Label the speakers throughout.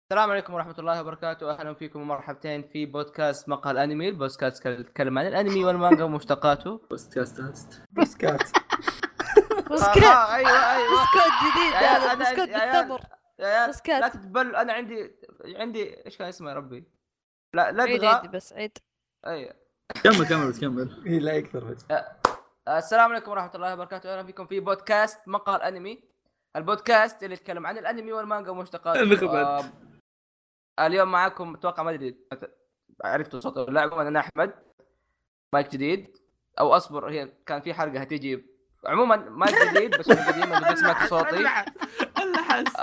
Speaker 1: السلام عليكم ورحمة الله وبركاته، أهلا فيكم ومرحبتين في بودكاست مقهى الأنمي. البودكاست يتكلم عن الأنمي والمانجا ومشتقاته.
Speaker 2: بوستكات
Speaker 3: بوسكات
Speaker 1: أيوة
Speaker 3: بوسكات جديد.
Speaker 1: يا
Speaker 3: هذا
Speaker 1: أنا-
Speaker 3: بوسكات
Speaker 1: يا عيال-
Speaker 3: بالتمر.
Speaker 1: يا عيال،
Speaker 3: بوسكات.
Speaker 1: لا تتبل. أنا عندي إيش كان اسمه يا ربي؟ لا
Speaker 3: عيد
Speaker 1: لدغة.
Speaker 3: بس عيد.
Speaker 1: أيوة.
Speaker 4: كمل بتكمل.
Speaker 2: هي لا يكثر فجأة.
Speaker 1: السلام عليكم ورحمة الله وبركاته، أهلا فيكم في بودكاست مقهى الأنمي. البودكاست اللي يتكلم عن الأنمي والمانجا ومشتقاته. اليوم معاكم اتوقع ما ادري عرفتوا صوت ولا لا. عموما انا احمد، مايك جديد او اصبر، هي كان في حلقه هتيجي. عموما مايك جديد بس من قديم ما قد سمعت صوتي.
Speaker 4: اللحس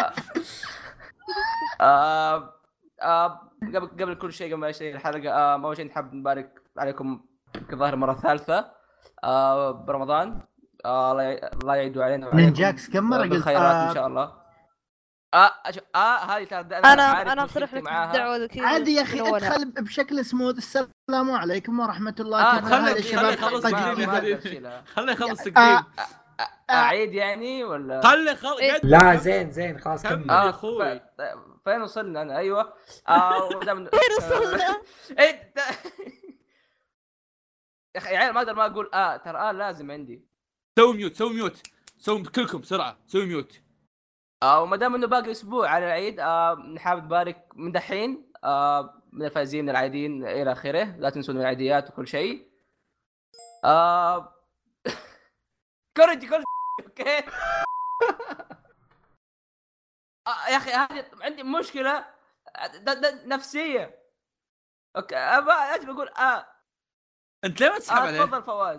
Speaker 1: قبل كل شيء، قبل شيء الحلقه، اول شيء نحب نبارك عليكم يمكن ظاهر مره ثالثه برمضان. الله يعيدوا علينا وعليكم
Speaker 5: نينجاكس كم مرة قلت
Speaker 1: بالخيرات ان شاء الله. هذه ترى
Speaker 3: انا اقترح لك الدعوه ذكيه
Speaker 5: عادي يا اخي، ادخل بشكل سموث. السلام عليكم ورحمة الله.
Speaker 1: خلي
Speaker 4: يخلص
Speaker 1: تقديم.
Speaker 4: خليه يخلص تقديم.
Speaker 1: اعيد يعني ولا
Speaker 4: خلي خلص.
Speaker 2: لا زين خلاص كمل.
Speaker 4: يا اخوي
Speaker 1: فين وصلنا انا؟ ايوه
Speaker 3: فين وصلنا؟
Speaker 1: ايه يا اخي عيال، ما اقدر ما اقول ترى لازم عندي.
Speaker 4: سوي ميوت كلكم بسرعه سوي ميوت.
Speaker 1: وما دام انه باقي اسبوع على العيد، نحاول نبارك من دحين من الفائزين، من العايدين الى اخره. لا تنسوا العيديات وكل شيء. كوريجي اوكي. يا اخي هذه عندي مشكله نفسيه. اوكي اجي بقول
Speaker 4: انت ليه ما تسحب عليه؟
Speaker 1: تفضل فواز.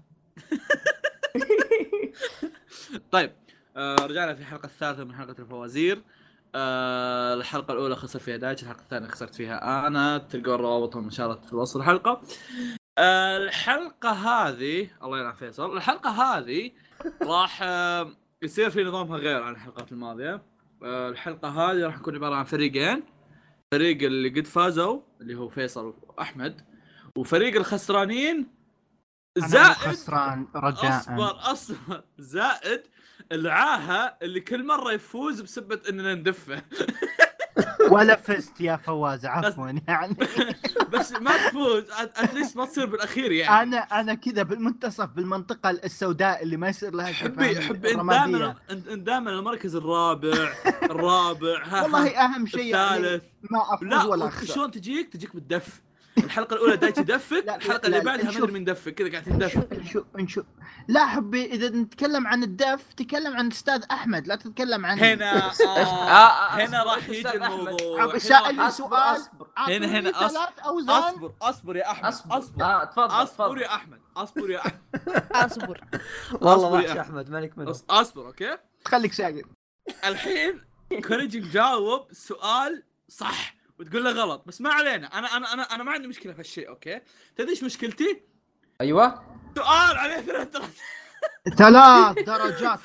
Speaker 4: طيب رجعنا في الحلقه الثالثه من حلقه الفوازير. الحلقه الاولى خسر فيها دايتش، الحلقه الثانيه خسرت فيها انا. تلقوا روابطهم ان شاء الله في وصف الحلقه. الحلقه هذه الله يلعن فيصل. الحلقه هذه راح يصير في نظامها غير عن الحلقات الماضيه. الحلقه هذه راح تكون عباره عن فريقين. فريق اللي قد فازوا اللي هو فيصل واحمد، وفريق الخسرانين زائد
Speaker 5: خسران رجاء.
Speaker 4: اصبر زائد العاهه اللي كل مره يفوز بسبه اننا ندفه.
Speaker 5: ولا فزت يا فواز، عفوا يعني.
Speaker 4: بس ما تفوز اتليست ما تصير بالاخير يعني.
Speaker 5: انا كذا بالمنتصف، بالمنطقه السوداء اللي ما يصير لها شيء.
Speaker 4: حبي انت دائما المركز الرابع
Speaker 5: والله اهم شيء
Speaker 4: الثالث
Speaker 5: يعني ما افوز
Speaker 4: لا
Speaker 5: ولا اخسر.
Speaker 4: شلون تجيك بالدف. الحلقه الاولى دايتش يدفك، الحلقه اللي بعدها ما ادري من دفك كذا قاعد تدفك.
Speaker 5: نشوف لا حبي، اذا نتكلم عن الدف تكلم عن استاذ احمد، لا تتكلم عن
Speaker 4: هنا هنا راح يجي الموضوع.
Speaker 5: سائل سؤال.
Speaker 4: هنا
Speaker 5: ثلاث اوزان.
Speaker 4: اصبر يا احمد
Speaker 1: تفضل
Speaker 4: اصبر يا احمد
Speaker 3: اصبر
Speaker 2: والله وحش احمد مالك منه.
Speaker 4: اصبر اوكي
Speaker 5: خليك ساكت.
Speaker 4: الحين كوريجي مجاوب سؤال صح وتقول له غلط، بس ما علينا. انا ما عندي مشكله في هالشيء. اوكي تدري ايش مشكلتي؟
Speaker 1: ايوه
Speaker 4: سؤال عليه 3 درجات.
Speaker 5: 3 درجات.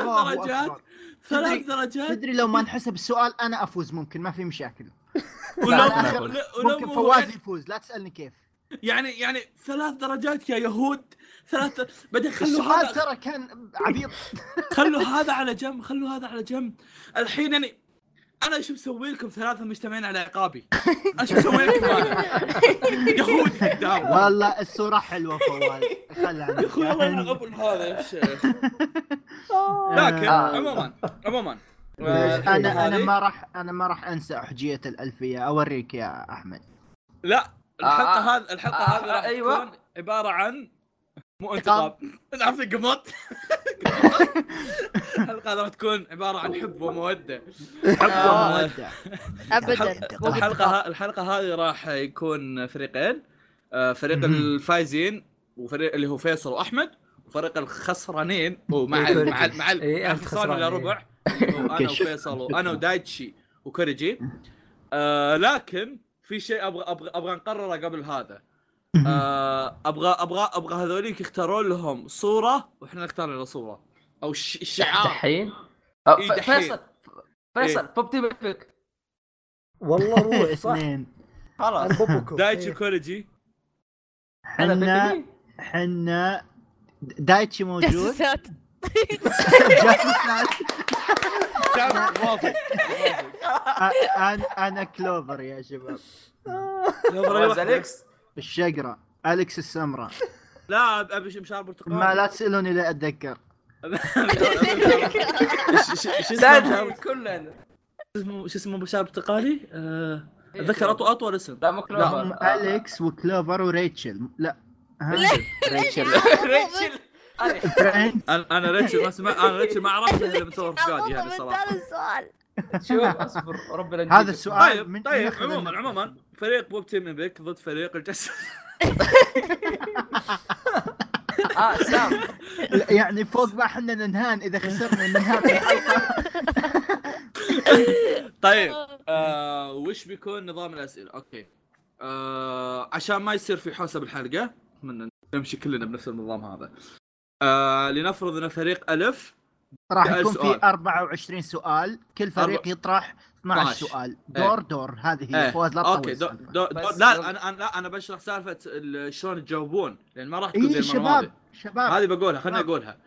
Speaker 4: 3 درجات.
Speaker 5: تدري لو ما انحسب السؤال انا افوز، ممكن ما في مشاكل. ممكن
Speaker 4: ولو
Speaker 5: فواز يفوز، لا تسالني كيف.
Speaker 4: يعني 3 درجات يا يهود. 3 بدي خلوا
Speaker 5: السؤال
Speaker 4: هذا
Speaker 5: ترى كان عبيط.
Speaker 4: خلوا هذا على جنب. الحين يعني انا شو مسوي لكم 3 مجتمعين على عقابي؟ ايش مسوي لكم يهود قدام؟
Speaker 5: والله الصورة حلوة فواز.
Speaker 4: يا اخوي الله يعقب هذا يا شيخ. لكن عموما
Speaker 5: انا ما راح انسى احجية الالفية. اوريك يا احمد.
Speaker 4: لا الحلقة هذه راح تكون عبارة عن مو انتقام. عرفت قمط. الحلقة راح تكون عبارة عن حب ومودة.
Speaker 3: ابدا.
Speaker 4: الحلقة هذه راح يكون فريقين. فريق الفايزين وفريق اللي هو فيصل واحمد، وفريق الخسرانين ومع الخسران الى ربع انا وفيصل وانا ودايتشي وكوريجي. لكن في شيء ابغى نقرره قبل هذا. ابغى هذوليك يختارون لهم صورة واحنا نختار لنا صورة او الشعار
Speaker 1: دحين. فيصل بوبتي بيفك.
Speaker 2: والله روح صح.
Speaker 5: اثنين
Speaker 1: خلاص
Speaker 4: دايتشي كوريجي.
Speaker 5: حنا دايتشي موجود.
Speaker 3: جاسوسات.
Speaker 4: موافق.
Speaker 5: انا كلوفر يا شباب.
Speaker 1: فواز اليكس
Speaker 5: الشقرة أليكس السمراء.
Speaker 4: لا ابي مشعر برتقالي.
Speaker 5: ما لا تسألوني لا اتذكر.
Speaker 1: سادني كلنا.
Speaker 4: شو اسمه مشعر برتقالي؟ اتذكر اطول اسم.
Speaker 1: لا مو كلوفر.
Speaker 5: لا أليكس وكلوفر وريتشل. لا
Speaker 1: ريتشل ريتشل
Speaker 4: انا ريتشل ما سمع. انا ريتشل ما عرفتها الا من تو رفقاتي هذه صراحه.
Speaker 3: السؤال
Speaker 1: شوف اصبر ربنا نجيب.
Speaker 5: هذا السؤال.
Speaker 4: طيب عموما فريق بوب تيم ايبك ضد فريق الجسد.
Speaker 1: سام
Speaker 5: يعني فوق ما احنا ننهان اذا خسرنا ننهان في الحلقة.
Speaker 4: طيب وش بيكون نظام الاسئله؟ اوكي عشان ما يصير في حوسه بالحلقه اتمنى نمشي كلنا بنفس النظام هذا. لنفرض ان فريق الف
Speaker 5: راح يكون في 24 سؤال، كل فريق يطرح 12 سؤال. دور هذه هي. فواز لا تطول.
Speaker 4: اوكي لا انا بشرح سالفه شلون تجاوبون لان ما راح تكون زي المره هذه.
Speaker 5: شباب
Speaker 4: هذه بقولها خليني اقولها.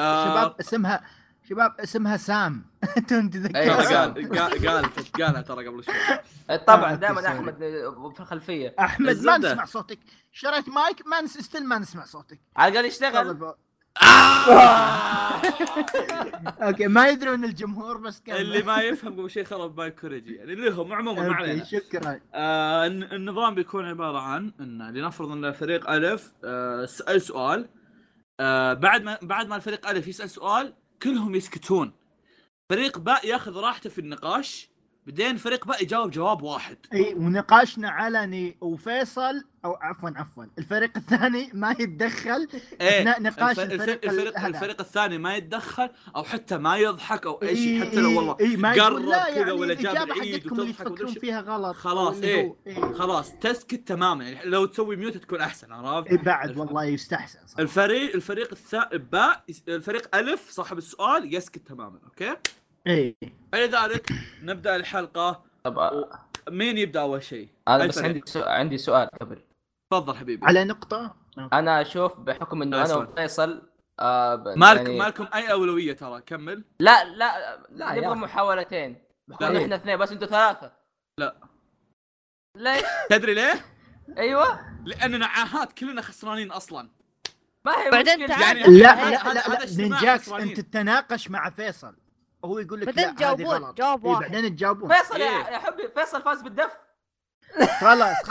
Speaker 5: شباب اسمها سام. انتم تذكرون؟
Speaker 4: قالها ترى قبل شوي.
Speaker 1: طبعا دائما احمد في الخلفيه.
Speaker 5: احمد ما نسمع صوتك. شريت مايك ما نسمع صوتك.
Speaker 1: على الاقل يشتغل.
Speaker 5: اوكي ما يدرون الجمهور بس كان
Speaker 4: اللي ما يفهم قبل شيء خرب باي كوريجي يعني لهم عموما ما علينا.
Speaker 5: شكرا.
Speaker 4: النظام بيكون عباره عن ان لنفرض ان فريق الف سأل سؤال. بعد ما الفريق الف يسال سؤال كلهم يسكتون. فريق باء ياخذ راحته في النقاش بعدين فريق باء يجاوب جواب واحد.
Speaker 5: اي ونقاشنا علني وفيصل او عفوا الفريق الثاني ما يتدخل اثناء نقاش
Speaker 4: الفريق الثاني ما يتدخل او حتى ما يضحك او اي شيء حتى لو والله
Speaker 5: قرب
Speaker 4: كذا
Speaker 5: يعني
Speaker 4: ولا جاب العيد
Speaker 5: وتضحك فيها غلط
Speaker 4: خلاص خلاص تسكت تماما يعني لو تسوي ميوت تكون احسن عرفت.
Speaker 5: بعد والله يستحسن صح.
Speaker 4: الفريق باء الفريق الف صاحب السؤال يسكت تماما. اوكي لذلك نبدا الحلقه. طب مين يبدا اول شيء؟
Speaker 1: انا بس عندي سؤال قبل.
Speaker 4: تفضل حبيبي.
Speaker 5: على نقطه.
Speaker 1: انا اشوف بحكم انه انا وفيصل
Speaker 4: مالكم اي اولويه ترى كمل.
Speaker 1: لا نبغى محاولتين. احنا اثنين بس انتوا ثلاثه.
Speaker 4: لا
Speaker 1: ليش؟
Speaker 4: تدري ليه؟
Speaker 1: ايوه
Speaker 4: لاننا عاهات كلنا خسرانين اصلا.
Speaker 1: ما هي
Speaker 3: بعدين
Speaker 1: مشكلة.
Speaker 3: تعال.
Speaker 1: يعني
Speaker 5: لا نينجاكس انت تتناقش مع فيصل هو يقول لك
Speaker 3: بعدين
Speaker 5: لا هذه غلط.
Speaker 3: جواب واحد.
Speaker 5: بعدين تجاوبون.
Speaker 1: فيصل يا حبي فيصل فاز بالدف.
Speaker 5: خلاص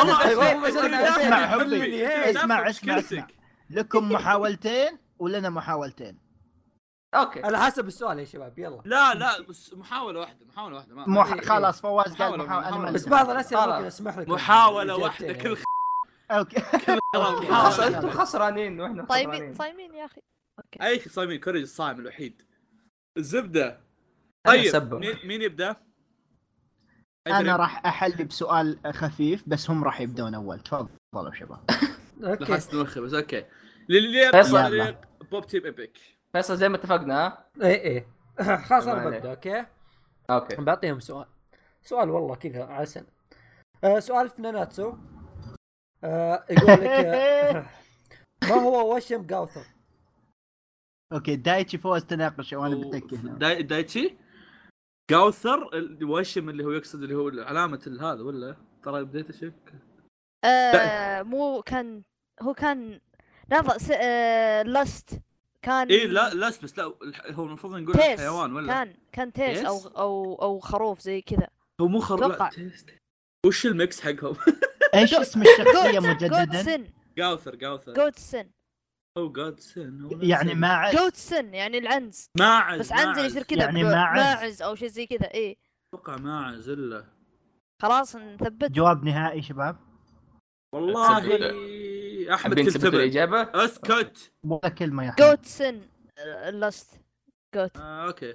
Speaker 4: اسمع
Speaker 5: لكم محاولتين ولنا محاولتين.
Speaker 1: اوكي
Speaker 2: على حسب السؤال يا شباب يلا.
Speaker 4: لا بس محاولة واحدة
Speaker 5: خلاص فواز قال محاولة
Speaker 2: بس بعض الأسئلة ممكن اسمح لك
Speaker 4: محاولة واحدة كل
Speaker 5: اوكي
Speaker 1: انتم خسرانين واحنا
Speaker 3: صايمين يا اخي.
Speaker 4: اوكي اي صايمين كوريج الصايم الوحيد الزبدة. طيب مين يبدأ؟
Speaker 5: انا راح احل بسؤال خفيف بس هم راح يبدون اول. تفضلوا شباب.
Speaker 2: اوكي
Speaker 4: بس اوكي اللي بوب تيم ايبك.
Speaker 1: فيصل زي ما اتفقنا.
Speaker 2: ايه خلاص انا ببدا. اوكي
Speaker 1: اوكي
Speaker 2: بعطيهم سؤال والله كذا عسل. سؤال في ناناتسو. يقول لك ما هو وشم جاوثر؟
Speaker 5: اوكي دايتشي فوز تناقش وانا بتكي هنا.
Speaker 4: دايتشي جاوثر الوشم اللي هو يقصد اللي هو علامة هذا ولا ترى بديت اشك.
Speaker 3: مو كان هو كان لحظة لاست كان
Speaker 4: ايه لا لاست بس لا هو المفروض نقول حيوان ولا
Speaker 3: كان تيس او خروف زي كذا.
Speaker 4: هو مو خروف. وش الميكس حقهم؟
Speaker 5: ايش اسم الشخصية مجددا؟
Speaker 4: جاوثر
Speaker 3: جودسن
Speaker 4: او جودسن
Speaker 5: يعني ماعز.
Speaker 3: جودسن يعني العنز
Speaker 4: ماعز
Speaker 3: بس عنز يصير كذا
Speaker 5: يعني
Speaker 3: ماعز او شيء زي كذا. ايه
Speaker 4: اتوقع ماعز الا
Speaker 3: خلاص نثبت
Speaker 5: جواب نهائي شباب.
Speaker 4: والله احمد كتب
Speaker 1: الاجابه.
Speaker 4: اسكت
Speaker 5: ولا كلمه يا احمد.
Speaker 3: جودسن لاست جوت.
Speaker 4: اوكي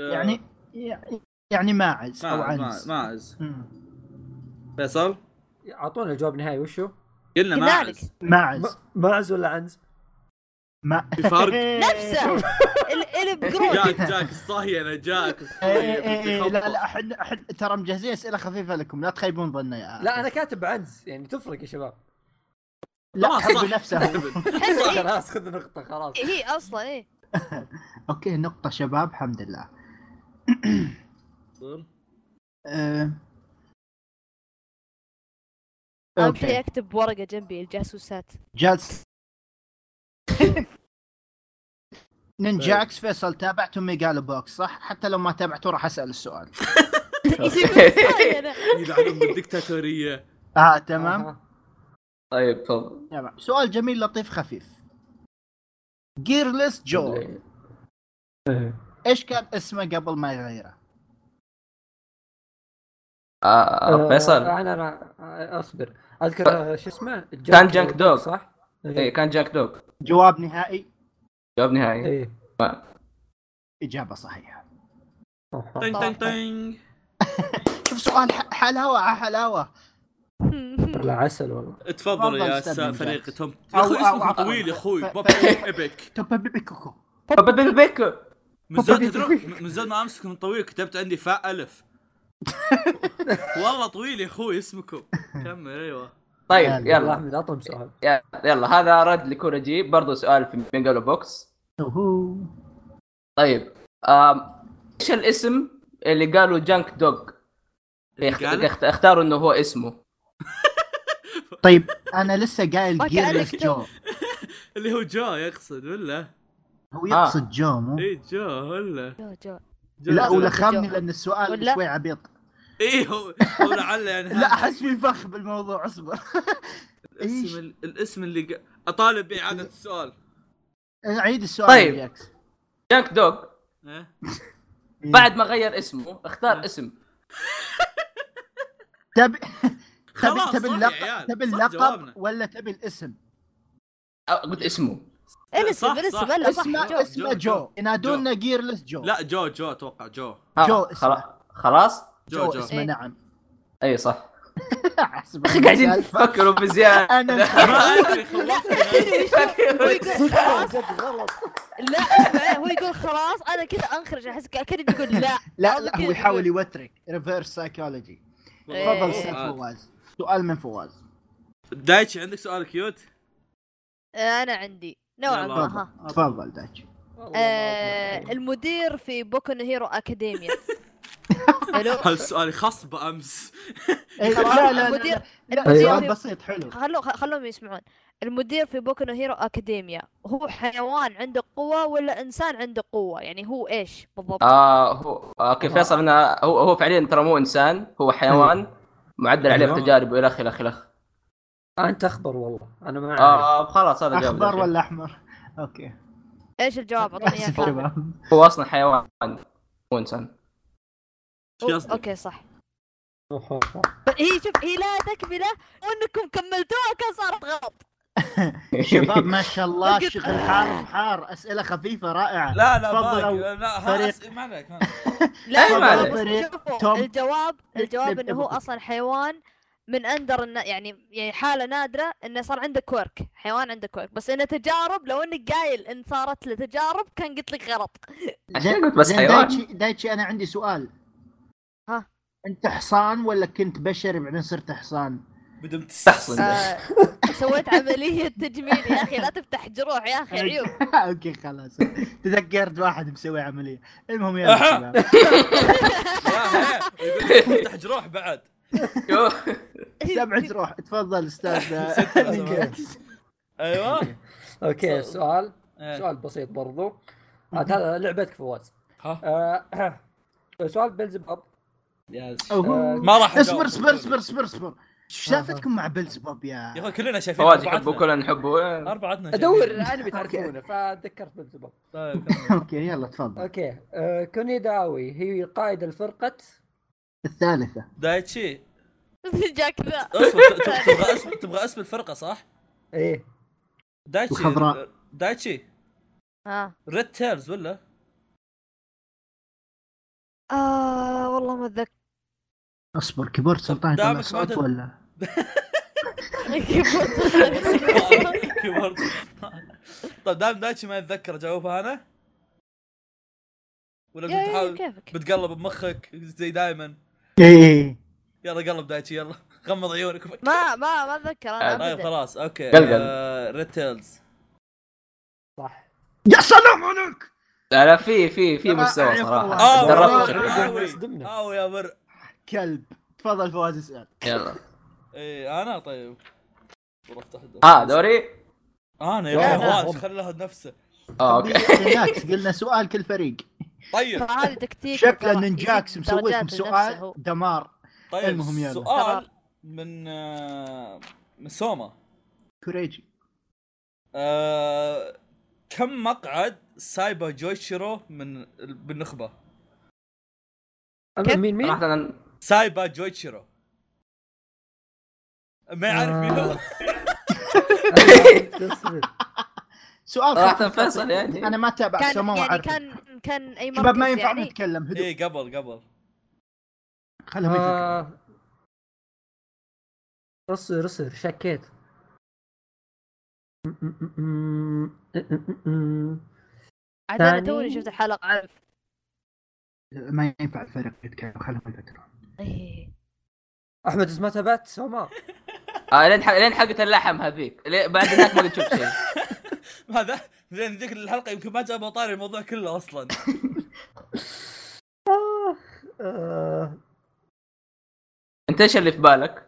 Speaker 5: يعني ماعز او عنز.
Speaker 4: ماعز. فيصل
Speaker 2: اعطونا الجواب النهائي وشو؟
Speaker 4: قلنا
Speaker 5: ماعز.
Speaker 2: ماعز ولا عنز؟
Speaker 4: في فرق
Speaker 3: نفسه اللي بقرون
Speaker 4: جاك الصاهي انا جاك
Speaker 5: لا احد ترى مجهزين اسئله خفيفه لكم لا تخيبون ظني.
Speaker 2: لا انا كاتب عنز يعني تفرق يا شباب.
Speaker 5: لا حب نفسه.
Speaker 2: خلاص خذ نقطه خلاص
Speaker 3: هي اصلا ايه.
Speaker 5: اوكي نقطه شباب الحمد لله.
Speaker 3: اهم شيء
Speaker 5: اوكي
Speaker 3: اكتب ورقه جنبي الجاسوسات.
Speaker 5: جالس نينجاكس فيصل تابعتوا ميجالو بوكس صح؟ حتى لو ما تابعتوا راح اسال السؤال.
Speaker 4: يلعنون بالدكتاتوريه.
Speaker 5: تمام.
Speaker 1: طيب تفضل.
Speaker 5: تمام سؤال جميل لطيف خفيف. جيرلس جو ايش كان اسمه قبل ما يغيره؟
Speaker 1: فيصل
Speaker 2: انا اصبر اذكر شو اسمه
Speaker 1: كان جانك دوغ
Speaker 2: صح؟
Speaker 1: اي كان جانك دوغ.
Speaker 5: جواب نهائي.
Speaker 1: جواب نهائي.
Speaker 2: ايه
Speaker 5: اجابه صحيحه.
Speaker 4: تين تين تين.
Speaker 5: شوف سؤال حلاوه حلاوه.
Speaker 2: لا عسل والله.
Speaker 4: تفضل يا
Speaker 5: أستاذ
Speaker 4: فريق
Speaker 5: نجاح.
Speaker 4: توم يا اخوي اسمك طويل يا اخوي. بابا ايبك
Speaker 5: توبيكو.
Speaker 1: بيكو
Speaker 4: من زود تدرون من زود ما امسك من طويل كتبت عندي فاء الف. والله طويل يا اخوي اسمكم. كمل ايوه.
Speaker 1: طيب
Speaker 5: يلا.
Speaker 2: يلا
Speaker 1: يلا
Speaker 2: احمد اعطهم سؤال.
Speaker 1: يلا هذا رد لكوريجي برضو سؤال في ميجالو بوكس. طيب ايش الاسم اللي قالوا جانك دوغ اختاروا انه هو اسمه؟
Speaker 5: طيب انا لسه قايل
Speaker 3: ما كأنك
Speaker 5: جيرلس جو.
Speaker 4: اللي هو جو يقصد ولا؟
Speaker 5: هو يقصد جو مو؟
Speaker 4: ايه جو ولا؟
Speaker 3: جو
Speaker 5: لا
Speaker 3: جو.
Speaker 5: ولا خامني لان السؤال
Speaker 3: ولا؟
Speaker 5: شوي عبيط.
Speaker 4: ايه هو لعل يعني
Speaker 5: لا احس في فخ بالموضوع اصبر.
Speaker 4: الاسم اللي اطالب باعاده السؤال.
Speaker 5: عيد السؤال.
Speaker 1: طيب.
Speaker 5: ياكس.
Speaker 1: جانك دوغ
Speaker 4: إيه؟
Speaker 1: بعد ما غير اسمه اختار اسم.
Speaker 5: تبي
Speaker 4: خلاص
Speaker 5: تبي
Speaker 4: صح يا
Speaker 5: اللقب
Speaker 4: عيال،
Speaker 5: تبي
Speaker 4: صح
Speaker 5: اللقب
Speaker 4: جوابنا.
Speaker 5: ولا تبي الاسم؟
Speaker 1: قلت اسمه.
Speaker 3: الاسم
Speaker 4: صح،
Speaker 3: الاسم
Speaker 4: صح.
Speaker 3: لا صح
Speaker 5: اسمه
Speaker 3: جو.
Speaker 5: اسمه جو ينادونا جيرلس جو.
Speaker 4: لا جو اتوقع جو
Speaker 5: جو اسمه.
Speaker 1: خلاص
Speaker 5: جو
Speaker 4: جو.
Speaker 5: اسمه
Speaker 3: إيه.
Speaker 5: نعم.
Speaker 1: اي صح.
Speaker 5: أحسب
Speaker 1: اخي قاعدين
Speaker 5: السالفة.
Speaker 1: تفكروا بزياده.
Speaker 5: انا
Speaker 4: ما ادري خوفتني.
Speaker 3: هو يقول خلاص
Speaker 2: جد غلط.
Speaker 3: لا اسمع هو يقول خلاص انا كذا انخرج احس كأني بيقول لا.
Speaker 5: لا
Speaker 3: أنا
Speaker 5: لا
Speaker 3: كذا
Speaker 5: هو يحاول
Speaker 3: بقول-
Speaker 5: يوترك ريفيرس سايكولوجي.
Speaker 3: إيه.
Speaker 5: تفضل استاذ فواز. سؤال من فواز.
Speaker 4: دايتشي عندك سؤال كيوت؟
Speaker 3: انا عندي نوعا
Speaker 4: يلا.
Speaker 3: ما ها.
Speaker 5: تفضل دايتشي.
Speaker 3: المدير في بوكو نو هيرو اكاديميا. حلو.
Speaker 4: هالسؤال خاص بامس.
Speaker 5: إيه،
Speaker 3: خلاص،
Speaker 5: لا لا
Speaker 3: المدير-
Speaker 5: لا
Speaker 3: المدير
Speaker 5: سؤال
Speaker 3: في-
Speaker 5: بسيط حلو.
Speaker 3: خلوهم يسمعون. المدير في بوكو نو هيرو اكاديميا هو حيوان عنده قوة ولا انسان عنده قوة؟ يعني هو ايش بالضبط؟
Speaker 1: هو اوكي فيصل انا هو فعليا ترى مو انسان، هو حيوان معدل عليه في تجارب والى اخره.
Speaker 2: انت اخبر والله انا ما اعرف.
Speaker 1: خلاص هذا جواب.
Speaker 5: اخضر ولا احمر؟ اوكي.
Speaker 3: ايش الجواب؟ اعطوني اياه
Speaker 5: احسب
Speaker 3: كامل.
Speaker 5: شباب.
Speaker 1: هو اصلا حيوان مو انسان.
Speaker 4: شو قصدك؟
Speaker 3: اوكي صح. هي شوف هي لا تكمله وانكم كملتوها كان صارت غلط.
Speaker 5: شباب ما شاء الله شغل حار اسئله خفيفه رائعه.
Speaker 4: لا
Speaker 5: تفضلوا
Speaker 4: باقي لا
Speaker 5: فريق.
Speaker 4: ما عليك.
Speaker 3: لا
Speaker 1: ما
Speaker 3: بس
Speaker 5: عليك.
Speaker 3: شوفوا
Speaker 5: توم.
Speaker 3: الجواب انه هو
Speaker 5: ابقوا.
Speaker 3: اصلا حيوان من اندر يعني حاله نادره انه صار عنده كورك، حيوان عنده كورك، بس انه تجارب لو انك قايل ان صارت له تجارب كان قلت لك غلط.
Speaker 1: عشان قلت بس
Speaker 5: زين
Speaker 1: حيوان.
Speaker 5: دايتشي انا عندي سؤال.
Speaker 3: ها.
Speaker 5: انت حصان ولا كنت بشري بعدين صرت حصان؟
Speaker 4: بدم
Speaker 1: تحصن.
Speaker 3: سويت عمليه تجميل يا اخي لا تفتح جروح يا اخي عيوب.
Speaker 5: اوكي خلاص تذكرت واحد مسوي عمليه. المهم يلا شباب.
Speaker 4: يقول افتح جروح بعد.
Speaker 5: 7 جروح. تفضل استاذ.
Speaker 4: ايوه
Speaker 2: اوكي سؤال
Speaker 4: إيه.
Speaker 2: بسيط برضو. هذا لعبتك فواز.
Speaker 4: ها
Speaker 2: سؤال بيلزبوب.
Speaker 4: ما راح أجاوب.
Speaker 5: اصبر شو سالفتكم مع بيلزبوب
Speaker 4: يا
Speaker 5: يا
Speaker 4: اخوي كلنا شايفين
Speaker 1: فواز يحبوا كلنا نحبه.
Speaker 4: اربعتنا
Speaker 2: ادور انمي تعرفونه فتذكرت بيلزبوب.
Speaker 4: طيب
Speaker 5: اوكي يلا تفضل.
Speaker 2: اوكي كونيداوي هي قائد الفرقة
Speaker 5: الثالثة.
Speaker 4: دايتشي
Speaker 3: جاك ذا.
Speaker 4: اصبر تبغى اسم الفرقه صح؟
Speaker 2: ايه
Speaker 4: دايتشي
Speaker 5: الخضراء.
Speaker 4: دايتشي
Speaker 3: ها
Speaker 4: ريد تيلز ولا؟
Speaker 3: والله ما اتذكر.
Speaker 5: اصبر كبرت سلطان
Speaker 4: دامك
Speaker 5: طلع
Speaker 4: ما
Speaker 5: صوت
Speaker 4: تد-
Speaker 5: ولا؟
Speaker 4: كبرت. طيب دام دايتشي ما يتذكر جاوبها انا ولا
Speaker 3: يا
Speaker 4: بتحاول
Speaker 3: كيفك.
Speaker 4: بتقلب بمخك زي دايما؟
Speaker 5: ايه
Speaker 4: يلا قلب دايتشي يلا غمض عيونك وفكر.
Speaker 3: ما اتذكر انا
Speaker 4: طيب
Speaker 3: ابدا.
Speaker 4: خلاص اوكي
Speaker 1: قلقل.
Speaker 4: ريد تيلز
Speaker 2: صح.
Speaker 5: يا سلام عليك.
Speaker 1: لا في مستوى صراحه.
Speaker 5: دربت
Speaker 2: صدمنا.
Speaker 4: يا بر
Speaker 5: كلب. تفضل فواز اسال.
Speaker 1: يلا
Speaker 4: ايه انا طيب
Speaker 1: دوري
Speaker 4: انا
Speaker 2: يلا.
Speaker 4: يا فواز خليها نفسه.
Speaker 1: اوكي.
Speaker 5: ريلاكس، قلنا سؤال كل فريق.
Speaker 4: طيب
Speaker 3: فهذه تكتيك
Speaker 5: شكله نينجاكس مسوي لكم
Speaker 3: درجات
Speaker 5: سؤال
Speaker 3: لنفسه هو.
Speaker 5: دمار.
Speaker 4: طيب
Speaker 5: المهم يلا.
Speaker 4: سؤال من سوما.
Speaker 5: كوريجي.
Speaker 4: كم مقعد سايبا جويشيرو بالنخبة؟
Speaker 2: مين
Speaker 1: صراحه انا
Speaker 4: سايبا جويشيرو ما يعرف مين هو.
Speaker 5: سؤال
Speaker 1: صراحه
Speaker 5: خفيف.
Speaker 1: فيصل يعني
Speaker 5: انا ما تابع
Speaker 3: كان
Speaker 5: سما
Speaker 3: يعني
Speaker 5: واعرف.
Speaker 3: كان اي مركز
Speaker 5: شباب ما ينفع
Speaker 3: يعني.
Speaker 5: نتكلم هدوء.
Speaker 4: ايه قبل
Speaker 5: خلهم يفكروا.
Speaker 2: رصر شكيت.
Speaker 3: عاد انا
Speaker 2: ثاني.
Speaker 3: توني شفت الحلقه عارف.
Speaker 5: ما ينفع الفريق يتكلم، خلهم يفكروا.
Speaker 3: ايه
Speaker 2: احمد ما تابعت سوما.
Speaker 1: لين حقت اللحم هذيك بعد هناك ما قد شفت شيء.
Speaker 4: هذا لين ذيك الحلقة يمكن ما جاب طاري الموضوع كله اصلا.
Speaker 1: انت ايش اللي في بالك؟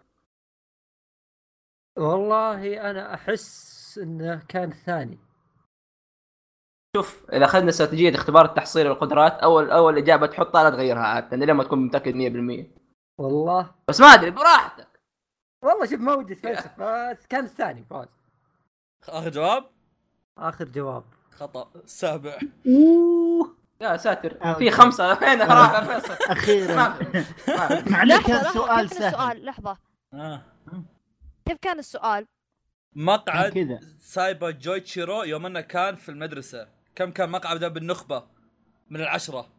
Speaker 2: والله انا احس انه كان ثاني.
Speaker 1: شوف اذا اخذنا استراتيجيه اختبار التحصيل والقدرات، اول اجابه تحطها لا تغيرها عاده لين ما تكون متاكد 100%.
Speaker 2: والله
Speaker 1: بس ما ادري براحتك.
Speaker 2: والله شوف ما ودي اتفلسف. كان الثاني فاز.
Speaker 4: اخر جواب
Speaker 2: اخر جواب
Speaker 4: خطأ. السابع.
Speaker 1: يا ساتر في 5 هنا راح فيصل.
Speaker 5: اخيرا.
Speaker 1: ما-
Speaker 5: مع انه
Speaker 3: لحظه
Speaker 5: كان
Speaker 3: لحظه
Speaker 5: سؤال
Speaker 3: كيف كان
Speaker 5: سهل.
Speaker 3: السؤال؟ لحظه
Speaker 4: آه.
Speaker 3: كيف كان السؤال؟
Speaker 4: مقعد
Speaker 5: كذا.
Speaker 4: سايبا جويتشيرو يوم انه كان في المدرسة كم كان مقعده بالنخبة من 10؟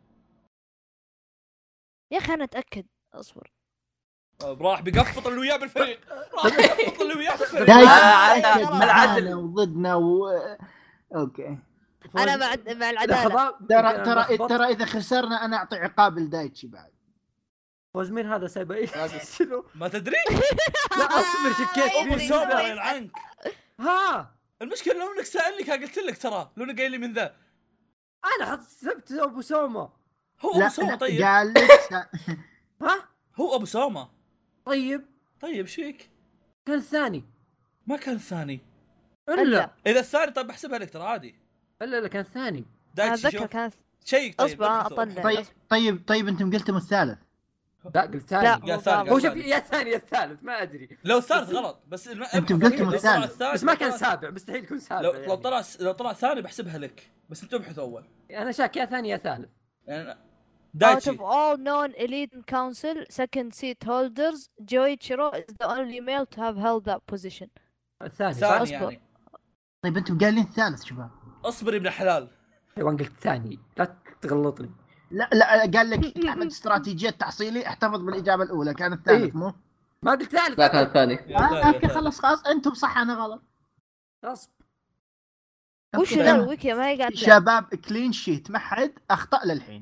Speaker 3: يا اخي انا اتاكد اصبر.
Speaker 4: راح بيقفط اللي وياه بالفريق. راح بيقفط اللي وياه بالفريق.
Speaker 5: دايما
Speaker 1: العدل.
Speaker 5: معانا وضدنا اوكي.
Speaker 3: انا مع العداله.
Speaker 5: ترى اذا خسرنا انا اعطي عقاب لدايتشي بعد.
Speaker 2: فوز مين هذا سايبه ايش؟ شنو؟
Speaker 4: ما تدري؟
Speaker 2: لا اصبر شكيت
Speaker 4: ابو
Speaker 2: فيه.
Speaker 4: سوما يلعنك.
Speaker 2: ها
Speaker 4: المشكلة لو انك سألني كان قلت لك ترى لو انك قايل لي من ذا.
Speaker 2: انا حسبت ابو سوما.
Speaker 4: هو ابو سوما. طيب
Speaker 5: قال لك
Speaker 2: ها
Speaker 4: هو ابو سوما.
Speaker 2: طيب
Speaker 4: طيب شيك
Speaker 2: كان الثاني.
Speaker 4: ما كان الثاني.
Speaker 2: الا
Speaker 4: اذا الثاني طيب بحسبها لك ترى عادي.
Speaker 2: الا كان الثاني.
Speaker 4: دايتشي
Speaker 3: اتذكر
Speaker 4: شوف
Speaker 3: كان.
Speaker 4: شيك. طيب
Speaker 3: اصبر اطلع.
Speaker 5: طيب انتم قلتم الثالث.
Speaker 2: لا قلت ثاني.
Speaker 3: لا
Speaker 4: يا ثاني.
Speaker 2: هو شوف يا الثاني يا الثالث ما ادري.
Speaker 4: لو الثالث غلط بس
Speaker 5: أنتم قلتم الثالث.
Speaker 2: بس ما كان سابع مستحيل يكون سابع.
Speaker 4: لو طلع ثاني بحسبها لك بس انت ابحث اول.
Speaker 2: انا شاك يا ثاني يا ثالث.
Speaker 4: يعني
Speaker 3: Out
Speaker 4: دايتشي.
Speaker 3: of all known elite council second seat holders, Joichiro is the only male to have held that position.
Speaker 2: الثاني صح؟
Speaker 4: ثاني
Speaker 3: أصبر.
Speaker 4: يعني.
Speaker 5: طيب انتم قايلين الثالث شباب.
Speaker 4: اصبر يا ابن الحلال.
Speaker 2: حيوان قلت ثاني لا تغلطني.
Speaker 5: لا قال لك احمد استراتيجيه تحصيلي احتفظ بالاجابه الاولى كان الثالث
Speaker 2: إيه.
Speaker 5: مو.
Speaker 2: ما قلت ثالث.
Speaker 1: لا كان الثاني.
Speaker 4: يا ثاني، يا
Speaker 5: اوكي
Speaker 4: ثاني.
Speaker 5: خلاص انتم صح انا غلط.
Speaker 2: غصب.
Speaker 3: وش
Speaker 5: أوكي.
Speaker 3: ذا الويكي ما هي قاعدة.
Speaker 5: شباب كلين شيت ما حد اخطا للحين.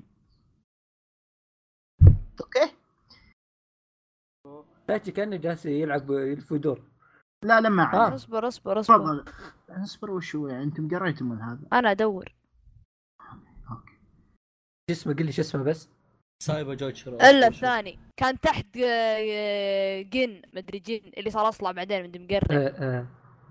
Speaker 5: اوكي
Speaker 2: تاتي كانه جالس يلعب الفودور.
Speaker 5: لا ما عليه.
Speaker 3: اصبر
Speaker 5: تفضل اصبر وشو يعني انتم قريتوا من هذا.
Speaker 3: انا ادور.
Speaker 5: اوكي
Speaker 2: شو اسمه قل لي شو اسمه بس.
Speaker 4: سايبا جويتشيرو.
Speaker 3: الا الثاني كان تحت جن مدري جن اللي صار اصلع بعدين من مقرر.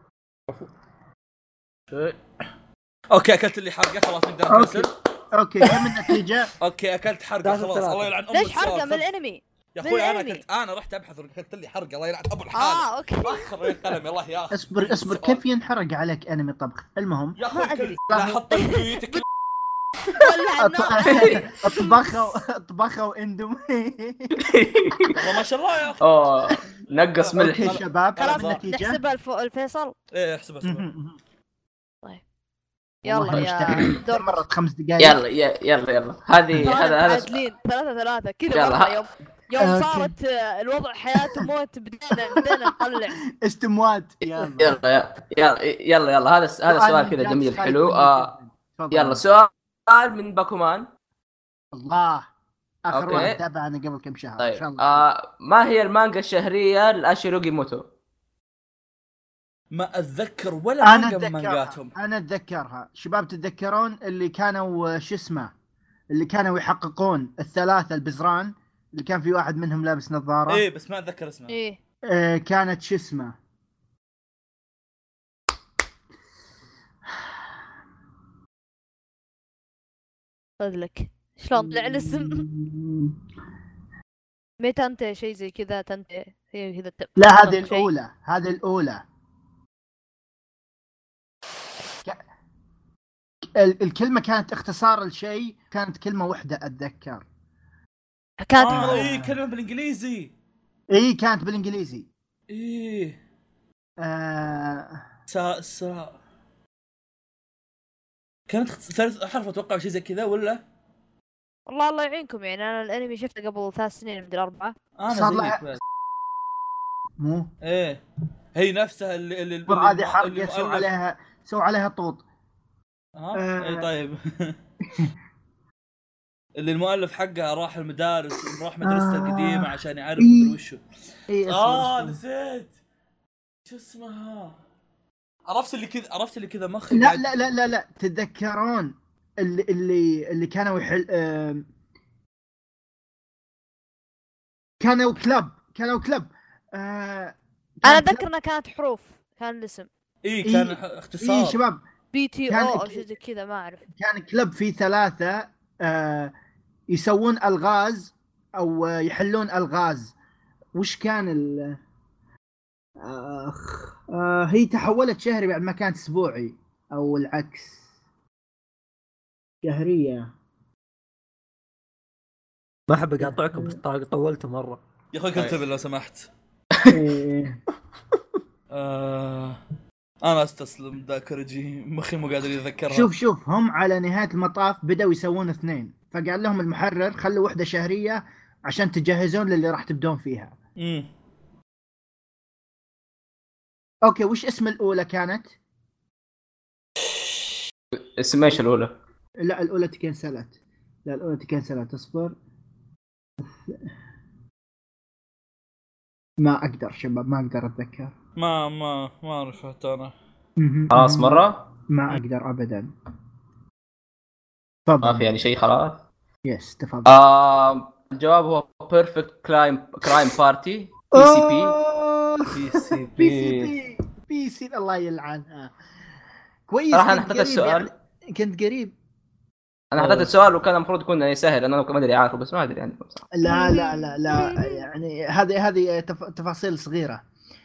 Speaker 4: اوكي اكلت اللي حرقه خلاص نقدر نرسل.
Speaker 5: اوكي كم النتيجه؟
Speaker 4: اوكي اكلت حرقه خلاص الله يلعن ام
Speaker 3: ليش حرقه من
Speaker 4: السوالف.
Speaker 3: الانمي؟
Speaker 4: يا اخوي انا
Speaker 3: بالأنمي.
Speaker 4: انا رحت ابحث وقلت لي حرقه الله يلعن ابو الحال.
Speaker 3: اوكي.
Speaker 4: اخر قلم الله يا اخي.
Speaker 5: اصبر كيف ينحرق عليك انمي طبخ؟ المهم
Speaker 4: يا
Speaker 3: ما
Speaker 4: اخوي
Speaker 3: أدري.
Speaker 4: لا حط بيوتك.
Speaker 3: ولع النار.
Speaker 5: طبخوا اندومي.
Speaker 4: والله ما شاء الله يا اخي.
Speaker 1: اوه نقص ملح.
Speaker 5: اوكي شباب كم
Speaker 3: خلاص
Speaker 5: النتيجه؟
Speaker 3: نحسبها الفيصل.
Speaker 4: ايه احسبها
Speaker 3: يلا
Speaker 5: والله
Speaker 3: يا دور.
Speaker 5: مرت 5 دقائق.
Speaker 1: يلا هذه هذا
Speaker 3: عادلين 3-3 كذا
Speaker 1: يلا.
Speaker 3: والله يوم
Speaker 5: أوكي.
Speaker 3: صارت الوضع حياة وموت بدينا نطلع.
Speaker 5: استموات
Speaker 1: يلا هذا سؤال كذا جميل حلو. يلا سؤال من باكومان.
Speaker 5: الله اخر
Speaker 1: أوكي.
Speaker 5: واحد تابعنا قبل كم شهر ان شاء
Speaker 1: طيب
Speaker 5: الله.
Speaker 1: ما هي المانجا الشهريه لاشيروغي موتو؟
Speaker 4: ما اتذكر ولا
Speaker 5: انا
Speaker 4: مانجا من
Speaker 5: اتذكرها
Speaker 4: مانجاتهم.
Speaker 5: انا اتذكرها شباب، تتذكرون اللي كانوا شو اسمه، اللي كانوا يحققون الثلاثه البزران اللي كان في واحد منهم لابس نظاره؟
Speaker 4: ايه بس ما اتذكر اسمه.
Speaker 3: ايه
Speaker 5: كانت شو اسمه،
Speaker 3: لك شلون طلع الاسم؟ مي تنتي شيء زي كذا، تنتي هي كذا
Speaker 5: لا هذه
Speaker 3: شيء.
Speaker 5: الاولى، هذه الاولى. الكلمه كانت اختصار الشيء، كانت كلمه واحده اتذكر.
Speaker 3: كانت
Speaker 4: ايه كلمه بالانجليزي.
Speaker 5: اي كانت بالانجليزي.
Speaker 4: ايه كانت ثالث حرف اتوقع شيء زي كذا ولا؟
Speaker 3: والله الله يعينكم، يعني انا الانمي شفته قبل 3 سنين مدري 4.
Speaker 4: انا
Speaker 5: صار
Speaker 4: زيك
Speaker 5: لها-
Speaker 4: بس.
Speaker 5: مو
Speaker 4: ايه هي نفسها اللي
Speaker 5: هذه حرقه سووا عليها طوط.
Speaker 4: اي طيب. اللي المؤلف حقها راح المدارس، راح مدرسته القديمه عشان يعرف مدري وشو. نسيت شو اسمها. عرفت اللي كذا مخي
Speaker 5: لا لا لا لا لا تتذكرون اللي كانوا كانوا كلب.
Speaker 3: انا اتذكر انها كانت حروف، كان الاسم
Speaker 4: كان اختصار.
Speaker 5: شباب
Speaker 3: بي تي او شيء زي كذا، ما اعرف.
Speaker 5: كان كلب في 3 يسوون الغاز او يحلون الغاز. وش كان هي تحولت شهري بعد ما كانت اسبوعي او العكس، شهريه.
Speaker 2: ما احب اقاطعكم بس طولتوا مره
Speaker 4: يا اخوي كنت لو سمحت. انا استسلم ذاكرتي، مخي مو قادر يتذكرها.
Speaker 5: شوف هم على نهايه المطاف بدأوا يسوون 2، فقال لهم المحرر خلوا واحدة شهريه عشان تجهزون للي راح تبدون فيها. اوكي وش اسم الاولى كانت؟
Speaker 1: اسم ايش الاولى؟
Speaker 5: لا الاولى تكنسلت. اصبر، ما اقدر شباب، ما اقدر اتذكر.
Speaker 4: ما عرفت انا.
Speaker 1: خلاص مره
Speaker 5: ما اقدر ابدا.
Speaker 1: ما
Speaker 5: تفضل.
Speaker 1: في يعني شيء خلاص.
Speaker 5: يس تفضل.
Speaker 1: الجواب هو بيرفكت كرايم بارتي.
Speaker 5: بي سي الله يلعنها. كويس.
Speaker 1: راح انا حطيت السؤال
Speaker 5: يعني كنت قريب.
Speaker 1: انا حطيت السؤال وكان المفروض يكون يعني سهل، انا ما ادري عارفه بس ما ادري يعني.
Speaker 5: لا لا لا لا يعني هذه تفاصيل صغيرة.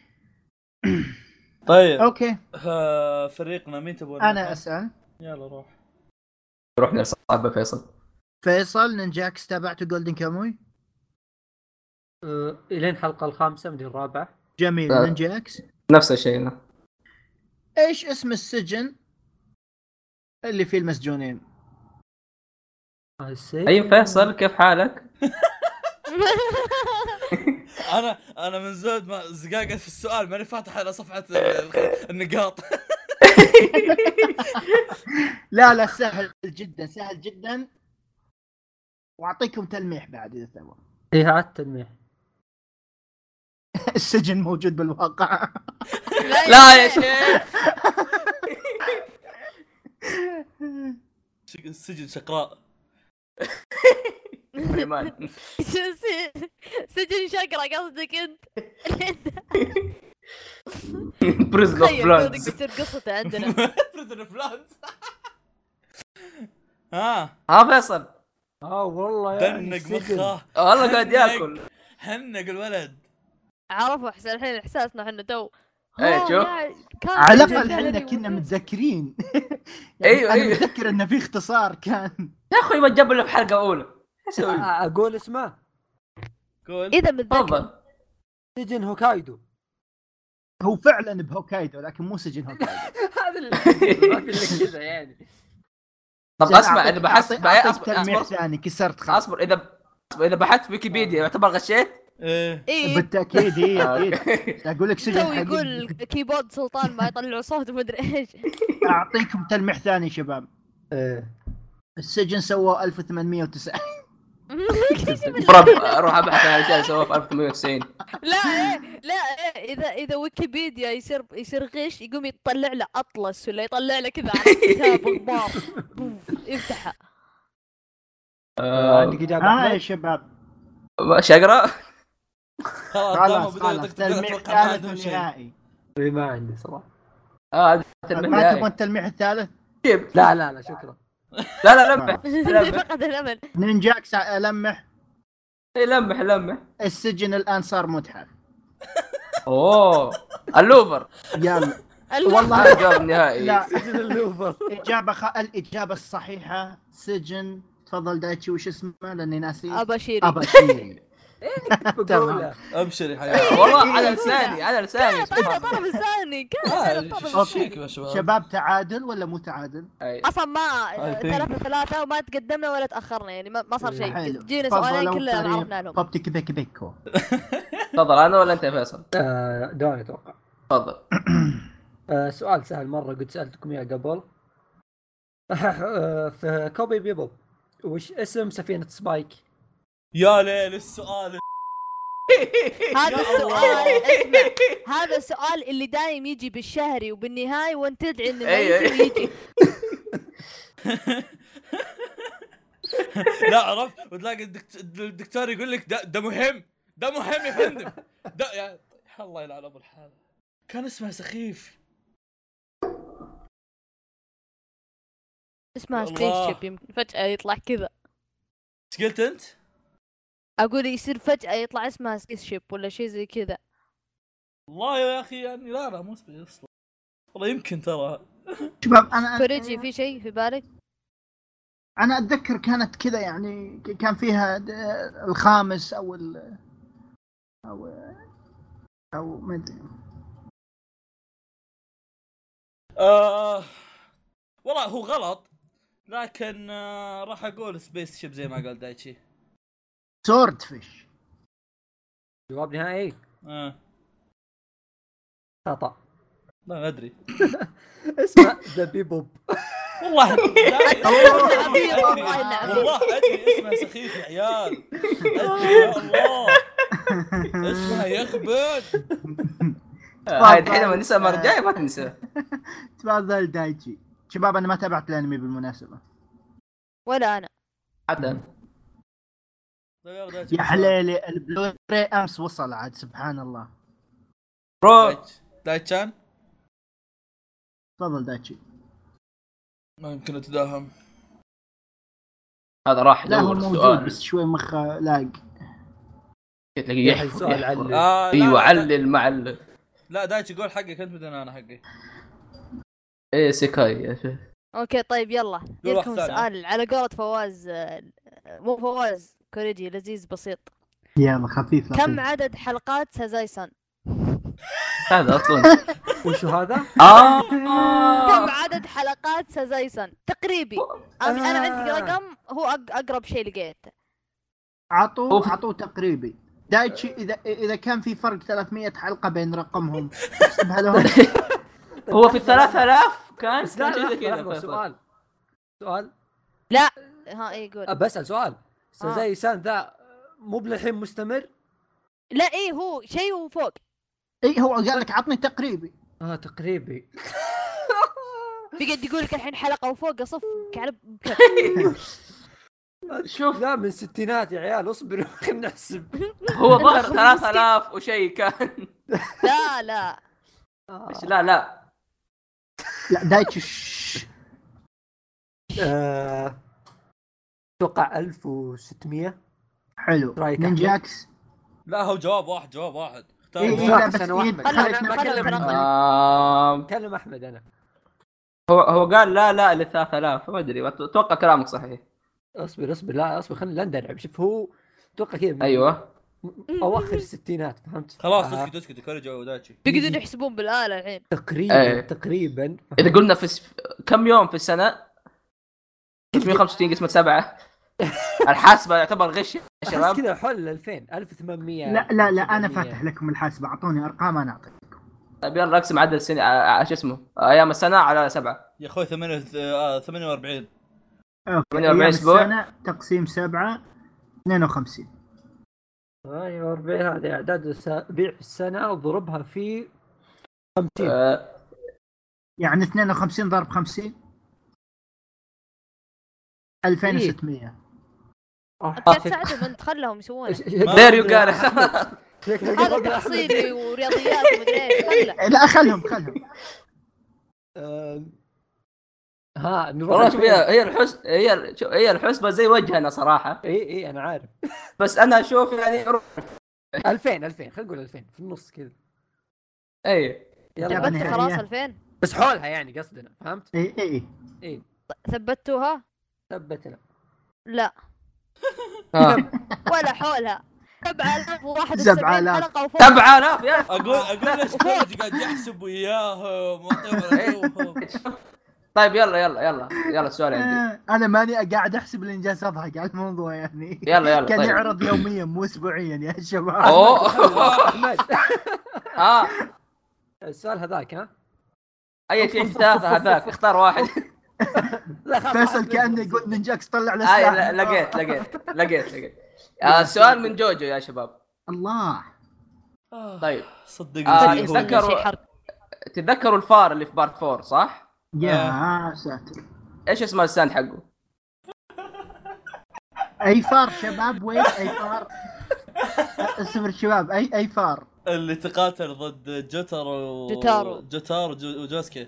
Speaker 4: طيب
Speaker 5: اوكي
Speaker 4: فريقنا مين تبون؟
Speaker 5: انا اسال.
Speaker 4: يلا
Speaker 1: روح نصعب
Speaker 5: فيصل نينجاكس تابعته جولدن كاموي؟
Speaker 2: الين الحلقه ال5 من الرابعه.
Speaker 5: جميل. نينجاكس
Speaker 1: نفس الشيء.
Speaker 5: ايش اسم السجن اللي فيه المسجونين؟
Speaker 1: اي فيصل كيف حالك؟
Speaker 4: انا من زود ما زقاقت في السؤال ماني فاتح على صفحه النقاط.
Speaker 5: لا سهل جدا واعطيكم تلميح بعد اذا تبغى.
Speaker 2: ايه هات تلميح.
Speaker 5: السجن موجود بالواقع.
Speaker 1: لا يا شيخ.
Speaker 4: السجن شقراء.
Speaker 3: سجن شقرا قصدك انت؟
Speaker 1: بريزن اوف بلانز.
Speaker 3: بتصير قصته عندنا.
Speaker 4: بريزن اوف بلانز.
Speaker 1: فيصل.
Speaker 2: والله يعني
Speaker 4: دنق مخه
Speaker 1: والله قاعد ياكل.
Speaker 4: هنق الولد.
Speaker 3: عرفوا احسن الحين احساسنا احنا تو.
Speaker 1: ايه شوف
Speaker 5: على الاقل احنا كنا متذكرين.
Speaker 1: ايوه
Speaker 5: انا متذكر انه في اختصار كان.
Speaker 1: يا اخوي ما جاب له في حلقه اولى.
Speaker 2: اقول اسمه.
Speaker 4: قول
Speaker 3: اذا متذكر.
Speaker 2: سجن هوكايدو.
Speaker 5: هو فعلا بهوكايدو لكن مو سجن هوكايدو.
Speaker 2: هذا اللي ما في الا كذا يعني.
Speaker 1: طب اسمع اذا بحثت
Speaker 5: تلميح ثاني كسرت خلاص.
Speaker 1: اصبر اذا بحثت في ويكيبيديا يعتبر غشيت؟
Speaker 3: ايه
Speaker 5: بالتاكيد. اكيد اقول لك سجن
Speaker 3: تو يقول كيبورد سلطان ما يطلعوا صوت ومدري ايش.
Speaker 5: اعطيكم تلميح ثاني شباب. السجن سووا 1809.
Speaker 1: اروح ابحث عن اشياء سووها في 1890.
Speaker 3: لا اذا ويكيبيديا يصير غش، يقوم يطلع له اطلس ولا يطلع له كذا كتاب غبار يفتحها.
Speaker 2: عندك اجابه
Speaker 5: يا شباب
Speaker 1: ايش اقرا؟
Speaker 5: خلاص تلميح ثالث ونهائي.
Speaker 2: ما عندي صراحه.
Speaker 1: ما
Speaker 5: تبغون التلميح الثالث؟
Speaker 2: لا شكرا.
Speaker 1: لا لمح.
Speaker 3: فقد الامل.
Speaker 5: نينجاكس لمح.
Speaker 1: لمح.
Speaker 5: السجن الان صار متحف.
Speaker 1: اوه اللوفر.
Speaker 5: يلا
Speaker 1: والله هذا جواب نهائي.
Speaker 5: لا
Speaker 2: سجن اللوفر.
Speaker 5: الإجابة الصحيحة سجن. تفضل دايتشي وش اسمه لاني ناسي.
Speaker 3: ابشيري.
Speaker 5: تمام.
Speaker 4: ابشر يا حياتي.
Speaker 1: والله على لساني
Speaker 3: طرف لساني كان.
Speaker 5: شباب تعادل ولا مو تعادل؟
Speaker 3: اصلا ما 3 وما تقدمنا ولا تاخرنا، يعني ما صار شيء. جينا سؤالين كلنا ما عرفنا لهم.
Speaker 5: طبتي كذا كذاكو.
Speaker 1: تفضل انا ولا انت يا فيصل؟
Speaker 2: دوني اتوقع.
Speaker 1: تفضل.
Speaker 2: سؤال سهل مره، قد سالتكم اياه قبل. في كوبي بيبوب وش اسم سفينه سبايك؟
Speaker 4: يا ليل السؤال.
Speaker 3: هذا السؤال اسمع، هذا السؤال اللي دايم يجي بالشهري وبالنهاية وانت تدعي انه ما يجي.
Speaker 4: لا عرفت، وتلاقي الدكتور يقول لك ده مهم يا فندم. ده يا الله يلعن ابو الحال، كان اسمه سخيف.
Speaker 3: اسمها سبيس شيب، يمكن فجأة يطلع كذا.
Speaker 4: ايش قلت انت؟
Speaker 3: اقول يصير فجأة يطلع اسمها سبيس شيب ولا شيء زي كذا.
Speaker 4: والله يا اخي يعني لا مو سبيس اصلا، والله يمكن ترى.
Speaker 5: شباب انا
Speaker 3: كوريجي في شيء في بالك؟
Speaker 5: انا اتذكر كانت كذا يعني كان فيها الخامس او ما ادري.
Speaker 4: والله هو غلط، لكن راح اقول سبيس شيب زي ما قال دايتشي.
Speaker 5: سورد فيش.
Speaker 2: جواب نهائي. خطأ.
Speaker 4: ما ادري.
Speaker 2: اسمه ذا بيبوب.
Speaker 4: والله
Speaker 3: والله
Speaker 4: ادري اسمه سخيف يا عيال. ادري يا الله اسمها يخبط.
Speaker 1: هاي الحين لما نسى مرجعي ما تنسى.
Speaker 5: تفضل دايتشي. شباب انا ما تابعت الانمي بالمناسبة.
Speaker 3: ولا انا
Speaker 1: حتى
Speaker 5: يا حليلي البلوري امس وصل عاد سبحان الله.
Speaker 4: دايتشان
Speaker 5: تفضل دايتشي.
Speaker 4: ما يمكن اتداهم.
Speaker 1: هذا راح
Speaker 5: لا هو موجود بس شوي مخ لاق.
Speaker 1: تلاقيه يحفر ايوه علل معلل.
Speaker 4: لا دايتشي قول حقك انت بدون انا حقي.
Speaker 1: ايه سيكاي يا شيخ.
Speaker 3: اوكي طيب يلا لكم سؤال على قولة فواز، مو فواز كوريجي، لذيذ بسيط.
Speaker 5: يلا خفيف.
Speaker 3: كم عدد حلقات سازاي-سان؟
Speaker 1: هذا اصلا
Speaker 2: وشو هذا؟
Speaker 3: كم عدد حلقات سازاي-سان تقريبي؟ انا عندي رقم هو اقرب شيء لقيته.
Speaker 5: عطوا تقريبي. دايتشي اذا كان في فرق 300 حلقة بين رقمهم احسبها لهم.
Speaker 1: هو في 3000 كان
Speaker 2: كذا. سؤال
Speaker 3: لا ها ايه قول.
Speaker 2: بسأل سؤال. سازاي-سان ذا مو بالحين مستمر؟
Speaker 3: لا ايه هو شيء وفوق.
Speaker 5: ايه هو قال لك عطني تقريبي.
Speaker 2: تقريبي.
Speaker 3: بيقعد يقول لك الحين حلقة وفوق صف كعب.
Speaker 1: شوف
Speaker 2: لا من الستينات يا عيال اصبروا خلينا نحسب.
Speaker 1: هو ظهر 3000 وشيء كان.
Speaker 3: لا
Speaker 1: لا
Speaker 5: دايتشي
Speaker 2: اتوقع 1600.
Speaker 5: حلو. نينجاكس.
Speaker 4: لا هو جواب واحد اختار.
Speaker 5: لا بس
Speaker 2: كلم احمد انا.
Speaker 1: هو قال لا ل 3000 ما ادري. اتوقع كلامك صحيح.
Speaker 2: اصبر لا اصبر خلينا ندرب. شوف هو اتوقع كذا
Speaker 1: ايوه
Speaker 2: اواخر الستينات فهمت.
Speaker 4: خلاص اسكت كوريجي ودايتشي
Speaker 3: بيقدروا يحسبون بالآلة الحين
Speaker 2: تقريبا
Speaker 1: اذا قلنا في كم يوم في السنه 365 قسمة 7. الحاسبه يعتبر غش يا شباب.
Speaker 2: كذا حول 1800.
Speaker 5: لا انا فاتح لكم الحاسبه. اعطوني ارقام انا اعطيكم.
Speaker 1: طيب يلا اقسم عدد السنه شو اسمه ايام السنه على 7
Speaker 4: يا اخوي 48.
Speaker 1: 48 اسبوع.
Speaker 5: السنه تقسيم 7 52.
Speaker 2: 48 هذه اعداد اسابيع في السنه وضربها في 50.
Speaker 5: يعني 52 ضرب 50 2600.
Speaker 3: كيف تساعدهم انت تخلهم يسوونه؟
Speaker 1: دير يو قال
Speaker 3: هذا تحصيلي ورياضيات ومدري ايش.
Speaker 5: لا خلهم
Speaker 2: ها
Speaker 1: والله شوف هي الحسبه زي وجهنا صراحه.
Speaker 2: اي انا عارف.
Speaker 1: بس انا اشوف يعني
Speaker 2: 2000 خلينا نقول 2000 في النص كذا.
Speaker 1: اي
Speaker 2: يلا
Speaker 3: ثبت خلاص 2000
Speaker 2: بس حولها يعني قصدنا فهمت؟
Speaker 5: اي
Speaker 3: ثبتوها؟
Speaker 2: ثبتنا
Speaker 3: لا ولا حولها. 7071 حلقه وفوق.
Speaker 1: 7000 يا
Speaker 4: اقول ليش كورج قاعد يحسب وياهم.
Speaker 1: طيب يلا السؤال عندي.
Speaker 5: انا ماني قاعد احسب الانجاز، اضحك على الموضوع يعني.
Speaker 1: يلا
Speaker 5: كان
Speaker 1: طيب.
Speaker 5: يعرض يوميا مو اسبوعيا يا شباب.
Speaker 2: احمد السؤال هذاك ها
Speaker 1: اي شيء ثلاثه هذاك اختار واحد.
Speaker 5: فيصل كانه يقول نينجاكس طلع له سلاح.
Speaker 1: لقيت السؤال من جوجو يا شباب.
Speaker 5: الله
Speaker 1: طيب
Speaker 4: صدقني
Speaker 1: تتذكروا الفار اللي في بارت 4 صح؟
Speaker 5: يا ساتر.
Speaker 1: ايش اسمه الساند حقه؟
Speaker 5: اي فار شباب؟ وين اي فار؟ اسم شباب اي فار
Speaker 4: اللي تقاتل ضد جوتارو وجوسكي.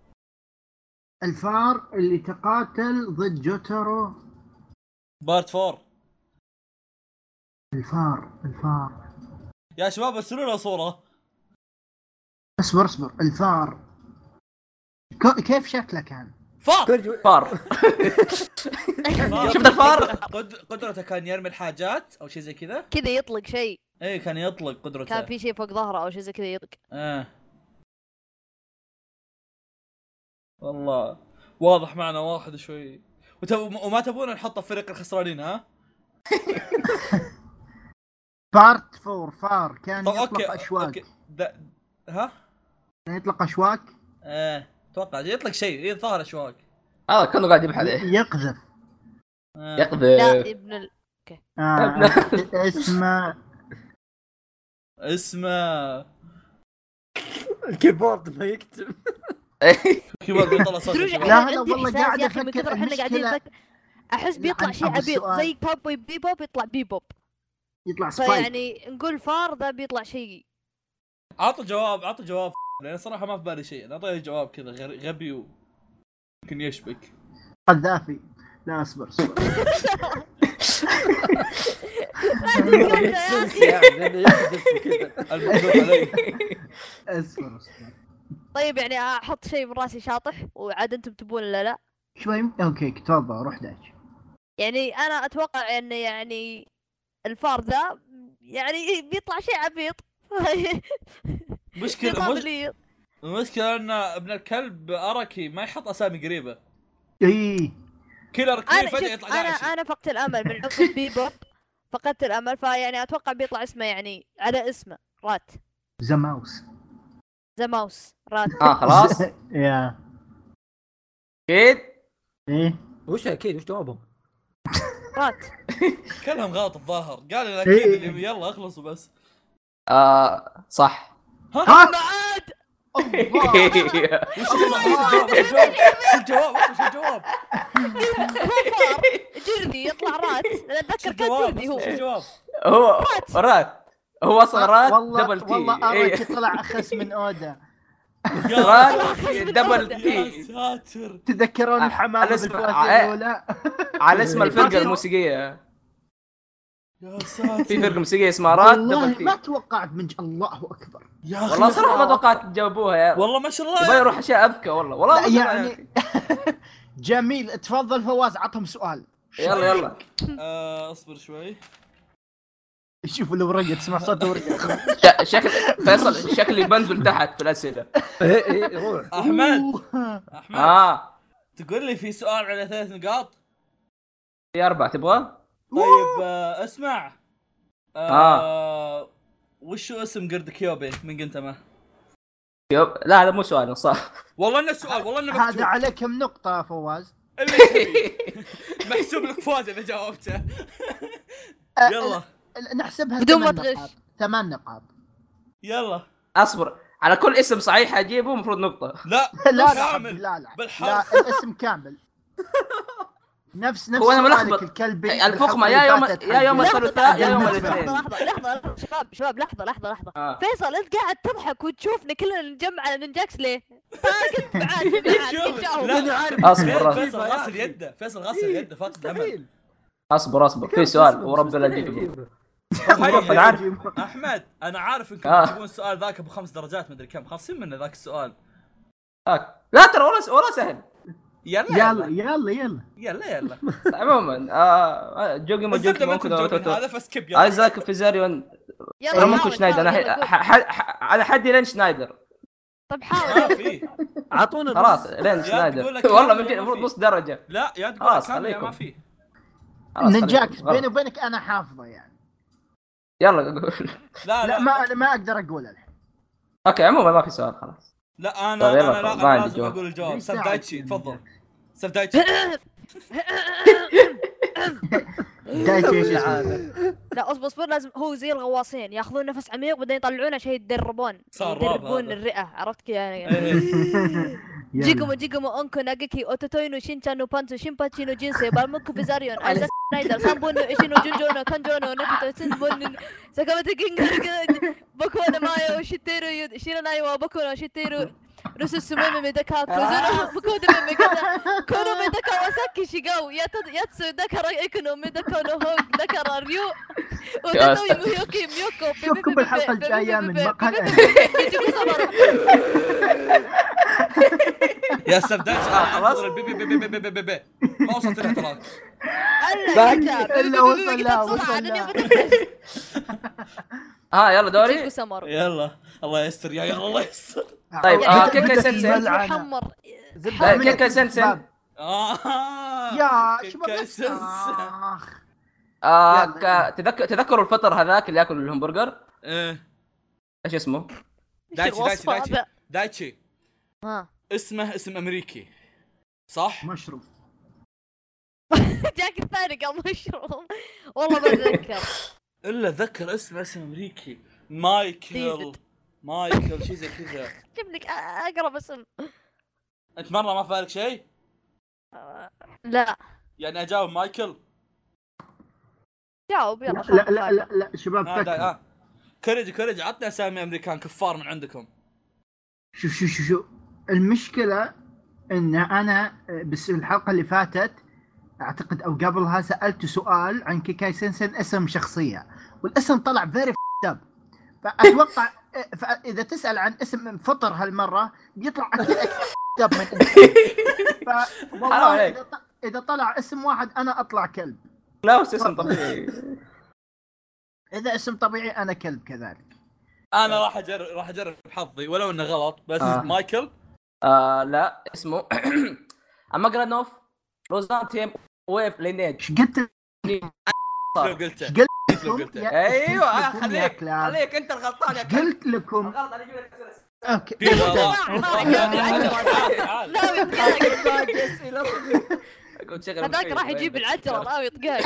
Speaker 5: الفار اللي تقاتل ضد جوتارو
Speaker 4: بارت 4.
Speaker 5: الفار
Speaker 4: يا شباب ارسلوا لنا صورة.
Speaker 5: اصبر الفار كيف شكله كان؟
Speaker 1: فار شفت الفار؟
Speaker 4: قدرته كان يرمي الحاجات او شيء زي كذا
Speaker 3: يطلق شيء.
Speaker 4: ايه كان يطلق قدرته،
Speaker 3: كان في شيء فوق ظهره او شيء زي كذا يطلق.
Speaker 4: والله واضح معنا واحد شوي. وما تبون نحطه في فريق الخسرانين ها؟
Speaker 5: بارت 4 فار كان يطلق اشواك.
Speaker 4: ها؟
Speaker 5: كان يطلق اشواك؟
Speaker 4: اتوقع يطلق شيء يظهر اشواك.
Speaker 1: كانه قاعد يبحث
Speaker 5: يقذف.
Speaker 3: لا ابن
Speaker 5: اسمه
Speaker 2: الكيبورد ما يكتب.
Speaker 4: كيبورد بيطلع صوت.
Speaker 5: لا والله قاعد افكر
Speaker 3: احنا قاعدين احس بيطلع شيء عبيط زي بوب بيبوب يطلع بيبوب
Speaker 5: يطلع سبايك.
Speaker 3: يعني نقول فار ذا بيطلع شيء.
Speaker 4: عطوا جواب لان صراحه ما في بالي شيء. نعطيه جواب كذا غبي يمكن يشبك.
Speaker 5: قذافي. لا اصبر اصبر.
Speaker 3: طيب يعني احط شيء من راسي شاطح وعاد انتم تبون ولا لا؟
Speaker 5: شوي اوكي تفضل روح داش.
Speaker 3: يعني انا اتوقع ان يعني الفار ذا يعني بيطلع شيء عبيط.
Speaker 4: المشكلة ان ابن الكلب أركي ما يحط اسامي قريبة. كيلر كيف فجأة يطلع داعش.
Speaker 3: انا فقدت الامل من عقب بيبوب. فقدت الامل فيعني اتوقع بيطلع اسمه يعني على اسمه رات. زماوس رات.
Speaker 1: خلاص.
Speaker 5: يا
Speaker 1: اكيد.
Speaker 5: ايه
Speaker 2: وش اكيد وش جوابهم؟
Speaker 3: رات.
Speaker 4: كلام غلط الظاهر. قال لنا اكيد اللي يلا اخلصوا بس.
Speaker 1: صح.
Speaker 3: ها
Speaker 4: الجواب
Speaker 3: جردي يطلع رات. انا اتذكر كان جردي
Speaker 1: هو رات. هو صغرات دبل تي.
Speaker 5: والله أراكي طلع أخس من أودا.
Speaker 1: رات دبل تي.
Speaker 4: يا ساتر.
Speaker 5: تذكرون الحمامة بالفوازير الأولى
Speaker 1: على اسم الفرقة الموسيقية.
Speaker 4: يا ساتر.
Speaker 1: في فرقة موسيقية اسمها رات دبل تي.
Speaker 5: ما توقعت من الله أكبر.
Speaker 1: والله صراحة ما توقعت تجاوبوها يا
Speaker 4: والله ما شاء الله.
Speaker 1: يبغى يروح أشياء أذكى والله
Speaker 5: يعني جميل. تفضل فواز عطهم سؤال.
Speaker 1: يلا
Speaker 4: اصبر شوي.
Speaker 5: شوفوا الورقة تسمع صوت الورقة.
Speaker 1: شكل فيصل شكلي بنزل تحت في الأسئلة.
Speaker 2: ايه روح.
Speaker 4: أحمد تقول لي في سؤال على 3 نقاط.
Speaker 1: في 4 تبغى؟
Speaker 4: طيب اسمع. وش اسم قرد كيوبي من قنتمه؟
Speaker 1: لا هذا مو سؤال صح.
Speaker 4: والله انه سؤال. والله انه
Speaker 5: هذا على كم نقطة فواز؟
Speaker 4: محسوب لك فوز اذا جاوبته. يلا
Speaker 5: نحسبها
Speaker 3: بدون ما تغش.
Speaker 5: 8 نقاط.
Speaker 4: يلا
Speaker 1: اصبر، على كل اسم صحيح اجيبه المفروض نقطه.
Speaker 4: لا
Speaker 5: لا
Speaker 4: كامل
Speaker 5: لا
Speaker 4: بالحرف.
Speaker 5: لا الاسم كامل. نفس
Speaker 1: هو انا
Speaker 5: سؤالك
Speaker 1: ملخبط.
Speaker 5: الكلبي
Speaker 1: الفخمه يا يوم الثلاثاء يا يوم الاثنين.
Speaker 3: لحظة شباب لحظة. فيصل انت قاعد تضحك وتشوفنا كلنا نجمع على نينجاكس ليه؟ كنت بعد
Speaker 1: اصبر
Speaker 4: فيصل غاسل يده، فيصل غاسل يده فاقد امل.
Speaker 1: اصبر في سؤال ورب لا اجيبه. انا عارف
Speaker 4: احمد انا عارف انكم تجيبون السؤال ذاك ابو 5 درجات مدري كم، خاصين منه ذاك السؤال.
Speaker 1: لا ترى ولا سهل.
Speaker 4: يلا
Speaker 1: عموما جوجي ممكن
Speaker 4: هذا فسكيب.
Speaker 1: ايزاك فيزاريون ممكن شنايدر. انا حدي لين شنايدر.
Speaker 3: طب حاول
Speaker 2: اعطونا
Speaker 1: خلاص لين شنايدر والله من المفروض نص درجه.
Speaker 4: لا يا تقول كامل ما فيه.
Speaker 5: نينجاكس بيني وبينك انا حافظه يعني.
Speaker 1: يلا قول.
Speaker 5: لا ما اقدر اقول الحين.
Speaker 1: اوكي عموما ما في سؤال خلاص.
Speaker 4: لا انا لازم اقول الجواب. سيف دايتشي تفضل. سيف دايتشي.
Speaker 3: لا اصبر لازم هو زي الغواصين ياخذون نفس عميق بعدين يطلعونه عشان يدربون الرئه، عرفت كذا. جيجومو اونكو ناجيكي اوتوتوينو شينشانو بانتو شيمباتشينو جينسي بالموكو فيزاريون ايزاك سنايدر سامبونو ايشينو جونجونو كانجونو نوكيتو سينبون ساكاماتو كينغ بوكونا مايو شيتيرو شيراناي وبوكونا شيتيرو رسل سمومي ميداكا كوزونا بكودا ميداكا كونو ميداكا واساكي شيغاو ياتسو داكارا ايكونو ميداكا نو هوك داكارا ريو وداتو يوكي ميوكو.
Speaker 5: شوفكم بالحلقه الجايه من مقهى
Speaker 4: يا سبداج خلاص البي ما وصلت له ترى.
Speaker 5: الا وصل
Speaker 1: يلا دوري.
Speaker 4: يلا الله يستر يا الله يستر.
Speaker 1: طيب كيكا سنسن
Speaker 3: محمر
Speaker 1: كيكا سنسن
Speaker 5: يا
Speaker 1: تذكروا الفطر هذاك اللي ياكل الهمبرجر ايش اسمه؟
Speaker 4: دايتشي. اسمه اسم امريكي صح؟
Speaker 5: مشروم.
Speaker 3: جاك الثاني قال مشروم والله ما اتذكر
Speaker 4: الا ذكر اسم امريكي. مايكل شيء زي كذا.
Speaker 3: جيب لك اقرب اسم.
Speaker 4: انت مره ما في بالك شيء؟
Speaker 3: لا
Speaker 4: يعني اجاوب مايكل.
Speaker 3: جاوب يلا.
Speaker 5: لا شباب
Speaker 4: كوريج عطنا اسامي امريكان كفار من عندكم.
Speaker 5: شوف المشكله ان انا بس الحلقه اللي فاتت اعتقد او قبلها سالت سؤال عن كيكاي سنسن اسم شخصيه والاسم طلع فيري اب. فاتوقع اذا تسال عن اسم فطر هالمره بيطلع اكيد اب من والله اذا طلع اسم واحد انا اطلع كلب.
Speaker 1: لا بس اسم طبيعي.
Speaker 5: اذا اسم طبيعي انا كلب كذلك.
Speaker 4: انا راح اجرب حظي ولو انه غلط بس مايكل.
Speaker 1: لا اسمه اماغرانوف روزان تيم ويف لينيج.
Speaker 5: ايش قلت؟
Speaker 1: ايوه خليك انت الغلطان يا كلب.
Speaker 5: قلت لكم
Speaker 1: غلط انا اجيب لك
Speaker 5: اوكي
Speaker 3: هذاك راح يجيب العجله راوي يطقاك.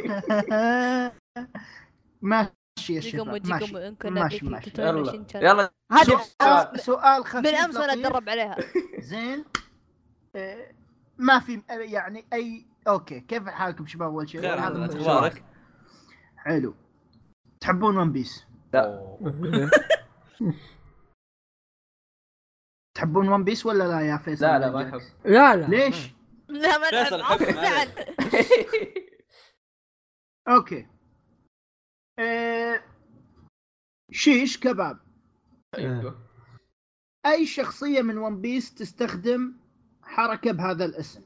Speaker 5: ماشي يا شباب ماشي.
Speaker 1: يلا
Speaker 5: هذا سؤال خفيف
Speaker 3: من امس وانا اتدرب عليها.
Speaker 5: زين ما في يعني اي اوكي. كيف حالكم شباب؟ اول شيء
Speaker 4: هذا
Speaker 5: حلو. تحبون ون بيس؟
Speaker 1: لا
Speaker 5: تحبون ون بيس ولا لا يا فيصل؟
Speaker 1: لا ما احب.
Speaker 2: لا
Speaker 5: ليش؟
Speaker 3: لا ما نحب.
Speaker 5: اوكي شيش كباب. اي شخصيه من ون بيس تستخدم حركه بهذا الاسم؟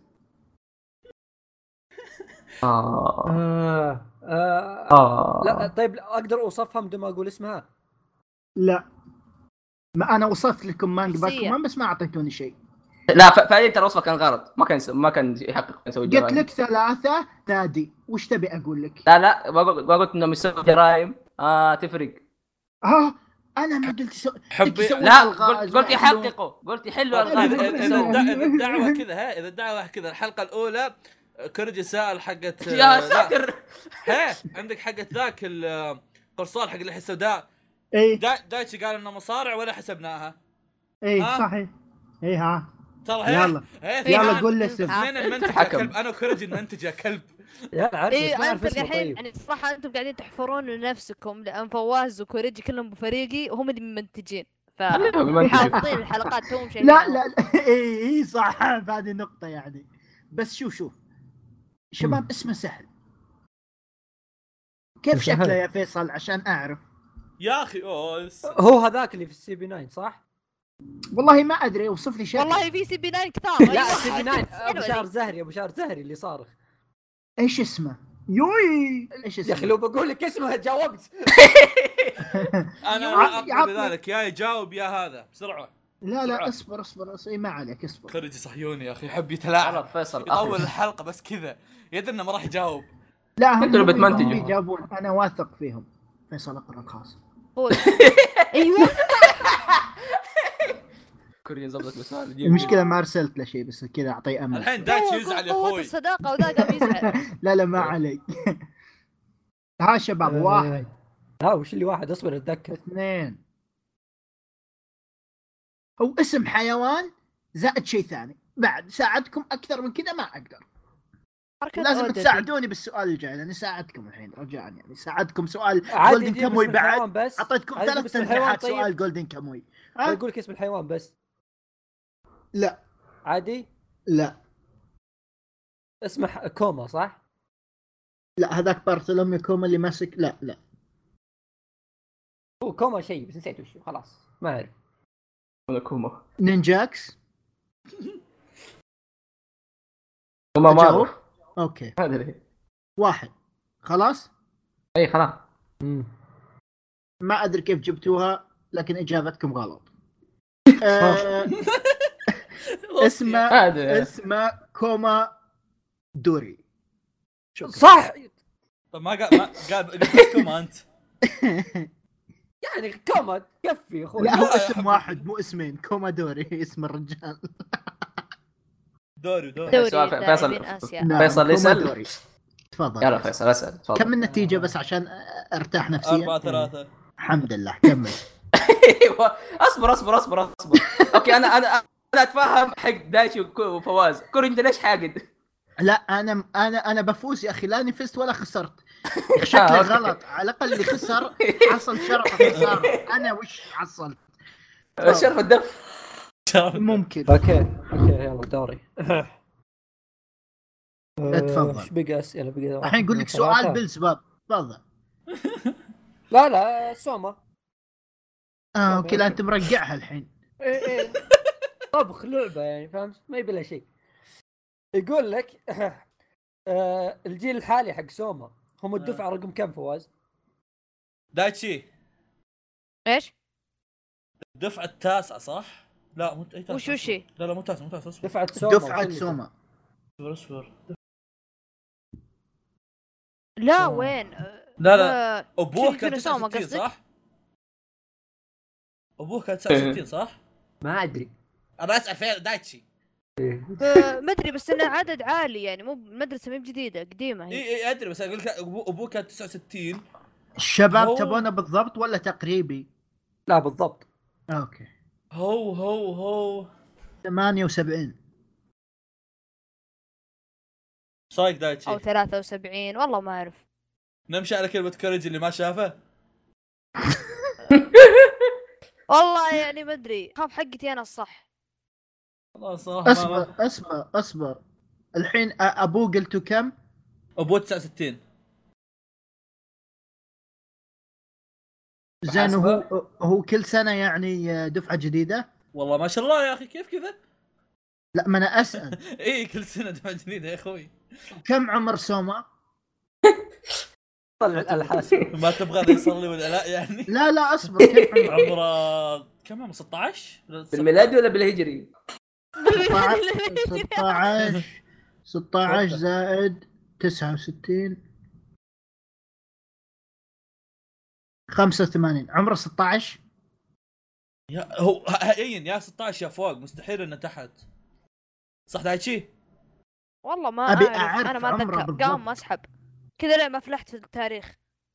Speaker 2: لا طيب اقدر اوصفها بدون ما اقول اسمها؟
Speaker 5: لا ما انا وصفت لكم مانجا بس ما اعطيتوني شيء.
Speaker 1: لا فعليا ترى وصفه كان غلط. ما كان يحقق يسوي جرائم.
Speaker 5: قلت لك 3 نادي. وش تبي اقول لك؟
Speaker 1: لا ما قلت انهم يسوي جرائم. تفرق.
Speaker 5: انا ما قلت
Speaker 1: لا قلت يحققوا. قلت يحلوا الغاز.
Speaker 4: اذا الدعوه كذا اذا الدعوه كذا الحلقه الاولى كوريجي سائل حقت
Speaker 1: يا ساتر.
Speaker 4: هي عندك حقت ذاك القرصان حق اللحية السوداء.
Speaker 5: ايه
Speaker 4: دايتشي قال انه مصارع ولا حسبناها.
Speaker 5: ايه
Speaker 4: ها؟
Speaker 5: صحيح. ايه ها
Speaker 4: ترى هي
Speaker 5: يلا.
Speaker 4: هي
Speaker 5: يلا قول لي اسم.
Speaker 4: اثنين المنتج يا
Speaker 1: حكم.
Speaker 4: كلب. انا وكوريجي ننتج يا كلب.
Speaker 2: يا عارف
Speaker 3: ايه
Speaker 2: بس ما اعرف
Speaker 3: انتم
Speaker 2: اسمه
Speaker 3: الحين
Speaker 2: طيب.
Speaker 3: يعني الصراحه انتم قاعدين تحفرون لنفسكم لان فواز وكوريجي كلهم بفريقي وهم اللي منتجين حاطين الحلقات توهم شايفين.
Speaker 5: لا لا لا ايه صح هذه نقطة يعني. بس شوف شباب اسمه سهل. كيف
Speaker 2: سهل.
Speaker 5: شكله يا فيصل عشان اعرف؟
Speaker 4: يا اخي
Speaker 2: هو هذاك اللي في السي بي 9 صح؟
Speaker 5: والله ما ادري اوصف لي شكله.
Speaker 3: والله في سي بي 9 كثار.
Speaker 2: لا السي بي 9 ابو شهر زهري اللي صارخ.
Speaker 5: ايش اسمه؟ يوي ايش اسمه؟
Speaker 2: يا اخي لو بقول لك اسمه جاوبت.
Speaker 4: انا اقول لذلك يا يجاوب يا هذا بسرعه.
Speaker 5: لا اصبر إيه ما عليك اصبر.
Speaker 4: كوريجي صهيوني يا اخي يحب يتلاعب.
Speaker 1: فيصل
Speaker 4: يطول الحلقه بس كذا يدري انه ما راح يجاوب.
Speaker 5: لا هم
Speaker 1: انتوا اللي بتمنتجوا.
Speaker 5: يجاوبون انا واثق فيهم. فيصل اقرا الخاص.
Speaker 3: ايوه
Speaker 1: كوريا زبطت بسؤال.
Speaker 5: المشكلة ما ارسلت له شيء بس كذا اعطيه امل.
Speaker 4: الحين دايتشي يزعل يا
Speaker 3: قوة
Speaker 4: اخوي.
Speaker 3: الصداقة وذا قام يزعل.
Speaker 5: لا ما عليك. ها شباب واحد
Speaker 2: ها وش اللي واحد اصبر اتذكر.
Speaker 5: اثنين. هو اسم حيوان زائد شيء ثاني. بعد ساعدكم اكثر من كذا ما اقدر. لازم تساعدوني بالسؤال الجاي لاني ساعدكم الحين رجاء يعني ساعدكم سؤال جولدن كاموي بعد. اعطيتكم 3 تنبيهات
Speaker 2: طيب.
Speaker 5: سؤال جولدن كاموي.
Speaker 2: اقول لك اسم الحيوان بس.
Speaker 5: لا
Speaker 2: عادي.
Speaker 5: لا
Speaker 2: اسمه كوما صح؟
Speaker 5: لا هذاك بارثولوميو كوما اللي ماسك. لا
Speaker 2: هو كوما شيء بس نسيت وش خلاص ما اعرف.
Speaker 1: ولا كوما
Speaker 5: نينجاكس.
Speaker 1: كوما معروف.
Speaker 5: اوكي
Speaker 1: ما ادري.
Speaker 5: واحد خلاص.
Speaker 1: اي خلاص.
Speaker 5: ما ادري كيف جبتوها لكن اجابتكم غلط. اسمه كوما دوري.
Speaker 2: صح.
Speaker 4: طب ما قال بس كوما انت.
Speaker 2: يعني كوما كفي اخوي.
Speaker 5: لا هو اسم واحد مو اسمين. كوما دوري اسم الرجال.
Speaker 4: دوري
Speaker 1: فيصل يسأل.
Speaker 5: تفضل
Speaker 1: يلا فيصل اسأل تفضل.
Speaker 5: كم النتيجة بس عشان ارتاح نفسيا؟
Speaker 4: 4-3.
Speaker 5: الحمد لله كمل.
Speaker 1: اصبر اوكي انا اتفهم حق دايتشي وفواز. كوري انت ليش حاقد؟
Speaker 5: لا انا بفوز يا اخي. لا فزت ولا خسرت. شكلي غلط. على الاقل اللي خسر حصل شرف خسارة. انا وش حصلت؟
Speaker 1: شرف الدف.
Speaker 5: ممكن.
Speaker 2: اوكي يلا دوري.
Speaker 5: اتفضل.
Speaker 2: ايش بقى اسئله بقى
Speaker 5: الحين اقول لك سؤال بالسباب. تفضل.
Speaker 2: لا سوما.
Speaker 5: اوكي لا انت مرقعها الحين.
Speaker 2: ايه طبخ لعبه يعني فهمت ما يبي لها شيء. يقول لك الجيل الحالي حق سوما هم الدفعه رقم كم فواز؟
Speaker 4: دايتشي
Speaker 3: ايش؟
Speaker 4: الدفعه التاسعه صح؟ لا مو اي
Speaker 3: وشو شيء؟
Speaker 4: لا مو تاسعه اصبر.
Speaker 2: دفعه
Speaker 5: سوما.
Speaker 4: اصبر
Speaker 3: لا وين؟
Speaker 4: لا ابوه كان 69 صح؟ ابوه كان 69 صح؟
Speaker 2: ما ادري.
Speaker 4: انا اسال فين دايتشي.
Speaker 3: ما ادري بس انه عدد عالي يعني مو المدرسه مو جديده قديمه هي.
Speaker 4: اي ادري بس اقول لك ابوه كان 69.
Speaker 5: الشباب تبونه بالضبط ولا تقريبي؟
Speaker 2: لا بالضبط.
Speaker 5: اوكي
Speaker 4: هو
Speaker 5: 78
Speaker 4: صايق دايتشي
Speaker 3: او 73 والله ما اعرف.
Speaker 4: نمشي على كلمه كوريج اللي ما شافه.
Speaker 3: والله يعني ما ادري خاف حقتي انا الصح.
Speaker 4: خلاص
Speaker 5: اصبر الحين ابوه قلتوا كم؟
Speaker 4: ابوه 69.
Speaker 5: زين هو كل سنه يعني دفعه جديده؟
Speaker 4: والله ما شاء الله يا اخي كيف كذا؟
Speaker 5: لا ما انا اسال.
Speaker 4: اي كل سنه دفعه جديده يا اخوي.
Speaker 5: كم عمر سوما؟
Speaker 2: طلع الحاسب.
Speaker 4: ما تبغى يصلي ولا لا يعني؟
Speaker 5: لا اصبر. كم
Speaker 4: عمره كم عمره 16
Speaker 1: بالميلادي ولا بالهجري؟
Speaker 5: 16 زائد 69 85. عمره 16.
Speaker 4: يا هو يا 16 يا فوق مستحيل انه تحت. صح دايتشي؟
Speaker 3: والله ما
Speaker 5: أبي
Speaker 3: اعرف،
Speaker 5: أعرف
Speaker 3: انا ما
Speaker 5: عمره
Speaker 3: اتذكر،
Speaker 5: بالضبط.
Speaker 3: قام اسحب كذا لين ما فلحت في التاريخ.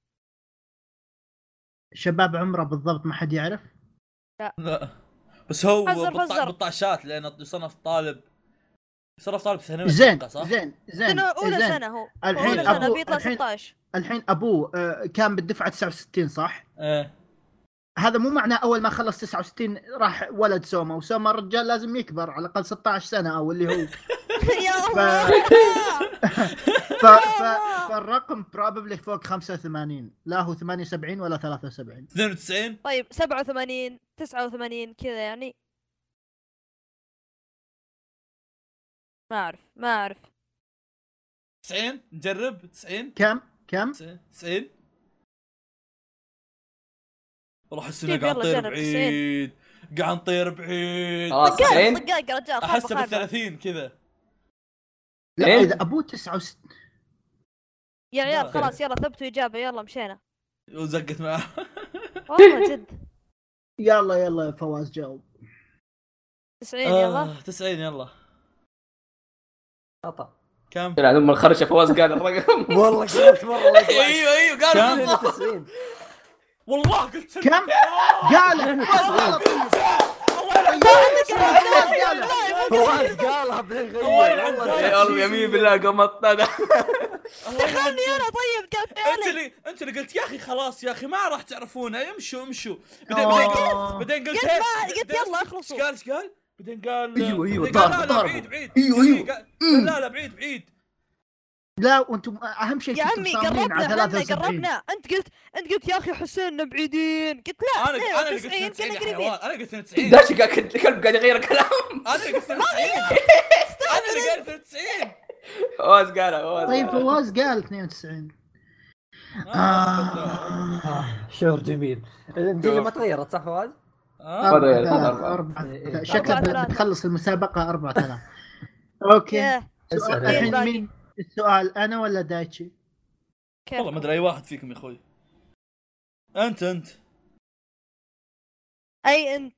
Speaker 5: شباب عمره بالضبط ما حد يعرف.
Speaker 4: لا بس هو
Speaker 3: فزر.
Speaker 4: بالطاشات لان يصنف طالب ثانوي
Speaker 5: زين
Speaker 4: أتوقع، صح؟
Speaker 5: زين
Speaker 3: سنة أولى
Speaker 5: زين.
Speaker 3: سنة هو
Speaker 5: الحين
Speaker 3: أولى سنة
Speaker 5: أبوه-
Speaker 3: بيطلع
Speaker 5: الحين-
Speaker 3: 16.
Speaker 5: الحين ابوه كان بالدفعه 69 صح؟
Speaker 4: ايه
Speaker 5: هذا مو معناه اول ما خلص 69 راح ولد سوما، وسوما الرجال لازم يكبر على الاقل 16 سنه او اللي هو
Speaker 3: يا
Speaker 5: ف...
Speaker 3: الله
Speaker 5: ف... فالرقم probably فوق 85، لا هو 78 ولا 73.
Speaker 4: 92
Speaker 3: طيب 87 89 كذا يعني. ما اعرف
Speaker 4: 90 نجرب 90
Speaker 5: كم
Speaker 4: 90 والله احس
Speaker 3: طيب
Speaker 4: انه قاعد
Speaker 3: يلا
Speaker 4: نطير
Speaker 3: جرب
Speaker 4: بعيد، قاعد نطير بعيد.
Speaker 1: خلاص
Speaker 3: دقائق
Speaker 1: 90.
Speaker 3: دقائق يا رجال،
Speaker 4: احس
Speaker 3: خربة.
Speaker 4: بال30 كذا.
Speaker 5: لا
Speaker 1: إيه؟
Speaker 5: اذا ابوه 69
Speaker 3: يا عيال
Speaker 4: لا.
Speaker 3: خلاص يلا ثبتوا إجابة، يلا مشينا
Speaker 4: وزقت معاه.
Speaker 3: والله جد.
Speaker 5: يلا يا فواز جاوب.
Speaker 3: 90 يلا
Speaker 4: 90 يلا.
Speaker 2: خطا.
Speaker 4: كم؟
Speaker 1: لا لما الخرشه فواز قال الرقم.
Speaker 2: والله قلت مره الله يطلع.
Speaker 4: ايوه قال
Speaker 2: كم؟
Speaker 4: بالضبط.
Speaker 2: 92.
Speaker 4: والله قلت
Speaker 5: كم قال
Speaker 2: فواز قالها بدين
Speaker 4: الله
Speaker 2: غير
Speaker 4: يلعن
Speaker 2: والله.
Speaker 1: يا الله يمين بالله قمطت انا.
Speaker 3: دخلني انا طيب قالت
Speaker 4: انت اللي قلت يا اخي خلاص يا اخي ما راح تعرفونه، امشوا.
Speaker 5: آه.
Speaker 4: بعدين قلت
Speaker 3: قلت يلا اخلصوا.
Speaker 4: ايش قال؟ بعدين قال
Speaker 1: ايوه
Speaker 4: بعدين قال
Speaker 1: ضارب
Speaker 4: لا
Speaker 1: ضارب.
Speaker 4: بعيد
Speaker 1: ايوه
Speaker 4: قال لا بعيد.
Speaker 5: لا وانتم اهم شيء
Speaker 3: يا
Speaker 5: كنتم
Speaker 3: عمي
Speaker 5: صاملين على
Speaker 3: قربنا
Speaker 5: 73.
Speaker 3: قربنا. انت قلت يا اخي حسيننا بعيدين، قلت لا
Speaker 4: انا اللي قلت
Speaker 3: 92
Speaker 4: 92
Speaker 3: كنا
Speaker 4: يا
Speaker 3: قريبين.
Speaker 4: حيوان، انا قلت 92
Speaker 1: داش الكلب قاعد يغير كلام.
Speaker 4: انا اللي قلت 92 انا اللي قلت 92.
Speaker 1: فواز قالها فواز.
Speaker 5: طيب فواز قال 92.
Speaker 2: شعور جميل. النتيجه ما تغيرت صح فواز؟
Speaker 1: ما تغير.
Speaker 5: 4-3. شكلك
Speaker 3: 4-3.
Speaker 5: بتخلص المسابقة 4-3. اوكي
Speaker 3: ياه
Speaker 5: سؤال-
Speaker 2: اسأل.
Speaker 5: الحين
Speaker 3: باقي.
Speaker 5: مين السؤال، انا ولا دايتشي؟
Speaker 3: كيف
Speaker 4: والله ما ادري اي واحد فيكم يا اخوي. انت
Speaker 3: اي انت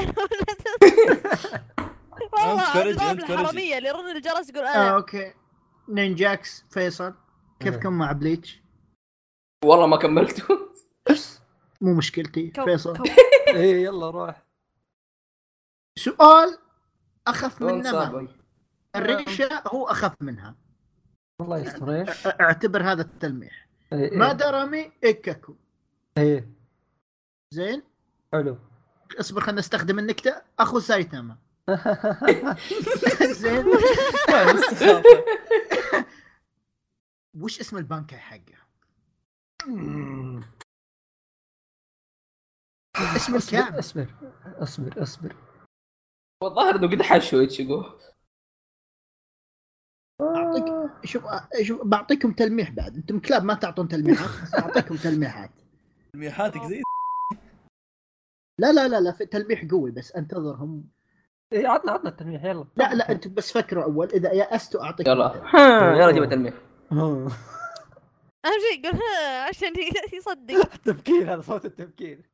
Speaker 3: والله
Speaker 4: كوريجي،
Speaker 3: نظام
Speaker 4: أنت كوريجي.
Speaker 3: الحرامية اللي يرن الجرس يقول انا.
Speaker 5: اوكي نينجاكس فيصل كيفكم مع بليتش؟
Speaker 1: والله ما كملته.
Speaker 5: مو مشكلتي فيصل.
Speaker 2: ايه يلا روح.
Speaker 5: سؤال اخف
Speaker 1: سؤال
Speaker 5: منه
Speaker 1: صعب.
Speaker 5: ما في. الريشه هو اخف منها.
Speaker 2: والله يستر ايش؟
Speaker 5: اعتبر هذا التلميح.
Speaker 2: إيه.
Speaker 5: ما درمي اككو.
Speaker 2: ايه
Speaker 5: زين
Speaker 2: حلو.
Speaker 5: اصبر خلينا نستخدم النكته. اخو سايتاما. زين وش اسم البنكة حقه؟ اسم الكام؟
Speaker 2: اصبر.
Speaker 1: والظاهر انه قد حشو يتشقو.
Speaker 5: اعطيك شوف بعطيكم تلميح بعد. انتم كلاب ما تعطون تلميحات بس اعطيكم تلميحات.
Speaker 4: ميحاتك زي
Speaker 5: لا في تلميح قوي بس انتظرهم.
Speaker 2: ايه عطنا التلميح يلا.
Speaker 5: لا انتم بس فكروا اول اذا يأستوا اعطيكم.
Speaker 1: يلا جيب التلميح.
Speaker 3: اهم شيء يقول ها عشان يصدق.
Speaker 2: التفكير هذا صوت التفكير.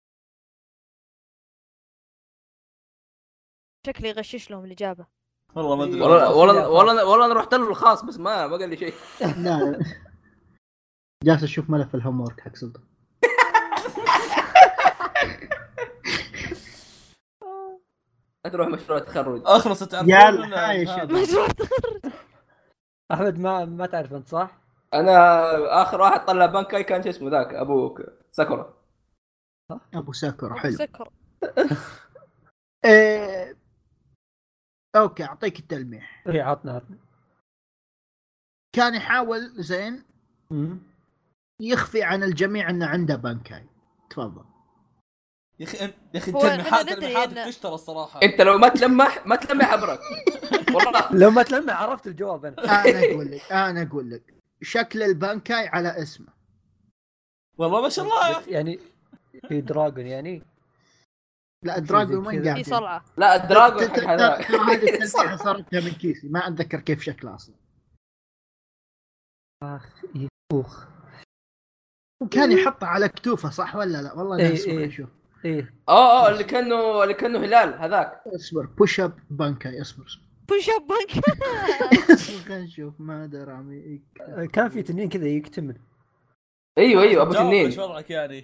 Speaker 3: شكلي يغشش لهم الاجابه.
Speaker 4: والله ما ادري.
Speaker 1: والله انا رحت له الخاص بس ما قال لي شيء.
Speaker 5: لا جالس اشوف ملف الهوم وورك حق سلطان.
Speaker 1: تروح مشروع التخرج.
Speaker 4: اخلص تعرفون
Speaker 5: يا الحايش.
Speaker 3: مشروع تخرج.
Speaker 2: احمد ما تعرف انت صح؟
Speaker 1: انا اخر واحد طلع بانكاي كان شو اسمه ذاك ابو ساكورا.
Speaker 5: ابو ساكورا حلو.
Speaker 3: سكر.
Speaker 5: اوكي اعطيك التلميح.
Speaker 2: ايه عطنا.
Speaker 5: كان يحاول زين يخفي عن الجميع انه عنده بانكاي. تفضل.
Speaker 4: يا اخي
Speaker 3: هو
Speaker 4: تلميحات
Speaker 3: أنا ندري
Speaker 4: تلميحات
Speaker 3: إنه-
Speaker 4: تشترى الصراحه.
Speaker 1: انت لو ما تلمح ابرك. والله
Speaker 2: لو ما تلمع عرفت الجواب انا.
Speaker 5: انا اقول لك شكل البانكاي على اسمه.
Speaker 4: والله ما شاء الله يا اخي.
Speaker 2: يعني في دراجون يعني.
Speaker 5: لا دراجون وين
Speaker 3: في
Speaker 5: قاعد؟
Speaker 3: صلعه.
Speaker 1: لا الدراجون حق هذا.
Speaker 5: هذه التلميحه صارتها من كيسي ما اتذكر كيف شكله اصلا.
Speaker 2: اخ
Speaker 5: وكان يحطه على كتوفه صح ولا لا؟ والله
Speaker 2: إيه،
Speaker 5: ناسي
Speaker 2: إيه.
Speaker 5: شوف.
Speaker 2: ايه
Speaker 1: اللي كانه هلال هذاك.
Speaker 5: اصبر بوش اب بانكاي اصبر.
Speaker 3: بوش اب بنك.
Speaker 5: خلينا نشوف ما ادري عمي.
Speaker 2: كان في تنين كذا يكتمل.
Speaker 1: ايوه ابو
Speaker 4: جاوب
Speaker 1: تنين.
Speaker 4: ايش وضعك يعني؟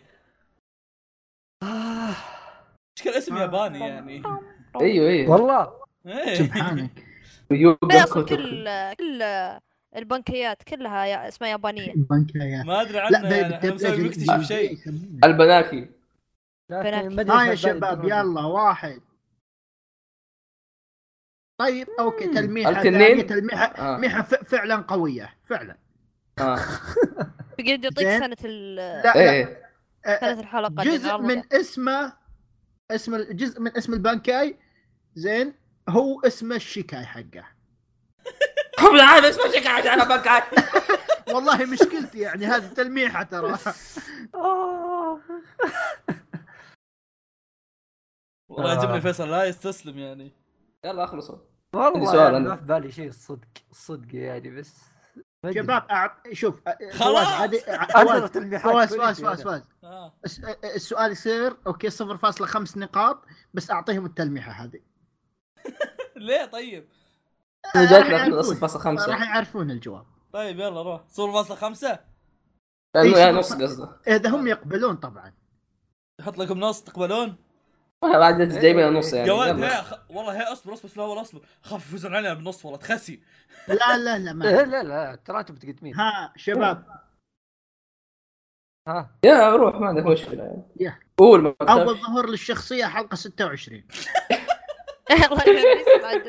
Speaker 4: مشكلة اسم ياباني يعني.
Speaker 1: ايوه
Speaker 2: والله
Speaker 4: إيه.
Speaker 5: سبحانك.
Speaker 3: لا اصلا كل البنكيات كلها اسمها يابانيه.
Speaker 5: بنكايات
Speaker 4: ما ادري
Speaker 5: لا
Speaker 4: عنه يعني، احنا مسوي مكتشف شيء.
Speaker 1: البناكي.
Speaker 2: لكن ما
Speaker 5: ها
Speaker 2: ادري
Speaker 5: يا شباب يلا واحد. طيب اوكي تلميحه
Speaker 1: التنين؟
Speaker 5: ثانيه تلميحه فعلا قويه فعلا.
Speaker 3: بقيت يعطيك
Speaker 5: زين.
Speaker 3: سنه
Speaker 5: لا
Speaker 1: ايه
Speaker 3: سنه الحلقه
Speaker 5: جزء من اسمه جزء من اسم البانكاي. زين هو اسم الشيكاي حقه.
Speaker 1: هم عارف اسمه شيكاي على بنكاي.
Speaker 5: والله مشكلتي يعني هذه تلميحه ترى.
Speaker 4: والله يعجبني فيصل لا يستسلم يعني.
Speaker 1: يلا اخلصوا.
Speaker 2: والله
Speaker 1: سؤال
Speaker 2: يعني
Speaker 1: أنا.
Speaker 2: ما في بالي شيء الصدق يعني بس ما أدري.
Speaker 5: شباب شوف
Speaker 4: خلاص.
Speaker 2: أنا تلميحات
Speaker 5: فواز السؤال يصير اوكي 0.5 نقاط بس اعطيهم التلميحه هذه.
Speaker 4: ليه طيب؟
Speaker 1: جاك 0.5
Speaker 5: راح يعرفون الجواب.
Speaker 4: طيب يلا روح 0.5.
Speaker 1: يعني نص قصده.
Speaker 5: اذا هم يقبلون طبعا.
Speaker 4: يحط لكم نص تقبلون؟
Speaker 1: بعد جايبين نص يعني.
Speaker 4: يا ولد
Speaker 1: يلا.
Speaker 4: والله هي اصبر لا والله اصبر خاف يفوزون علينا بالنص والله تخسي.
Speaker 5: لا ما
Speaker 2: لا ترى انتم متقدمين.
Speaker 5: ها شباب
Speaker 1: يا روح ما عندك مشكله يعني.
Speaker 5: يا.
Speaker 1: قول ما
Speaker 5: اول ظهور للشخصيه حلقه 26.
Speaker 3: الله يسعدك.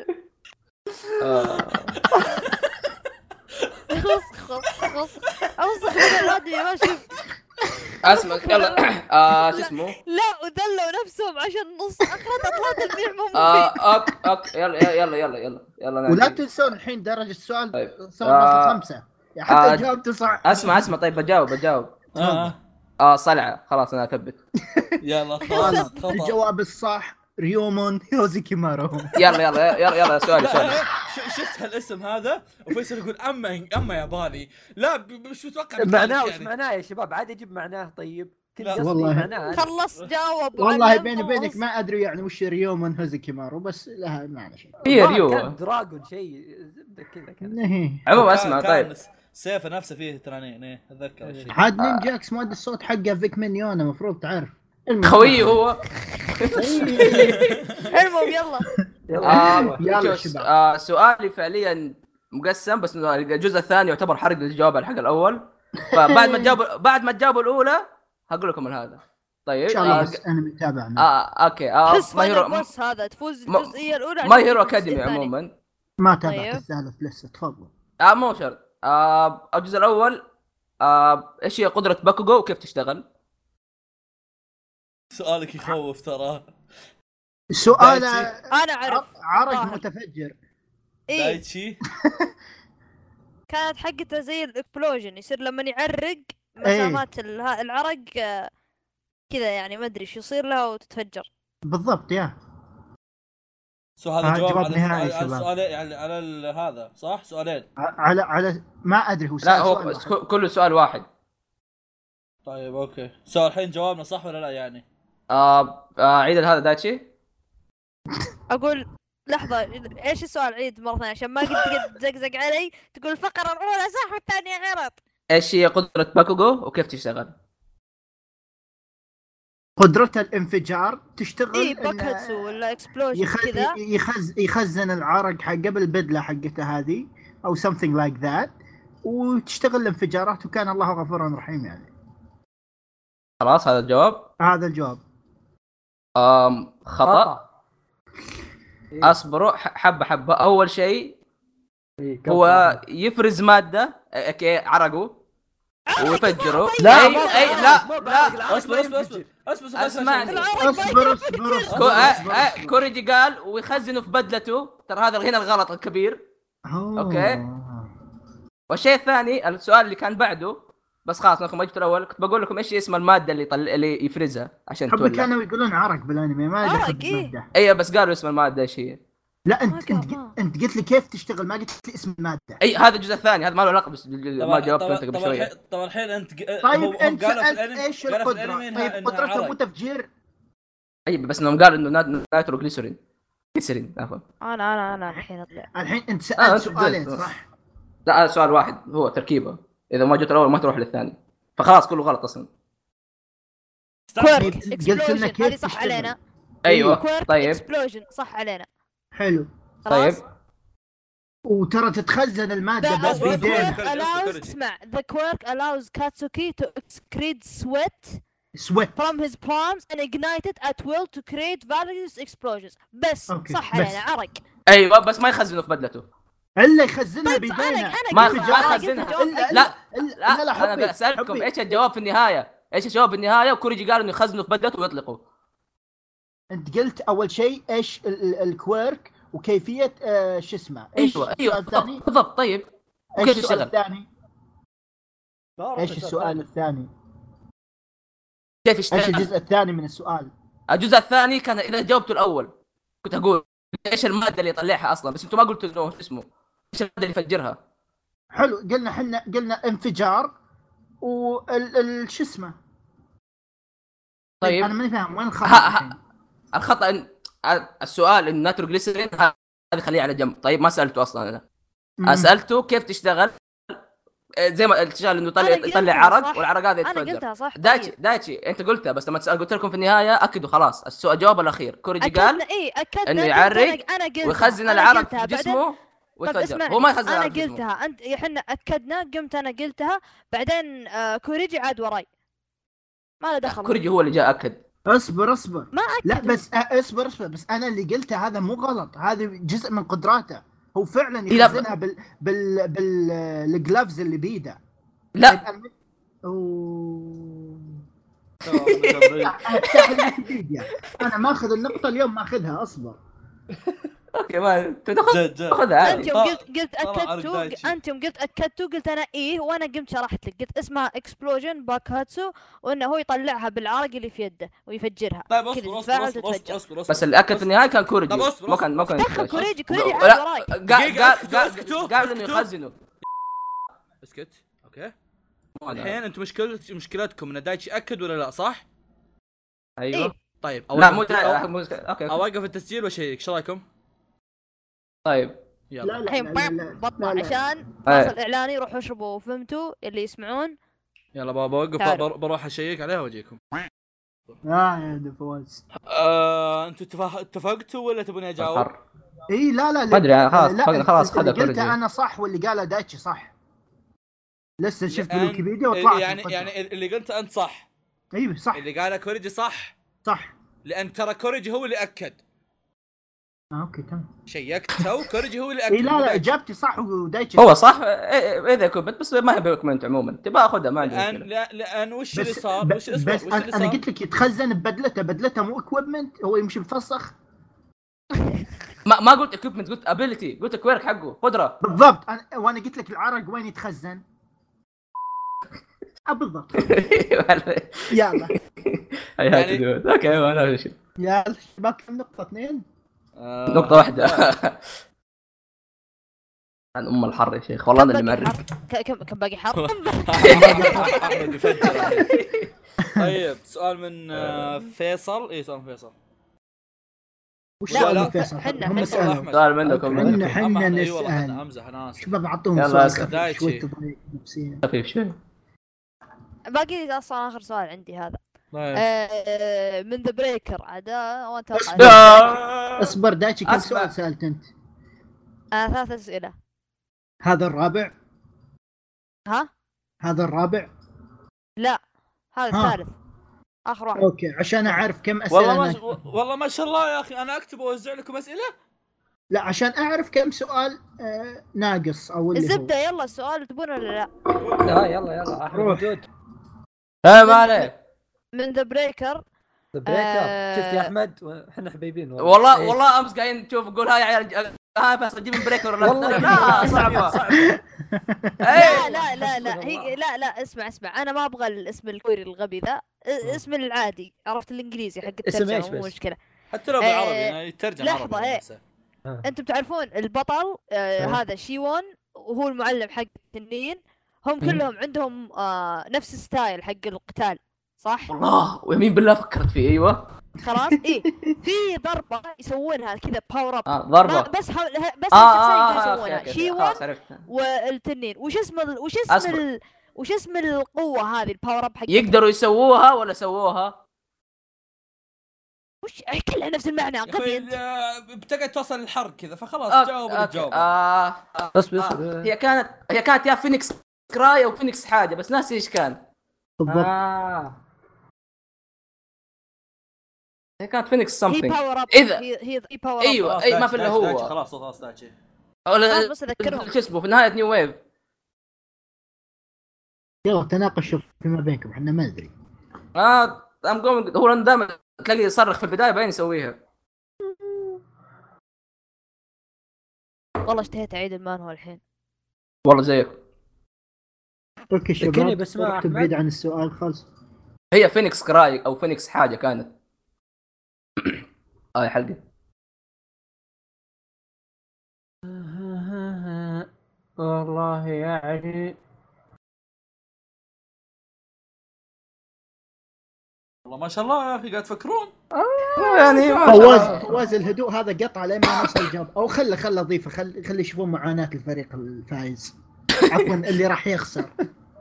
Speaker 3: خص اوسخ من الراديو ما شفت.
Speaker 1: اسمع يلا. شو اسمه؟
Speaker 3: لا وذلوا نفسهم عشان نص اخرت طلعت الميح مو مفيد.
Speaker 1: اوكي يلا
Speaker 5: ولا تنسون الحين درجه السؤال
Speaker 1: طيب.
Speaker 5: 0.5 يعني حتى جاوبته صح.
Speaker 1: اسمع طيب بجاوب. صلعه خلاص انا اثبت.
Speaker 4: يلا خلاص
Speaker 5: الجواب الصح ريومون هوزيكيمارو.
Speaker 1: يلا سؤال.
Speaker 4: شفت هالاسم هذا وفيصل يقول اما ياباني. لا مش متوقع
Speaker 2: معناه وش معناه يا شباب عاد يجيب معناه. طيب
Speaker 5: والله
Speaker 2: معناه
Speaker 3: خلص جاوب.
Speaker 5: والله بيني وبينك ما ادري يعني وش ريومون هوزيكيمارو بس لها معنى شيء.
Speaker 1: هي ريو
Speaker 2: كان دراغون شيء زبده كذا كان.
Speaker 1: عموما اسمع طيب
Speaker 4: سيف نفسه فيه ترانين ايه اتذكر الشيء.
Speaker 5: عاد نينجاكس مؤدي الصوت حقه فيك مينيون المفروض تعرف.
Speaker 1: خوي هو.
Speaker 3: المهم
Speaker 5: يلا
Speaker 1: شباب. سؤالي فعليا مقسم بس الجزء الثاني يعتبر حرق للجواب على الحلقه الاول. بعد ما تجاوبوا الاولى هقول لكم هذا. طيب
Speaker 5: ان شاء الله بس انا متابع.
Speaker 1: اوكي
Speaker 3: ما هيرو بس هذا تفوز الجزئيه الاولى.
Speaker 1: ما هيرو اكاديمي عموما
Speaker 5: ما تابعت الثالث لسه. تفضل.
Speaker 1: مو شرط. الجزء الاول ايش هي قدره باكوغو وكيف تشتغل؟
Speaker 4: سؤالك يخوف ترى.
Speaker 5: سؤال
Speaker 3: انا اعرف
Speaker 5: عرج متفجر.
Speaker 4: دايتشي
Speaker 3: كانت حقته زي الاكسبلوجن يصير لما يعرق مسامات العرق كذا يعني ما ادري شو يصير لها وتتفجر
Speaker 5: بالضبط. يا
Speaker 4: هذا جواب
Speaker 5: على
Speaker 4: السؤال يعني على هذا صح سؤالين
Speaker 5: على ما ادري هو
Speaker 1: لا هو كل سؤال واحد.
Speaker 4: طيب اوكي سؤال الحين جوابنا صح ولا لا يعني؟
Speaker 1: عيد هذا دايتشي.
Speaker 3: اقول لحظه ايش السؤال عيد مره ثانيه عشان ما قد تزقزق علي. تقول الفقره الاولى صح والثانيه غلط.
Speaker 1: ايش هي قدره باكوغو وكيف تشتغل؟
Speaker 5: قدرته الانفجار تشتغل.
Speaker 3: اي باكهتسو ولا اكسبلوجن كذا
Speaker 5: يخزن العرق حق قبل البدله حقته هذه او something like that وتشتغل الانفجارات وكان الله غفورا رحيم يعني.
Speaker 1: خلاص هذا الجواب.
Speaker 5: هذا الجواب.
Speaker 1: خطأ. اصبروا حبة اول شيء هو يفرز مادة عرقه ويفجره.
Speaker 2: لا
Speaker 1: اصبر كوريجي قال ويخزنه في بدلته. ترى هذا هنا الغلط الكبير. اوكي والشيء الثاني السؤال اللي كان بعده بس خلاص انكم جبتوا الاول كنت بقول لكم ايش اسم الماده اللي يفرزها عشان تولع.
Speaker 5: كانوا يقولون عرق بالانمي ما ادري.
Speaker 1: ايوه بس قالوا اسم الماده ايش هي.
Speaker 5: لا انت قلت لي كيف تشتغل ما قلت لي اسم الماده.
Speaker 1: اي هذا الجزء الثاني هذا ما له علاقه بس ما جاوبت انت قبل شويه.
Speaker 4: طبعا الحين انت
Speaker 5: طيب انت سالت ايش القدره. طيب قدرته مو تفجير.
Speaker 1: اي بس انهم قالوا انه نايتروغليسرين. جليسرين عفوا.
Speaker 3: انا الحين اطلع.
Speaker 5: الحين انت
Speaker 1: أنت
Speaker 5: سالت سؤالين
Speaker 1: بدأت.
Speaker 5: صح؟
Speaker 1: لا سؤال واحد هو تركيبه، اذا ما جت الاول ما تروح للثاني، فخلاص كله غلط اصلا.
Speaker 3: كويرك
Speaker 5: قلت لنا
Speaker 3: اكسبلوجن
Speaker 5: كيف
Speaker 3: هذه صح
Speaker 5: تشتغل.
Speaker 3: علينا.
Speaker 1: ايوه
Speaker 3: كويرك
Speaker 1: طيب
Speaker 3: اكسبلوجن صح علينا.
Speaker 5: حلو.
Speaker 1: طيب
Speaker 3: خلاص.
Speaker 5: وترى تتخزن الماده
Speaker 3: The
Speaker 5: بس بيدينا.
Speaker 3: quirk allows اسمع the quirk allows Katsuki to excrete sweat
Speaker 5: سويت.
Speaker 3: from his palms and ignite it at will to create various explosions. بس
Speaker 5: أوكي،
Speaker 3: صح
Speaker 5: بس.
Speaker 3: علينا عرق.
Speaker 1: ايوه بس ما يخزنه في بدلته.
Speaker 5: الا يخزنها
Speaker 3: طيب
Speaker 5: بيدينا.
Speaker 3: انا
Speaker 1: ما
Speaker 3: قلت
Speaker 1: ما
Speaker 3: أنا قلت
Speaker 1: خزنها.
Speaker 3: جواب.
Speaker 1: لا
Speaker 5: لا
Speaker 1: لا
Speaker 5: حبي
Speaker 1: انا اسالكم
Speaker 5: حبي.
Speaker 1: ايش الجواب في النهايه؟ ايش الجواب بالنهايه؟ وكوريجي قال انه يخزنه في بدلته ويطلقه.
Speaker 5: انت قلت اول شيء ايش الكويرك وكيفيه شو اسمه ايش
Speaker 1: ايوه
Speaker 5: السؤال الثاني؟
Speaker 1: بالضبط. طيب
Speaker 5: ايش
Speaker 1: وكيف
Speaker 5: السؤال
Speaker 1: يشتغل؟
Speaker 5: الثاني؟
Speaker 2: بعرف
Speaker 5: ايش السؤال الثاني؟
Speaker 1: كيف
Speaker 5: ايش
Speaker 1: يشتغل؟
Speaker 5: الجزء الثاني من السؤال؟
Speaker 1: الجزء الثاني كان اذا جاوبته الاول كنت اقول ايش الماده اللي يطلعها اصلا، بس انتم ما قلتوا انه اسمه ايش الماده اللي يفجرها.
Speaker 5: حلو قلنا انفجار شو اسمه.
Speaker 1: طيب
Speaker 5: انا ماني فاهم وين الخطا
Speaker 1: ها-
Speaker 5: الحين.
Speaker 1: الخطا السؤال ان نيتروجليسرين هذه خليه على جنب. طيب ما سالته اصلا انا سالته كيف تشتغل، زي ما تشتغل انه
Speaker 3: أنا
Speaker 1: يطلع
Speaker 3: قلتها
Speaker 1: عرق
Speaker 3: صح.
Speaker 1: والعرق هذا
Speaker 3: انا
Speaker 1: يتفجر.
Speaker 3: قلتها صح.
Speaker 1: دايتشي انت قلتها، بس لما تسال قلت لكم في النهايه اكدوا خلاص السؤال الجواب الاخير كوريجي قال
Speaker 3: اكدنا
Speaker 1: إنه
Speaker 3: قلت
Speaker 1: يعرق
Speaker 3: انا قلتها.
Speaker 1: ويخزن
Speaker 3: أنا
Speaker 1: العرق
Speaker 3: قلتها.
Speaker 1: في
Speaker 3: بعدين-
Speaker 1: جسمه
Speaker 3: طب
Speaker 1: ويتفجر.
Speaker 3: اسمعني،
Speaker 1: هو ما يخزن
Speaker 3: انا
Speaker 1: العرق في جسمه.
Speaker 3: قلتها انت احنا اكدنا قمت انا قلتها بعدين كوريجي عاد وراي ما له دخل.
Speaker 1: كوريجي هو اللي جاء اكد.
Speaker 5: اصبر
Speaker 3: ما اكد.
Speaker 5: لا بس اصبر بس انا اللي قلته هذا مو غلط، هذا جزء من قدراته هو فعلا
Speaker 1: لا،
Speaker 5: يخزنها بالجلافز اللي بيده.
Speaker 1: لا
Speaker 5: افتح الويكيبيديا. انا ماخذ النقطه اليوم ماخذها. اصبر
Speaker 1: اوكي ما تاخذها عادي.
Speaker 3: انت يوم قلت
Speaker 4: عرق
Speaker 3: اكدتوا
Speaker 4: دايتشي.
Speaker 3: انت يوم قلت اكدتوا قلت انا ايه، وانا قمت شرحت لك قلت اسمها اكسبلوجن باكاتسو وانه هو يطلعها بالعرق اللي في يده ويفجرها.
Speaker 4: طيب
Speaker 3: كذا
Speaker 4: اصبر
Speaker 3: تتفاعل
Speaker 4: اصبر
Speaker 3: وتتفجر.
Speaker 4: اصبر
Speaker 1: بس اللي اكد في النهايه كان كوريجي.
Speaker 4: طب أصبر،
Speaker 1: ما كان
Speaker 3: دخل كوريجي عاد
Speaker 1: لا
Speaker 3: وراي.
Speaker 1: قال انه يخزنه.
Speaker 4: اسكت. اوكي الحين انتم مشكلتكم ان دايتشي اكد ولا لا صح؟
Speaker 1: ايوه
Speaker 3: إيه.
Speaker 4: طيب
Speaker 1: لا مو اوكي
Speaker 4: اوقف التسجيل واشيك. ايش رايكم؟
Speaker 1: طيب
Speaker 4: يلا
Speaker 3: الحين بطلع عشان
Speaker 1: إيه.
Speaker 3: فاصل اعلاني. روحوا اشربوا فهمتوا اللي يسمعون.
Speaker 4: يلا بوقف
Speaker 3: تعالوا.
Speaker 4: بروح اشيك عليها واجيكم.
Speaker 5: يا فواز.
Speaker 4: انتوا اتفقتوا ولا تبوني اجاوب؟
Speaker 1: الحر.
Speaker 5: اي لا
Speaker 1: ما ادري خلاص
Speaker 5: اللي
Speaker 1: خذها
Speaker 5: قلته
Speaker 1: كوريجي.
Speaker 5: انا صح واللي قاله دايتشي صح. لسه شفت
Speaker 4: لأن-
Speaker 5: بالويكيبيديا وطلعت
Speaker 4: يعني اللي قلت انت صح،
Speaker 5: ايوه صح
Speaker 4: اللي قاله كوريجي صح،
Speaker 5: صح.
Speaker 4: لان ترى كوريجي هو اللي اكد.
Speaker 5: اوكي تمام.
Speaker 4: شيكت تو كوريجي هو اللي اكد.
Speaker 5: اي لا
Speaker 4: مو
Speaker 5: لا
Speaker 4: دايتشي.
Speaker 5: اجابتي صح ودايتشي
Speaker 1: هو صح اذا كومنت، بس ما هي كومنت عموما تبغى اخذها ما عندي
Speaker 4: لان
Speaker 1: مشكله.
Speaker 4: لان وش اللي
Speaker 5: بس
Speaker 4: صار؟ وش اصبر
Speaker 5: بس
Speaker 4: وش اللي
Speaker 5: انا
Speaker 4: صار؟
Speaker 5: قلت لك يتخزن ببدلته مو اكويبمنت، هو يمشي مفسخ.
Speaker 1: ما قلت اكويبمنت، قلت ابيلتي، قلت كويرك حقه قدره.
Speaker 5: بالضبط وانا قلت لك العرق وين يتخزن. بالضبط. يلا
Speaker 4: يعني-
Speaker 1: اوكي ما في شيء.
Speaker 5: يلا شباب كم نقطة؟ 2.
Speaker 1: نقطه واحده. عن الحر يا شيخ والله انا اللي
Speaker 3: كم باقي
Speaker 1: معرف.
Speaker 3: حر؟ كم باقي حر؟
Speaker 4: احمد يفجر. طيب سؤال من فيصل. اي سؤال من فيصل.
Speaker 5: وش
Speaker 4: لا،
Speaker 5: سؤال
Speaker 4: لا،
Speaker 5: من فيصل؟
Speaker 3: حنا-
Speaker 5: هم
Speaker 3: حنا.
Speaker 5: سألوا.
Speaker 4: أحمد.
Speaker 1: سؤال منكم
Speaker 5: حنا
Speaker 4: اي والله
Speaker 5: نسأل.
Speaker 4: انا امزح انا اسف.
Speaker 5: شباب اعطوهم
Speaker 1: يلا
Speaker 5: سؤال
Speaker 1: اسأل.
Speaker 5: خفيف
Speaker 4: دايتشي.
Speaker 5: شوي تضييق نفسيا.
Speaker 1: خفيف شوي.
Speaker 3: باقي اصلا اخر سؤال عندي هذا.
Speaker 4: طيب
Speaker 3: من ذا بريكر عاد وانت
Speaker 5: اصبر دايتشي كم
Speaker 1: أسمع.
Speaker 5: سؤال سألت انت؟
Speaker 3: 3 اسئله.
Speaker 5: هذا الرابع؟
Speaker 3: ها؟
Speaker 5: هذا الرابع؟
Speaker 3: لا هذا
Speaker 5: ها.
Speaker 3: الثالث اخر واحد.
Speaker 5: اوكي عشان اعرف كم اسئله
Speaker 4: والله ما شاء الله يا اخي انا اكتب واوزع لكم اسئله.
Speaker 5: لا عشان اعرف كم سؤال ناقص او اللي هو.
Speaker 3: الزبده يلا السؤال تبون ولا لا؟
Speaker 2: لا يلا احمد
Speaker 5: روح.
Speaker 2: موجود.
Speaker 1: ما عليه.
Speaker 3: من ذا بريكر.
Speaker 2: بريكر شفت يا احمد احنا حبيبين
Speaker 1: والله
Speaker 2: إيه.
Speaker 1: والله امس قاعدين نشوف نقول ها يا عيال بس تجيب من بريكر ولا
Speaker 2: والله
Speaker 1: لا صعبه.
Speaker 3: لا لا لا لا هي لا اسمع انا ما ابغى الاسم الكوري الغبي ذا. اسم العادي عرفت الانجليزي حق
Speaker 2: اسم إيش
Speaker 3: الترجمه مو
Speaker 2: بس؟
Speaker 3: مشكله.
Speaker 4: حتى لو بالعربي يعني يترجم
Speaker 3: لحظة،
Speaker 4: عربي
Speaker 3: إيه.
Speaker 4: نفسه.
Speaker 3: انتم تعرفون البطل هذا شيوون وهو المعلم حق التنين. هم كلهم عندهم نفس ستايل حق القتال صح؟
Speaker 1: والله ويمين بالله فكرت فيه. ايوه
Speaker 3: خلاص ايه في ضربه يسوونها كذا باور اب
Speaker 1: ضربه
Speaker 3: بس الشخصيه يسوونها
Speaker 1: أوكي.
Speaker 3: شي
Speaker 1: خلاص
Speaker 3: 1
Speaker 1: عرفت.
Speaker 3: والتنين وش اسم القوه هذه الباور اب حقتها
Speaker 1: يقدروا يسووها ولا سووها؟
Speaker 3: وش كلها نفس المعنى قبل انت
Speaker 4: بتقعد توصل للحرق كذا فخلاص جاوب الجواب.
Speaker 2: بس
Speaker 1: هي كانت يا فينيكس كراي او فينيكس حاجه بس ناسي ايش كان.
Speaker 5: بالضبط.
Speaker 1: هي كانت فينيكس
Speaker 3: هي
Speaker 1: سمثينج.
Speaker 3: باور اب
Speaker 1: إذا-
Speaker 3: هي باور اب
Speaker 1: ايوه اي ما في الا هو.
Speaker 4: خلاص دايتشي.
Speaker 3: بس اذكرهم
Speaker 1: شو اسمه في نهايه نيو ويف.
Speaker 5: يلا تناقشوا فيما بينكم احنا ما ندري.
Speaker 1: هو دائما تلاقي يصرخ في البدايه بعدين يسويها.
Speaker 3: والله اشتهيت اعيد المانهو الحين
Speaker 1: والله زيك.
Speaker 5: اوكي
Speaker 2: ذكرني
Speaker 5: شباب
Speaker 2: بس ما
Speaker 5: رحتوا
Speaker 2: أحمد.
Speaker 5: بعيد عن السؤال خالص.
Speaker 1: هي فينيكس كراي او فينيكس حاجه كانت. هاي حلقه.
Speaker 2: والله يعني
Speaker 4: والله ما شاء الله يا اخي قاعد تفكرون.
Speaker 1: يعني
Speaker 5: فواز الهدوء هذا قطع لين ما نوصل الجواب، او خله اضيفه خلي يشوفون معاناة الفريق الفائز. عفوا اللي راح يخسر.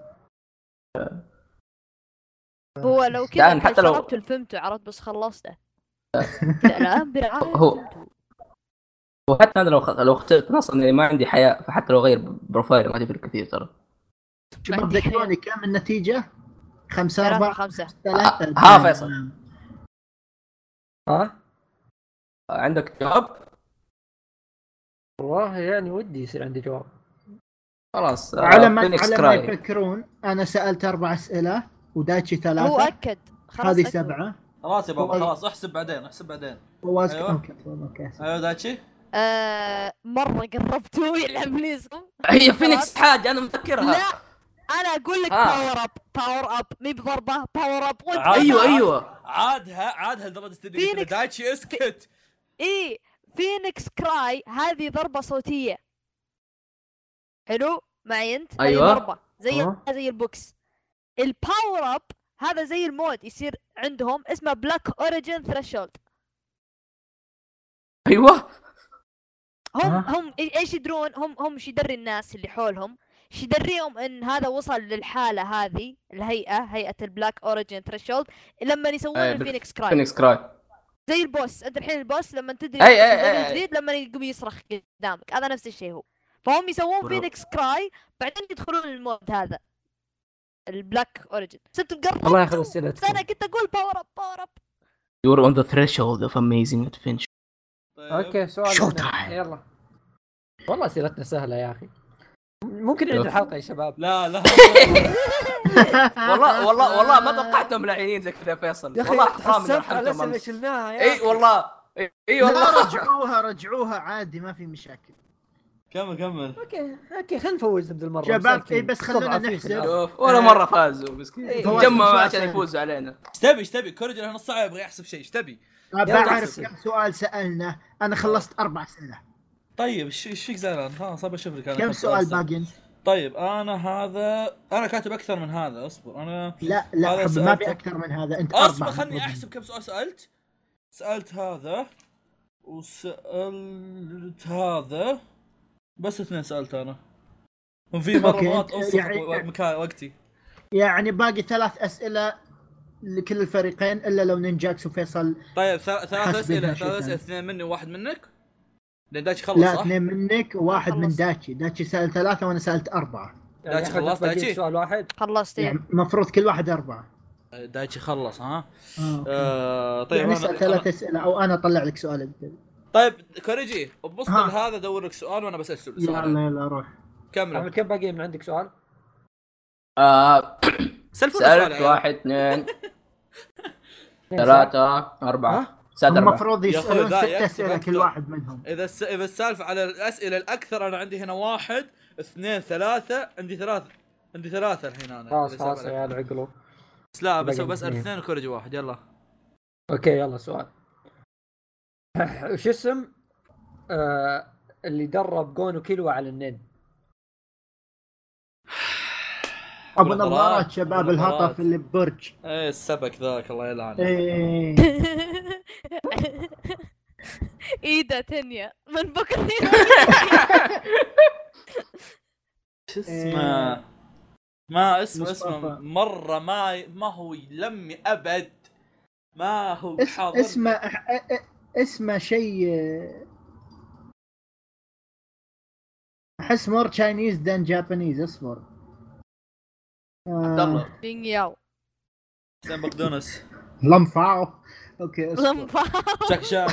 Speaker 3: هو لو كذا
Speaker 1: حتى لو-
Speaker 3: شربت الفهمته عرفت بس خلصته الان برعاية
Speaker 1: هو- وحتى انا لو اخترت اصلا اني ما عندي حياة فحتى لو غير بروفايل ما تفرق كثير ترى.
Speaker 5: شباب ذكروني كم النتيجة؟ 5-4
Speaker 3: 5
Speaker 1: ها فيصل
Speaker 2: ها
Speaker 1: عندك جواب؟
Speaker 2: والله يعني ودي يصير عندي جواب.
Speaker 1: خلاص
Speaker 5: على ما
Speaker 1: فينيكس
Speaker 5: على ما
Speaker 1: كراي.
Speaker 5: يفكرون انا سألت 4 أسئلة ودايتشي 3.
Speaker 3: هو اكد خلاص
Speaker 5: هذه
Speaker 3: أكد.
Speaker 5: 7.
Speaker 4: خلاص يا بابا
Speaker 5: فواز.
Speaker 4: خلاص احسب بعدين.
Speaker 5: فواز
Speaker 4: أيوة.
Speaker 5: اوكي
Speaker 4: ايوه دايتشي.
Speaker 3: مرة قربتوا يلعب ليزم
Speaker 1: هي فينيكس حاجة انا متذكرها.
Speaker 3: لا انا اقول لك باور اب مي بضربة باور اب
Speaker 1: ايوه
Speaker 4: عادها لدرجة تدري كذا دايتشي اسكت.
Speaker 3: ايه فينيكس كراي هذه ضربة صوتية حلو معي انت
Speaker 1: أيوة.
Speaker 3: هذه ضربة زي البوكس. الباور اب هذا زي المود يصير عندهم اسمه بلاك اوريجين ثريشولد.
Speaker 1: ايوه
Speaker 3: هم ايش يدرون هم ايش يدري الناس اللي حولهم ايش يدريهم ان هذا وصل للحالة هذه هيئة البلاك اوريجين ثريشولد لما يسوون الفينيكس كراي.
Speaker 1: فينيكس كراي
Speaker 3: زي البوس انت الحين البوس لما تدري جديد لما يقوم يصرخ قدامك هذا نفس الشيء هو. فهم يسوون فينيكس كراي بعدين يدخلون المود هذا البلاك اوريجين. صرت مقرب
Speaker 2: الله ياخذ السنة.
Speaker 3: انا كنت اقول باور اب
Speaker 1: You're on the threshold of amazing adventure.
Speaker 2: اوكي سؤال
Speaker 5: شو
Speaker 2: عندنا.
Speaker 5: تايم.
Speaker 2: يلا والله اسئلتنا سهلة يا اخي. ممكن نعيد الحلقة يا شباب.
Speaker 4: لا
Speaker 1: والله ما توقعتهم لاعبين زي كذا فيصل.
Speaker 2: يا اخي
Speaker 1: والله احترام
Speaker 2: حسبت على الاسئلة اللي شلناها يا
Speaker 1: اي والله اي والله
Speaker 5: رجعوها عادي ما في مشاكل.
Speaker 4: كمل.
Speaker 2: اوكي خلينا نفوز بدل مرة.
Speaker 5: شباب اي بس خلونا نحسب.
Speaker 1: شوف ولا مرة فازوا مسكين.
Speaker 2: إيه.
Speaker 1: جمعوا عشان يفوزوا علينا.
Speaker 4: ايش تبي كوريجي له نص ساعة يبغى يحسب شيء ايش تبي؟
Speaker 5: بعرف كم سؤال سألنا. انا خلصت 4 أسئلة.
Speaker 4: طيب ايش فيك زعلان؟ خلاص ابى اشوف لك انا
Speaker 5: كم سؤال باقي؟
Speaker 4: طيب انا كاتب اكثر من هذا. اصبر انا
Speaker 5: لا
Speaker 4: هذا
Speaker 5: ما ابي اكثر من هذا. انت
Speaker 4: اصبر
Speaker 5: 4.
Speaker 4: خلني احسب كم سؤال سألت هذا وسألت هذا بس 2 سألت انا. وفي مرات اوصف مكان وقتي
Speaker 5: يعني باقي 3 أسئلة لكل الفريقين الا لو نينجاكس وفيصل.
Speaker 4: طيب 3 أسئلة 2 مني وواحد منك. لان دايتشي خلص
Speaker 5: لا
Speaker 4: صح؟
Speaker 5: 2 منك وواحد من دايتشي سأل 3 وانا سألت 4.
Speaker 4: دايتشي خلص دايتشي
Speaker 2: سؤال واحد
Speaker 3: خلصت
Speaker 5: يعني المفروض كل واحد 4.
Speaker 4: دايتشي خلص ها.
Speaker 5: طيب يعني نسأل 3 أسئلة او انا اطلع لك سؤال.
Speaker 4: طيب كوريجي ببسط هذا دور لك سؤال وانا بسأل سؤال.
Speaker 5: يلا روح
Speaker 4: كمل.
Speaker 2: كم باقي من عندك سؤال؟
Speaker 1: سألت 1 2 3 4 سألت 4.
Speaker 5: المفروض يسألون 6 أسئلة كل واحد منهم.
Speaker 4: إذا السالفة على الأسئلة الأكثر أنا عندي هنا 1 2 3 عندي 3 الحين أنا.
Speaker 2: خلاص يا العقلو.
Speaker 4: لا بس بسأل 2 وكوريجي 1 يلا.
Speaker 2: اوكي يلا سؤال. وش اسم اللي درب جونو كيلو على النين؟
Speaker 5: ابو نظارات شباب الهطف اللي ببرج.
Speaker 4: ايه السبك ذاك الله يلعنه.
Speaker 5: ايه
Speaker 3: ايدا تنيا من بكره.
Speaker 4: شو اسمه؟ ما اسمه
Speaker 5: مصطفى.
Speaker 4: مرة ما هو يلمي أبد، ما هو حاضر.
Speaker 5: اسمه شيء احس مور تشاينيز دان جابانيز. اصبر.
Speaker 1: عبد الله
Speaker 3: بينغ ياو
Speaker 4: حسين بقدونس.
Speaker 5: لمفاو. اوكي اصبر.
Speaker 3: لمبا.
Speaker 4: شاك شان.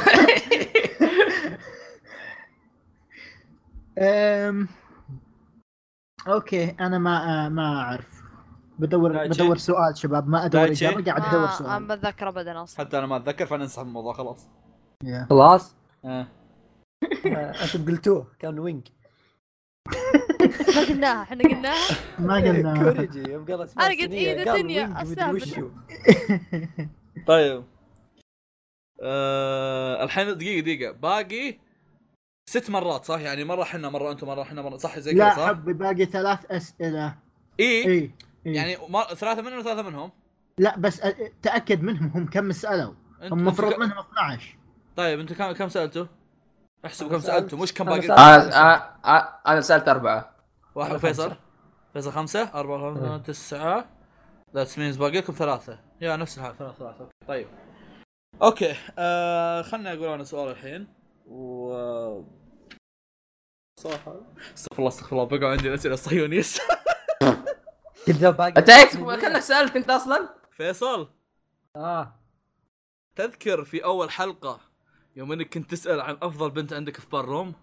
Speaker 5: اوكي انا ما اعرف. بدور
Speaker 4: دايتشي.
Speaker 5: سؤال شباب، ما ادور
Speaker 4: دايتشي.
Speaker 5: اجابه، قاعد ادور
Speaker 3: انا
Speaker 5: سؤال.
Speaker 3: بتذكر ابدا اصلا.
Speaker 4: حتى أنا ما أتذكر فننسى الموضوع خلاص.
Speaker 2: خلاص.
Speaker 5: انتم
Speaker 2: قلتوه كان وينج.
Speaker 3: ما قلناها، احنا قلناها.
Speaker 5: ما قلنا.
Speaker 2: كوريجي يوم قال اسمها
Speaker 3: أنا قلت إيده تنيا، أستهبل.
Speaker 2: وشو.
Speaker 4: طيب الحين دقيقة باقي 6 مرات صح؟ يعني مرة حنا مرة أنتم مرة حنا مرة، صح زي كذا
Speaker 5: لا
Speaker 4: صح؟
Speaker 5: حبي باقي 3 اسئله.
Speaker 4: إيه
Speaker 5: إيه.
Speaker 4: يعني 3 منهم و3 منهم.
Speaker 5: لا بس تاكد منهم هم كم سالوا. هم المفروض منهم 12.
Speaker 4: طيب أنت كم سألته؟ احسب كم سألته مش كم
Speaker 2: أنا
Speaker 4: باقي.
Speaker 2: سألت.
Speaker 1: انا سالت 4.
Speaker 4: واحد فيصل 5 4 5 9. لا تسمينز باقي لكم 3. يا نفس الحال 3. طيب اوكي خلنا اقول انا سؤال الحين صح. استغفر الله بقى عندي اسئله صهيونيس.
Speaker 2: كذا باقي.
Speaker 1: انت كانك سالت انت اصلا.
Speaker 4: فيصل تذكر في اول حلقه يوم انك كنت تسال عن افضل بنت عندك في بار روم؟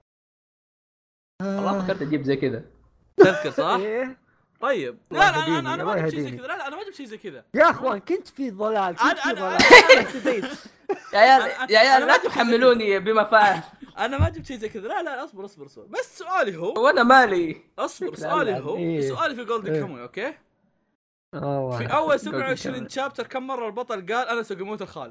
Speaker 1: والله فكرت اجيب زي كذا.
Speaker 4: تذكر صح؟
Speaker 2: ايه
Speaker 4: طيب
Speaker 2: الله
Speaker 4: لا
Speaker 2: يهديني،
Speaker 4: انا ما
Speaker 2: الله
Speaker 4: جبت شيء زي
Speaker 2: يهديني.
Speaker 4: كذا. لا انا ما جبت شيء زي كذا
Speaker 2: يا اخوان كنت في ضلال، كنت في
Speaker 4: أنا-
Speaker 2: ضلال.
Speaker 4: أنا-
Speaker 2: انا اهتديت.
Speaker 1: يا عيال يا عيال
Speaker 4: أنا
Speaker 1: لا
Speaker 4: ما جبت
Speaker 1: تحملوني بما فعل.
Speaker 4: انا ما جبت شيء زي كذا. لا اصبر بس سؤالي هو
Speaker 1: وانا مالي.
Speaker 4: اصبر
Speaker 2: لا،
Speaker 4: سؤالي
Speaker 2: لا،
Speaker 4: هو
Speaker 2: إيه.
Speaker 4: سؤالي في جولدن
Speaker 2: إيه.
Speaker 4: كاموي اوكي.
Speaker 2: والله.
Speaker 4: في اول 27 شابتر كم مره البطل قال انا سوغيموتو الخالد؟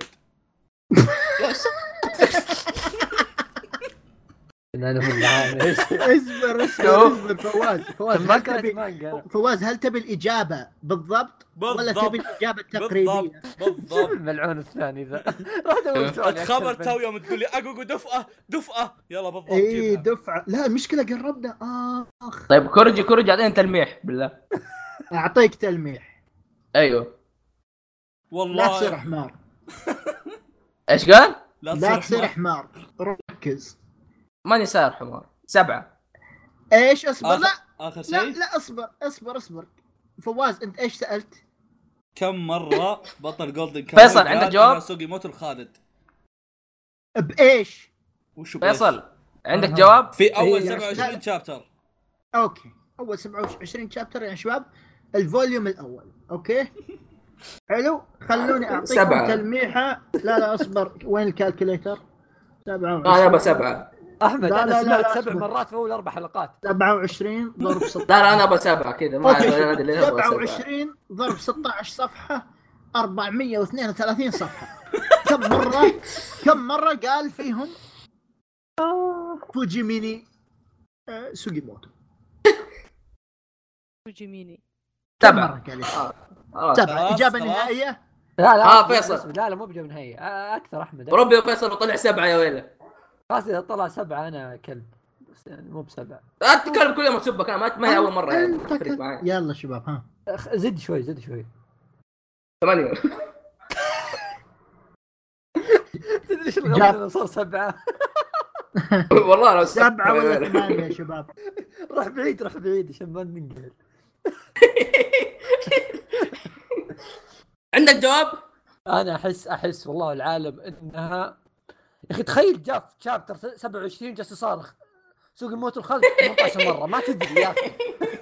Speaker 2: انا في العالم.
Speaker 5: اصبر فواز
Speaker 2: ما
Speaker 5: هل
Speaker 2: كانت
Speaker 5: تبي
Speaker 2: مانجا.
Speaker 5: فواز هل تبي الاجابه بالضبط ولا تبي الاجابه التقريبيه؟
Speaker 2: شوف
Speaker 4: بالضبط.
Speaker 2: الملعون الثاني ذا. راح ادور سؤال
Speaker 4: الخبر تو يوم تقول لي اقوقو دفعه يلا بالضبط
Speaker 5: ايه
Speaker 4: جيبها.
Speaker 5: دفعه. لا المشكله قربنا.
Speaker 1: طيب كورجي اعطيني تلميح بالله.
Speaker 5: اعطيك تلميح.
Speaker 1: ايوه
Speaker 5: لا تصير
Speaker 4: والله
Speaker 5: حمار.
Speaker 1: ايش قال؟
Speaker 5: لا تصير حمار. ركز.
Speaker 1: ماني صار حمار. 7.
Speaker 5: ايش اصبر. لا
Speaker 4: اخر
Speaker 5: لا
Speaker 4: شيء
Speaker 5: لا اصبر. فواز انت ايش سالت؟
Speaker 4: كم مره بطل جولدن كاموي
Speaker 1: فيصل،
Speaker 4: قال
Speaker 1: عندك جواب؟
Speaker 4: أنا سوغيموتو الخالد؟
Speaker 5: بايش؟
Speaker 4: وشو
Speaker 1: فيصل عندك جواب؟
Speaker 4: في اول
Speaker 2: إيه،
Speaker 4: 27 شابتر.
Speaker 5: اوكي اول 27 شابتر يا شباب. الفوليوم الاول. اوكي حلو. خلوني اعطيكم
Speaker 1: 7.
Speaker 5: تلميحه. لا اصبر. وين الكالكوليتر؟ 27.
Speaker 1: انا ابى 7.
Speaker 2: احمد
Speaker 5: لا،
Speaker 2: انا
Speaker 5: لا،
Speaker 2: سمعت
Speaker 5: لا،
Speaker 2: 7
Speaker 5: أصبر.
Speaker 2: مرات في اول 4 حلقات.
Speaker 5: 27 ضرب 16.
Speaker 1: لا انا ابى 7 كذا ما
Speaker 5: اوكي
Speaker 1: أدري ليه أبغى 7.
Speaker 5: 27 ضرب 16 صفحه 432 صفحه. كم مره قال فيهم فوجيميني سوغيموتو؟
Speaker 3: جيميني.
Speaker 5: 7
Speaker 1: 7.
Speaker 5: مرة قال.
Speaker 1: خلاص.
Speaker 5: 7 اجابه
Speaker 4: خلاص.
Speaker 5: نهائيه.
Speaker 2: لا
Speaker 1: فيصل.
Speaker 2: لا مو بجو نهائي. اكثر احمد.
Speaker 1: ربي فيصل وطلع 7 يا ويله.
Speaker 2: خلاص اذا طلع 7 انا كلب، بس يعني مو ب7.
Speaker 1: لا تتكلم كل يوم تسبك. انا ما هي اول مره يعني
Speaker 5: أنت
Speaker 1: تفرق معي.
Speaker 5: يلا شباب ها.
Speaker 2: زد شوي
Speaker 1: 8.
Speaker 2: تدري ايش الغلط انه صار 7؟
Speaker 1: والله لو
Speaker 5: 7 ولا 8 يا شباب؟
Speaker 2: روح بعيد عشان ما ننقل.
Speaker 1: عندك جواب؟
Speaker 2: انا احس والله العالم انها يا اخي تخيل جاء في شابتر 27 جالس يصارخ سوغيموتو الخالد 18 مره ما تدري يا اخي.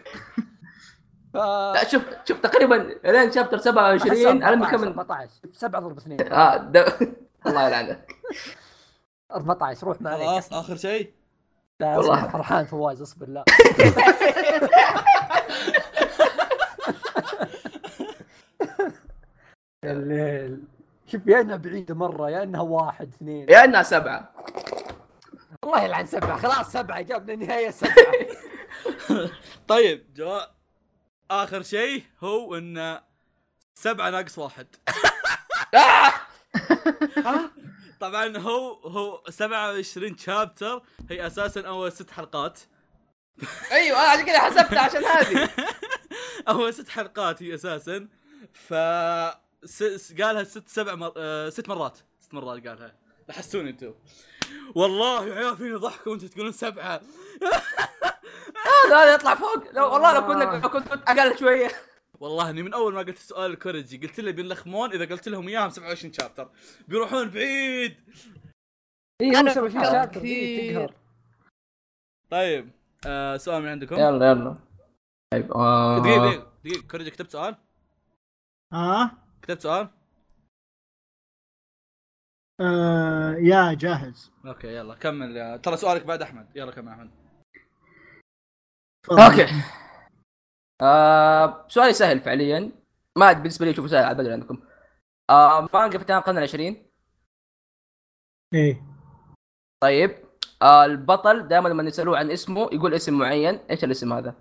Speaker 1: لا شوف تقريبا لين شابتر 27 انا مكمل
Speaker 2: 14 7 ضرب 2.
Speaker 1: الله يلعنك.
Speaker 2: 14 روح ما عليك.
Speaker 4: خلاص اخر شيء.
Speaker 2: لا
Speaker 1: والله.
Speaker 2: والله فرحان فواز اصبر. لا الليل شوف يا انها بعيده مره يا انها 1 2.
Speaker 1: يا انها 7.
Speaker 2: الله يلعن 7. خلاص 7 جابنا النهايه 7.
Speaker 4: طيب اخر شيء هو ان 7 ناقص 1.
Speaker 2: ها
Speaker 4: طبعا هو 27 شابتر، هي اساسا اول 6 حلقات.
Speaker 1: ايوه عشان كذا حسبتها عشان هذه.
Speaker 4: اول 6 حلقات هي اساسا. ف قالها 6 مرات قالها. لحسوني انتم والله يا عيال فيني ضحك وانتم تقولون 7.
Speaker 1: هذا يطلع فوق. لو والله لو كنت اقل شويه.
Speaker 4: والله اني من اول ما قلت السؤال الكوريجي قلت له بينلخمون اذا قلت لهم اياهم 27 شابتر بيروحون بعيد.
Speaker 2: اي
Speaker 3: أنا
Speaker 2: 27
Speaker 3: فكرت
Speaker 2: شابتر
Speaker 3: كثير.
Speaker 2: تقهر.
Speaker 4: طيب سؤال من عندكم.
Speaker 1: يلا طيب
Speaker 4: دقيقة كوريجي كتبت سؤال؟ كتبت سؤال؟
Speaker 5: يا جاهز.
Speaker 4: اوكي يلا كمل ترى سؤالك بعد احمد. يلا كمل احمد.
Speaker 1: اوكي. سؤالي سهل فعليا، ما بالنسبه لي اشوفه سهل على بدري عندكم. مانجا فتاة القرن العشرين.
Speaker 5: ايه
Speaker 1: طيب البطل دائما لما يسالوه عن اسمه يقول اسم معين، ايش الاسم هذا؟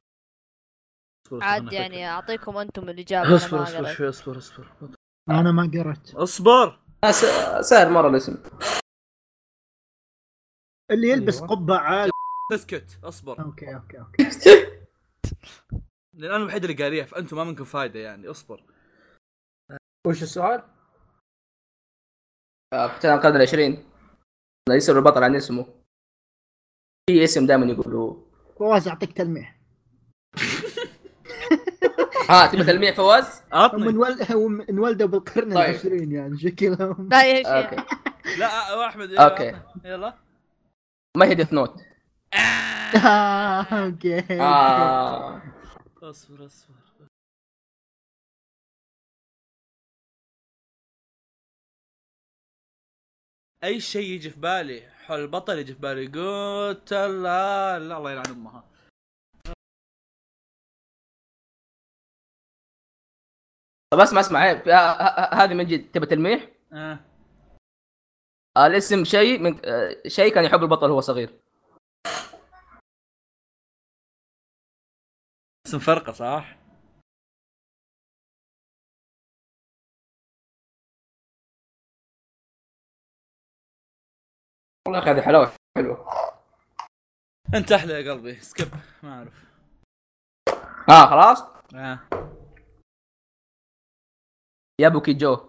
Speaker 3: عاد يعني اعطيكم انتم الاجابه. انا ما
Speaker 4: اصبر
Speaker 3: قريت.
Speaker 4: شوي اصبر
Speaker 5: انا ما قرأت.
Speaker 4: اصبر.
Speaker 1: سهل مره الاسم.
Speaker 5: اللي يلبس
Speaker 2: أيوة.
Speaker 5: قبعة.
Speaker 4: اسكت اصبر
Speaker 5: اوكي
Speaker 4: لان انا الوحيد اللي قاريها فانتم ما منكم فايده يعني. اصبر.
Speaker 2: وش السؤال؟
Speaker 1: فتاة القرن العشرين لا يسأل البطل عن اسمه، في اسم دائما يقولوا.
Speaker 5: فواز اعطيك تلميح.
Speaker 1: تبي تلميح فواز؟
Speaker 5: هم انولدوا بالقرن
Speaker 1: طيب.
Speaker 5: العشرين يعني شكلهم.
Speaker 3: لا يا شيخ.
Speaker 1: اوكي
Speaker 4: لا احمد
Speaker 1: اوكي
Speaker 4: يلا.
Speaker 1: ما هي ديث نوت.
Speaker 5: اوكي
Speaker 4: اصبر اي شيء يجي في بالي حول البطل يجي في بالي قلت لا الله يلعن امها.
Speaker 1: طب اسمع هذه من جد تبي تلميح؟ الاسم شيء من شيء كان يحب البطل وهو صغير.
Speaker 4: اسم فرقه صح؟
Speaker 1: والله يا اخي هذه حلاوه حلوه.
Speaker 4: انت احلى يا قلبي. سكيب ما اعرف.
Speaker 1: خلاص. يا بوكي جو.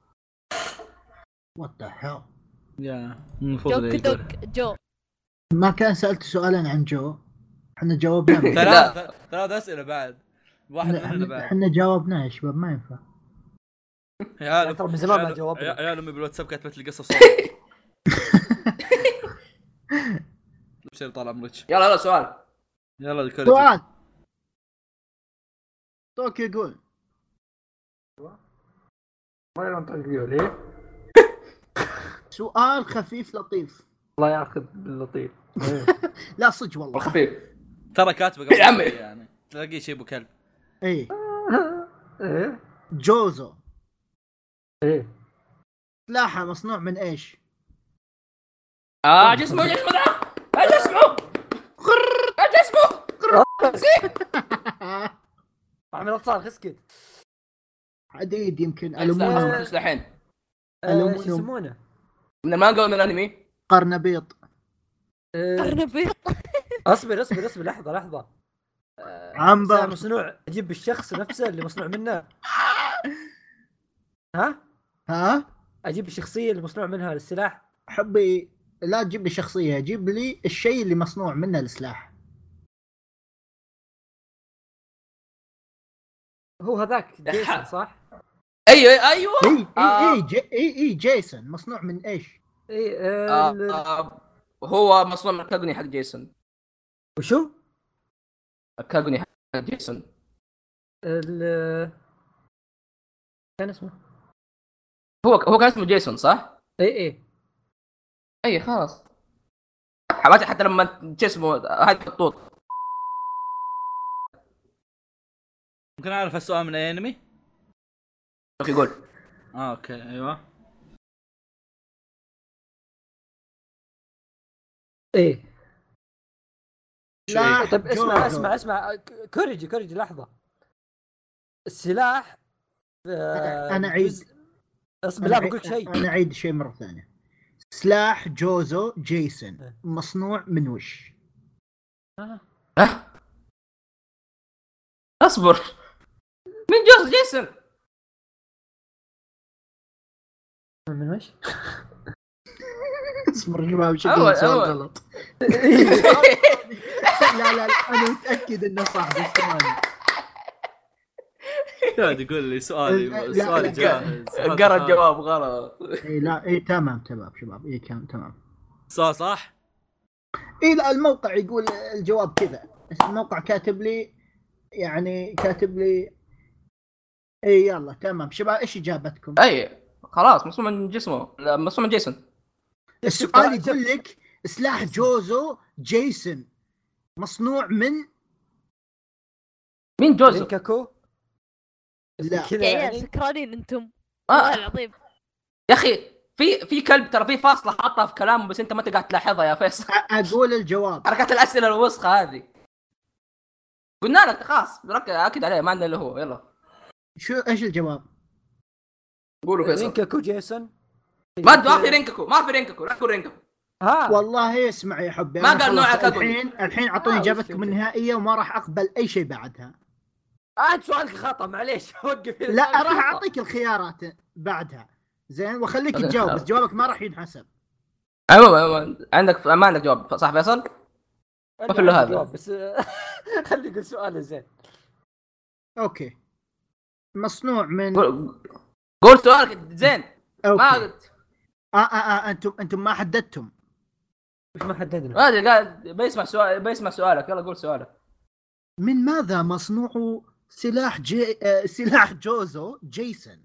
Speaker 5: وات ذا هيل.
Speaker 4: يا المفروض
Speaker 3: جو
Speaker 5: ما كان سألت سؤالا عن جو. احنا جاوبنا.
Speaker 4: ثلاث اسئله بعد واحد مننا بعد.
Speaker 5: احنا جاوبنا يا شباب ما ينفع.
Speaker 4: يا
Speaker 2: ترى من زمان ما جاوبنا.
Speaker 4: يا امي بالواتساب كتبت لي قصه صوت. بصير طال عمرك.
Speaker 1: يلا سؤال.
Speaker 4: يلا الكل
Speaker 5: سؤال طوكيو يقول
Speaker 2: ما ينطق ليه؟
Speaker 5: سؤال خفيف لطيف.
Speaker 2: الله ياخذ باللطيف.
Speaker 5: لا صدق والله
Speaker 1: خفيف.
Speaker 4: ترى كاتبه قبل
Speaker 1: يا عمي.
Speaker 4: يعني تلاقيه شيء ابو كلب.
Speaker 5: ايه
Speaker 2: ايه
Speaker 5: جوزو
Speaker 2: ايه
Speaker 5: سلاحه مصنوع من ايش؟
Speaker 1: جسمه
Speaker 2: عامل اتصال اسكت.
Speaker 5: حديد يمكن الومنيوم.
Speaker 1: الحين
Speaker 2: ايش يسمونه؟
Speaker 1: من المانجا ولا من الانمي؟
Speaker 5: قرنبيط.
Speaker 3: قرنبيط.
Speaker 2: اصبر لحظه.
Speaker 5: عنبر.
Speaker 2: مصنوع اجيب بالشخص نفسه اللي مصنوع منه.
Speaker 5: ها
Speaker 2: اجيب الشخصيه اللي مصنوع منها السلاح.
Speaker 5: حبي لا تجيب لي شخصيه، جيب لي الشيء اللي مصنوع منه السلاح.
Speaker 2: هو هذاك جيسون صح؟
Speaker 1: ايوه
Speaker 5: اي جيسون مصنوع من ايش؟
Speaker 1: هو مصنوع من الكاغوني حق جيسون.
Speaker 2: وشو؟
Speaker 1: الكاغوني حق جيسون
Speaker 2: كان اسمه
Speaker 1: هو كان اسمه جيسون صح؟
Speaker 2: اي
Speaker 1: خلاص. حتى لما اسمه هذا الطوط.
Speaker 4: ممكن اعرف السؤال من اي انمي؟
Speaker 1: يقول
Speaker 4: اوكي ايوه
Speaker 2: ايه.
Speaker 5: لا
Speaker 2: طيب اسمع كوريجي لحظه. السلاح
Speaker 5: انا عيد.
Speaker 2: اصبر لا بقول شيء.
Speaker 5: انا عيد شيء مره ثانيه. سلاح جوزو جيسون مصنوع من وش؟
Speaker 1: اصبر، من جوز جيسون؟
Speaker 2: من وش؟
Speaker 5: اصبر يا شباب،
Speaker 1: أول-
Speaker 5: شكله سؤال
Speaker 1: أول.
Speaker 5: غلط. لا انا متاكد انه صح، بس ثواني.
Speaker 4: قاعد يقول لي سؤالي
Speaker 5: لا،
Speaker 4: سؤالي
Speaker 5: لا.
Speaker 4: جاهز.
Speaker 1: قرا الجواب غلط.
Speaker 5: لا تمام شباب كان تمام.
Speaker 4: سؤال صح.
Speaker 5: لا الموقع يقول الجواب كذا، الموقع كاتب لي يلا تمام شباب، ايش اجابتكم؟
Speaker 1: اي خلاص، مصنوع من جسمه، لا، مصنوع من جيسون.
Speaker 5: السؤال يقول لك سلاح جوزو جيسون مصنوع من
Speaker 1: مين جوزو؟
Speaker 2: رينكاكو.
Speaker 5: لا
Speaker 2: كذا
Speaker 3: يا عيال
Speaker 2: يعني.
Speaker 3: سكرانين انتم والله العظيم.
Speaker 1: يا اخي في كلب ترى، في فاصله حاطها في كلامه بس انت ما تقعد تلاحظها يا فيصل.
Speaker 5: اقول الجواب.
Speaker 1: حركات الاسئله الوسخه هذه قلنا لك خلاص، ركز اكد عليه، ما عندنا اللي هو. يلا
Speaker 5: ايش الجواب؟
Speaker 1: قولوا فيصل.
Speaker 2: رينكاكو جيسون.
Speaker 1: ما في رينكاكو، لا تقول رينكاكو.
Speaker 5: والله اسمع يا حبي،
Speaker 1: ما
Speaker 5: أنا
Speaker 1: قال
Speaker 5: خلاص
Speaker 1: نوعك أقول.
Speaker 5: الحين اعطوني اجابتكم النهائيه وما راح اقبل اي شيء بعدها.
Speaker 2: انت سؤالك خطا، معليش وقف.
Speaker 5: لا راح اعطيك الخيارات بعدها زين، واخليك تجاوب، بس جوابك ما راح ينحسب.
Speaker 1: ايوه عندك، ما عندك جواب صح فيصل؟ ما في الا هذا.
Speaker 2: بس خلي يقول سؤاله زين.
Speaker 5: اوكي مصنوع من
Speaker 1: قول سؤالك زين.
Speaker 5: أوكي.
Speaker 1: ما قلت
Speaker 5: انتم ما حددتم.
Speaker 2: مش ما حددنا.
Speaker 1: ما ادري، قال بيسمع سؤالك. يلا قول سؤالك.
Speaker 5: من ماذا مصنوع سلاح سلاح جوزو جيسون؟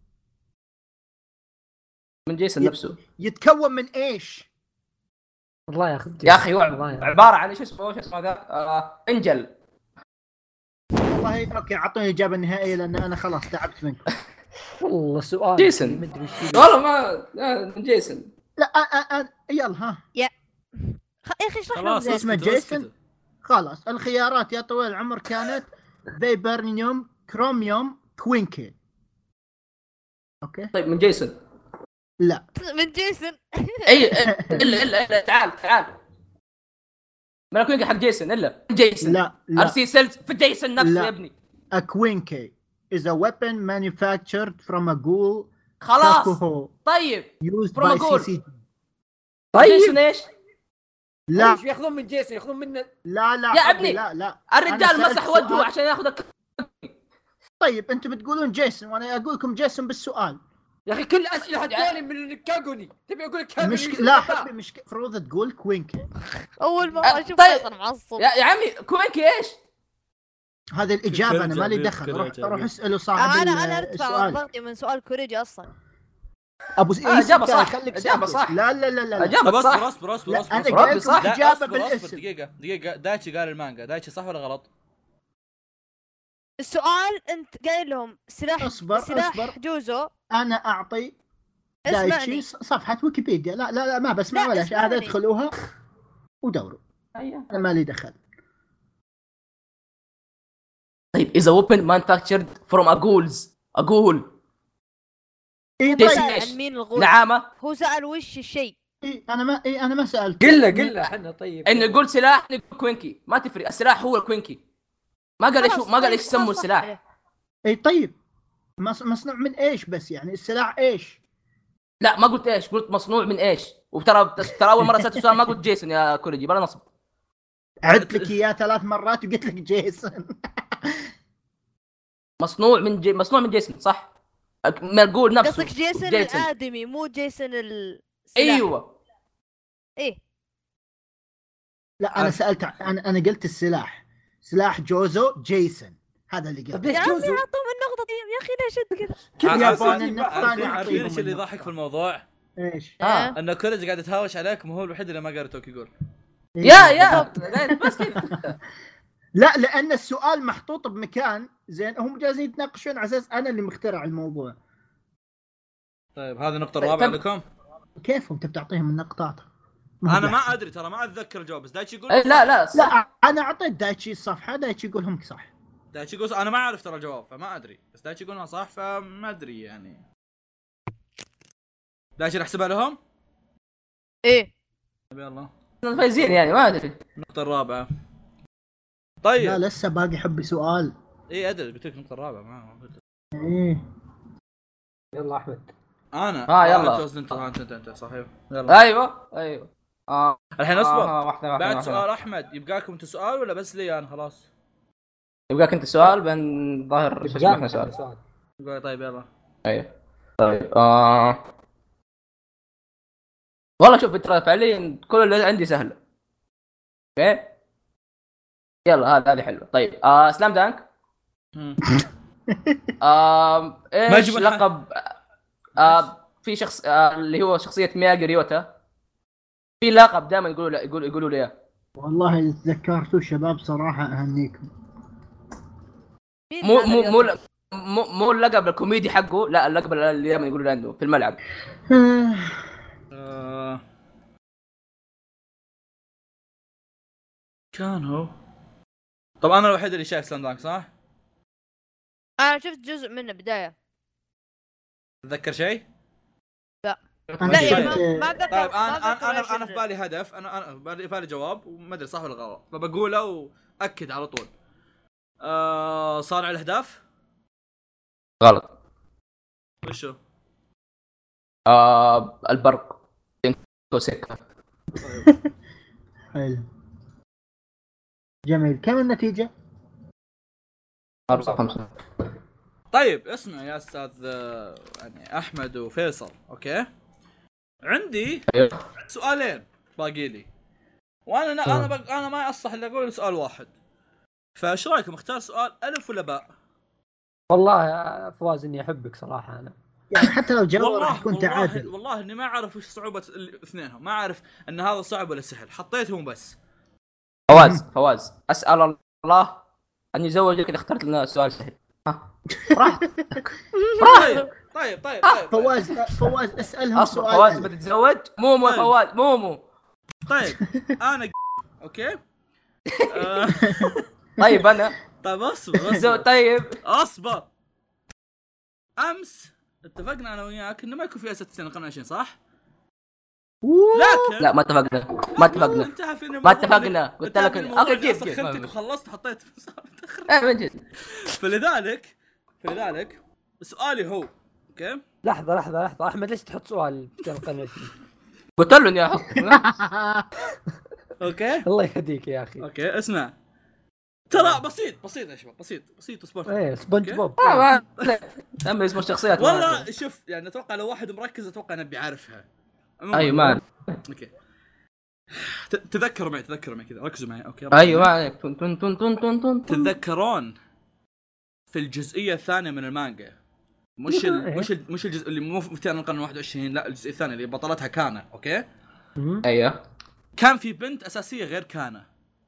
Speaker 1: من جيسون نفسه.
Speaker 5: يتكون من ايش؟
Speaker 2: والله يا اخي
Speaker 1: يا اخي هو عباره عن ايش اسمه ذا انجل.
Speaker 5: والله اوكي اعطوني الاجابه النهائيه لان انا خلاص تعبت منكم.
Speaker 2: والله سؤال
Speaker 1: جيسون.
Speaker 2: ما ادري وش
Speaker 1: والله ما من جيسون.
Speaker 5: لا يلا ها
Speaker 3: يا اخي اشرح لهم
Speaker 4: خلاص
Speaker 3: زين.
Speaker 5: اسمه جيسون. خلاص الخيارات يا طويل العمر كانت فيبرنيوم، كروميوم، كوينكي. اوكي
Speaker 1: طيب من جيسون.
Speaker 5: لا
Speaker 3: من جيسون.
Speaker 1: اي الا تعال ما كوينكي حق جيسون الا جيسون.
Speaker 5: لا
Speaker 1: ارسي سيلز في جيسون نفسه
Speaker 5: لا.
Speaker 1: يا ابني.
Speaker 5: A Quinke is a weapon manufactured from a ghoul
Speaker 1: خلاص
Speaker 5: Takuho
Speaker 1: طيب.
Speaker 5: used
Speaker 1: From a
Speaker 5: by
Speaker 1: ghoul.
Speaker 5: CCG.
Speaker 1: جيسون ايش؟
Speaker 5: لا
Speaker 2: ايش ياخذون من جيسون؟ ياخذون من
Speaker 5: لا
Speaker 1: يا
Speaker 5: حبي،
Speaker 1: ابني.
Speaker 5: لا
Speaker 1: الرجال
Speaker 5: أنا
Speaker 1: مسح
Speaker 5: سألت
Speaker 1: وجهه
Speaker 5: سؤال.
Speaker 1: عشان ياخذ
Speaker 5: طيب انتم بتقولون جيسون وانا اقول لكم جيسون بالسؤال.
Speaker 2: يا اخي كل اسئله هتجاني من الكاغوني. تبي اقول لك كاغوني؟
Speaker 5: لا حبي مفروض تقول كوينكي.
Speaker 3: اول مره اشوف
Speaker 1: طيب.
Speaker 3: فيصل معصب.
Speaker 1: يا عمي كوينكي ايش؟
Speaker 5: هذه الاجابه انا مالي
Speaker 4: كرجة،
Speaker 5: دخل.
Speaker 4: كرجة.
Speaker 5: روح اساله صاحب
Speaker 3: انا ارتفع
Speaker 5: السؤال.
Speaker 3: ضغطي من سؤال كوريجي اصلا.
Speaker 5: ابو
Speaker 1: اجابه صح.
Speaker 5: خليك
Speaker 1: اجابه
Speaker 5: ساكت.
Speaker 1: صح.
Speaker 5: لا
Speaker 1: اجابه
Speaker 4: طب
Speaker 1: صح.
Speaker 4: اصبر
Speaker 5: لا، انا
Speaker 1: ربي
Speaker 5: قايل
Speaker 1: صح.
Speaker 5: لكم
Speaker 4: لا،
Speaker 5: اجابه
Speaker 4: اصبر
Speaker 5: بالاسم.
Speaker 4: دقيقة دايتشي قال المانجا، دايتشي صح ولا غلط؟
Speaker 3: السؤال انت قايل لهم سلاح
Speaker 5: اصبر
Speaker 3: جوزو.
Speaker 5: انا اعطي دايتشي
Speaker 3: اسمعني.
Speaker 5: صفحه ويكيبيديا. لا ما بسمع
Speaker 3: لا،
Speaker 5: ولا شيء.
Speaker 3: اسمعني.
Speaker 5: هذا ادخلوها ودوروا،
Speaker 1: أيوه.
Speaker 5: انا مالي دخل.
Speaker 1: طيب is a weapon manufactured from a ghoul.
Speaker 5: اي
Speaker 1: جيسون
Speaker 5: طيب
Speaker 1: إيش؟
Speaker 3: عن مين الغول؟
Speaker 1: نعامه.
Speaker 3: هو سأل وش الشيء.
Speaker 5: انا ما سالت.
Speaker 2: قل احنا طيب.
Speaker 1: انه يقول سلاح نقول كوينكي، ما تفرق، السلاح هو الكوينكي. ما قال
Speaker 3: خلاص،
Speaker 1: ايش
Speaker 3: طيب،
Speaker 1: يسموا
Speaker 3: خلاص،
Speaker 1: السلاح.
Speaker 3: صح.
Speaker 5: اي طيب مصنوع من ايش بس؟ يعني السلاح ايش؟
Speaker 1: لا ما قلت ايش، قلت مصنوع من ايش. وترى اول مره سالت السؤال ما قلت جيسون يا كوريجي، بلا نصب.
Speaker 5: عدت لك اياه 3 مرات وقلت لك جيسون.
Speaker 1: مصنوع من جيسون صح. ما نقول نفسه.
Speaker 3: قصدك جيسون الادمي مو جيسون السلاح.
Speaker 1: ايوه.
Speaker 3: ايه
Speaker 5: لا انا سالت انا قلت السلاح سلاح جوزو جيسون، هذا اللي
Speaker 2: طب
Speaker 5: قلت.
Speaker 2: ليش
Speaker 3: يا عمي
Speaker 2: جوزو؟
Speaker 3: اعطوهم النقطة دي يا اخي ليش انت كذا؟
Speaker 5: كل يابان النقطه
Speaker 4: عارفين ايش اللي يضحك في الموضوع؟
Speaker 5: ايش؟
Speaker 4: ان كوريجي قاعد يتهاوش عليك، وهو الوحيد اللي ما قرأ توكيغور.
Speaker 1: يا بس كذا.
Speaker 5: لا لان السؤال محطوط بمكان زين، هم جالسين يتناقشون على اساس انا اللي مخترع الموضوع.
Speaker 4: طيب هذه النقطة الرابعة لكم.
Speaker 5: كيف انت بتعطيهم النقطات؟
Speaker 4: انا ما ادري ترى، ما اتذكر الجواب، بس دايتشي يقول
Speaker 1: لا صح.
Speaker 5: لا انا اعطيت دايتشي الصفحه، دايتشي يقولهم صح.
Speaker 4: دايتشي يقول انا ما اعرف ترى الجواب فما ادري، بس دايتشي يقول صح فما ادري يعني. دايتشي نحسبها لهم؟
Speaker 3: ايه
Speaker 4: يلا
Speaker 1: فايزين يعني ما ادري.
Speaker 4: النقطة الرابعة. طيب
Speaker 5: لا لسه باقي حبي سؤال.
Speaker 4: ايه ادري قلت لك النقطة الرابعة ما
Speaker 5: ايه
Speaker 2: يلا احمد.
Speaker 4: انا
Speaker 1: يلا.
Speaker 4: انت صحيح يلا.
Speaker 1: ايوه
Speaker 4: الحين اصبر.
Speaker 1: واحدة
Speaker 4: بعد
Speaker 1: واحدة.
Speaker 4: سؤال احمد يبقى لكم انتم سؤال ولا بس لي انا خلاص؟
Speaker 1: يبقاك انت سؤال بين ظاهر شو اسمه احنا سؤال.
Speaker 4: يبقى طيب يلا.
Speaker 1: ايوه طيب والله شوف ترى فعليا كل اللي عندي سهله. اوكي يلا هذه حلوه. طيب سلام دانك.
Speaker 4: مم. ما
Speaker 1: ايش
Speaker 4: يجيبون
Speaker 1: لقب في شخص اللي هو شخصيه مياجي ريوتا، في لقب دائما يقولوا لي اياه.
Speaker 5: والله اذا تذكرتوا شباب صراحه اهنيكم.
Speaker 3: مين
Speaker 1: مو
Speaker 3: هذا
Speaker 1: مو مو
Speaker 3: اليوتيوب؟
Speaker 1: مو اللقب الكوميدي حقه، لا اللقب اللي دائما يقولوا عنده في الملعب.
Speaker 4: كان هو. طبعا انا الوحيد اللي شايف سلام دانك صح؟
Speaker 3: انا شفت جزء منه بداية.
Speaker 4: تتذكر شيء؟
Speaker 5: أنا
Speaker 3: لا يعني
Speaker 5: شفت-
Speaker 3: ما اتذكر.
Speaker 4: طيب
Speaker 3: ما أتذكر إيش
Speaker 4: انا في بالي هدف، انا في بالي جواب وما ادري صح ولا غلط، فبقوله واكد على طول. صانع الاهداف.
Speaker 1: غلط.
Speaker 4: وشو؟
Speaker 1: البرق كوسيكا.
Speaker 5: حلو جميل. كم النتيجه؟
Speaker 1: 4-5.
Speaker 4: طيب اسمع يا استاذ يعني احمد وفيصل، اوكي عندي سؤالين باقي لي، وانا انا ما اصح الا اقول سؤال واحد، فايش رايكم اختار سؤال الف ولا باء؟
Speaker 2: والله يا فواز اني احبك صراحه انا.
Speaker 5: يعني حتى لو جاوب راح يكون تعادل.
Speaker 4: والله اني ما اعرف وش صعوبه الاثنينهم، ما اعرف ان هذا صعب ولا سهل، حطيتهم بس.
Speaker 1: فواز اسال الله ان يزوجك اذا اخترت لنا سؤال سهل.
Speaker 4: طيب
Speaker 5: فواز اسالهم
Speaker 1: اصبر
Speaker 5: سؤال.
Speaker 1: فواز بتتزوج؟ مومو
Speaker 4: طيب.
Speaker 1: فواز مومو.
Speaker 4: طيب انا اوكي
Speaker 1: طيب انا
Speaker 4: طيب اصبر
Speaker 1: طيب
Speaker 4: اصبر. امس اتفقنا انا وياك انه ما يكون فيها 6 سنين اقل من 20 صح؟ لكن
Speaker 1: لا ما اتفقنا
Speaker 4: انتهى فينا
Speaker 1: ما اتفقنا. قلت لك
Speaker 4: اوكي
Speaker 1: جيب
Speaker 4: سخنتك وخلصت حطيت
Speaker 1: من جد.
Speaker 4: فلذلك سؤالي هو اوكي
Speaker 2: لحظه احمد ليش تحط سؤال في القناه؟
Speaker 1: قلت له اني احط.
Speaker 4: اوكي
Speaker 2: الله يهديك يا اخي.
Speaker 4: اوكي اسمع ترى بسيط يا شباب، بسيط وسبورت.
Speaker 2: ايه سبونج بوب.
Speaker 1: اما اسم الشخصيات
Speaker 4: والله شوف يعني اتوقع لو واحد مركز اتوقع انه بيعرفها.
Speaker 1: ايوه ما
Speaker 4: اوكي تذكروا معي كذا، ركزوا معي اوكي.
Speaker 1: ايوه ما عليك. تون
Speaker 4: تتذكرون في الجزئيه الثانيه من المانجا مش الجزء اللي مو في القرن 21، لا الجزء الثاني اللي بطلتها كانا اوكي.
Speaker 1: ايوه
Speaker 4: كان في بنت اساسيه غير كانا.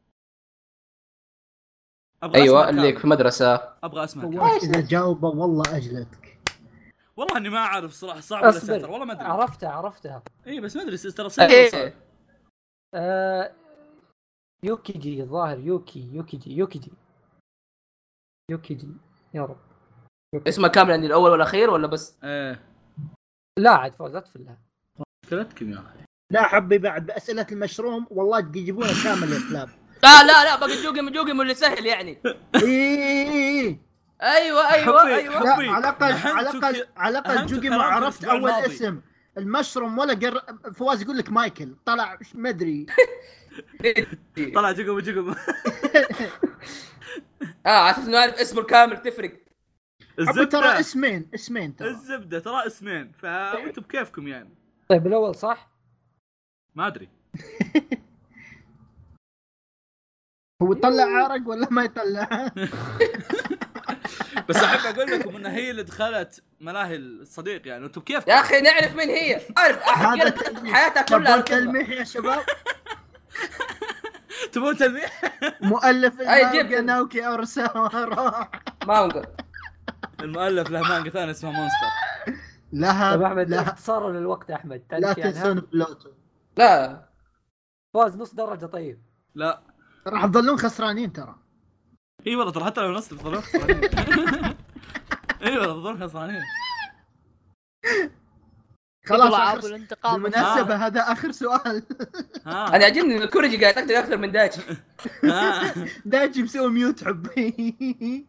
Speaker 1: ايوه اللي في مدرسه.
Speaker 4: ابغى اسمع
Speaker 5: فواز اذا جاوبه والله اجلدك.
Speaker 4: والله اني ما اعرف صراحه، صعب ولا سهل والله ما ادري.
Speaker 2: عرفتها.
Speaker 4: اي بس ما ادري ترى صعب.
Speaker 2: يوكيجي الظاهر. يوكيجي يا رب.
Speaker 1: اسمه كامل عندي الاول والاخير ولا بس؟
Speaker 4: ايه
Speaker 2: لا عاد فوز لا تفلها.
Speaker 4: كلتكم يا اخي.
Speaker 5: لا حبي بعد باسئله المشروم والله تجيبونه كامل يا كلاب.
Speaker 1: لا باقي جوجي اللي سهل يعني.
Speaker 5: ايه
Speaker 1: ايوه
Speaker 5: لا على الاقل جوجي ما عرفت اول اسم المشروم ولا فواز يقول لك مايكل طلع ما ادري.
Speaker 4: طلع جوجم
Speaker 1: على اساس انه عارف اسمه الكامل تفرق.
Speaker 5: ترى اسمين ترى.
Speaker 4: الزبده ترى اسمين، فانتم بكيفكم يعني.
Speaker 2: طيب الاول صح؟
Speaker 4: ما ادري
Speaker 5: هو يطلع عرق ولا ما يطلع؟
Speaker 4: بس احب اقول لكم ان هي اللي دخلت ملاهي الصديق يعني، انتم كيف
Speaker 1: يا اخي نعرف مين هي. عارف حياتها كلها
Speaker 5: تلميح يا شباب.
Speaker 4: تبون تلميح؟
Speaker 5: مؤلف
Speaker 1: جبت
Speaker 5: ناوكي اورساوا
Speaker 1: مانجا.
Speaker 4: المؤلف له مانجا ثانيه اسمها مونستر.
Speaker 2: طيب احمد
Speaker 5: لا
Speaker 2: اختصارا للوقت يا احمد
Speaker 5: لا تنسون بلوتو.
Speaker 1: لا
Speaker 2: فوز نص درجه. طيب
Speaker 4: لا
Speaker 5: راح تظلون خسرانين ترى.
Speaker 4: اي والله ترى حتى لو نص تظلون خسرانين. اي والله تظلون خسرانين.
Speaker 5: خلاص
Speaker 3: العاب
Speaker 5: آخر
Speaker 3: والانتقام.
Speaker 5: بالمناسبة هذا آخر سؤال.
Speaker 1: انا عجبني ان الكوريجي قاعد يقتل اكثر من دايتشي.
Speaker 5: دايتشي مسوي ميوت حبي.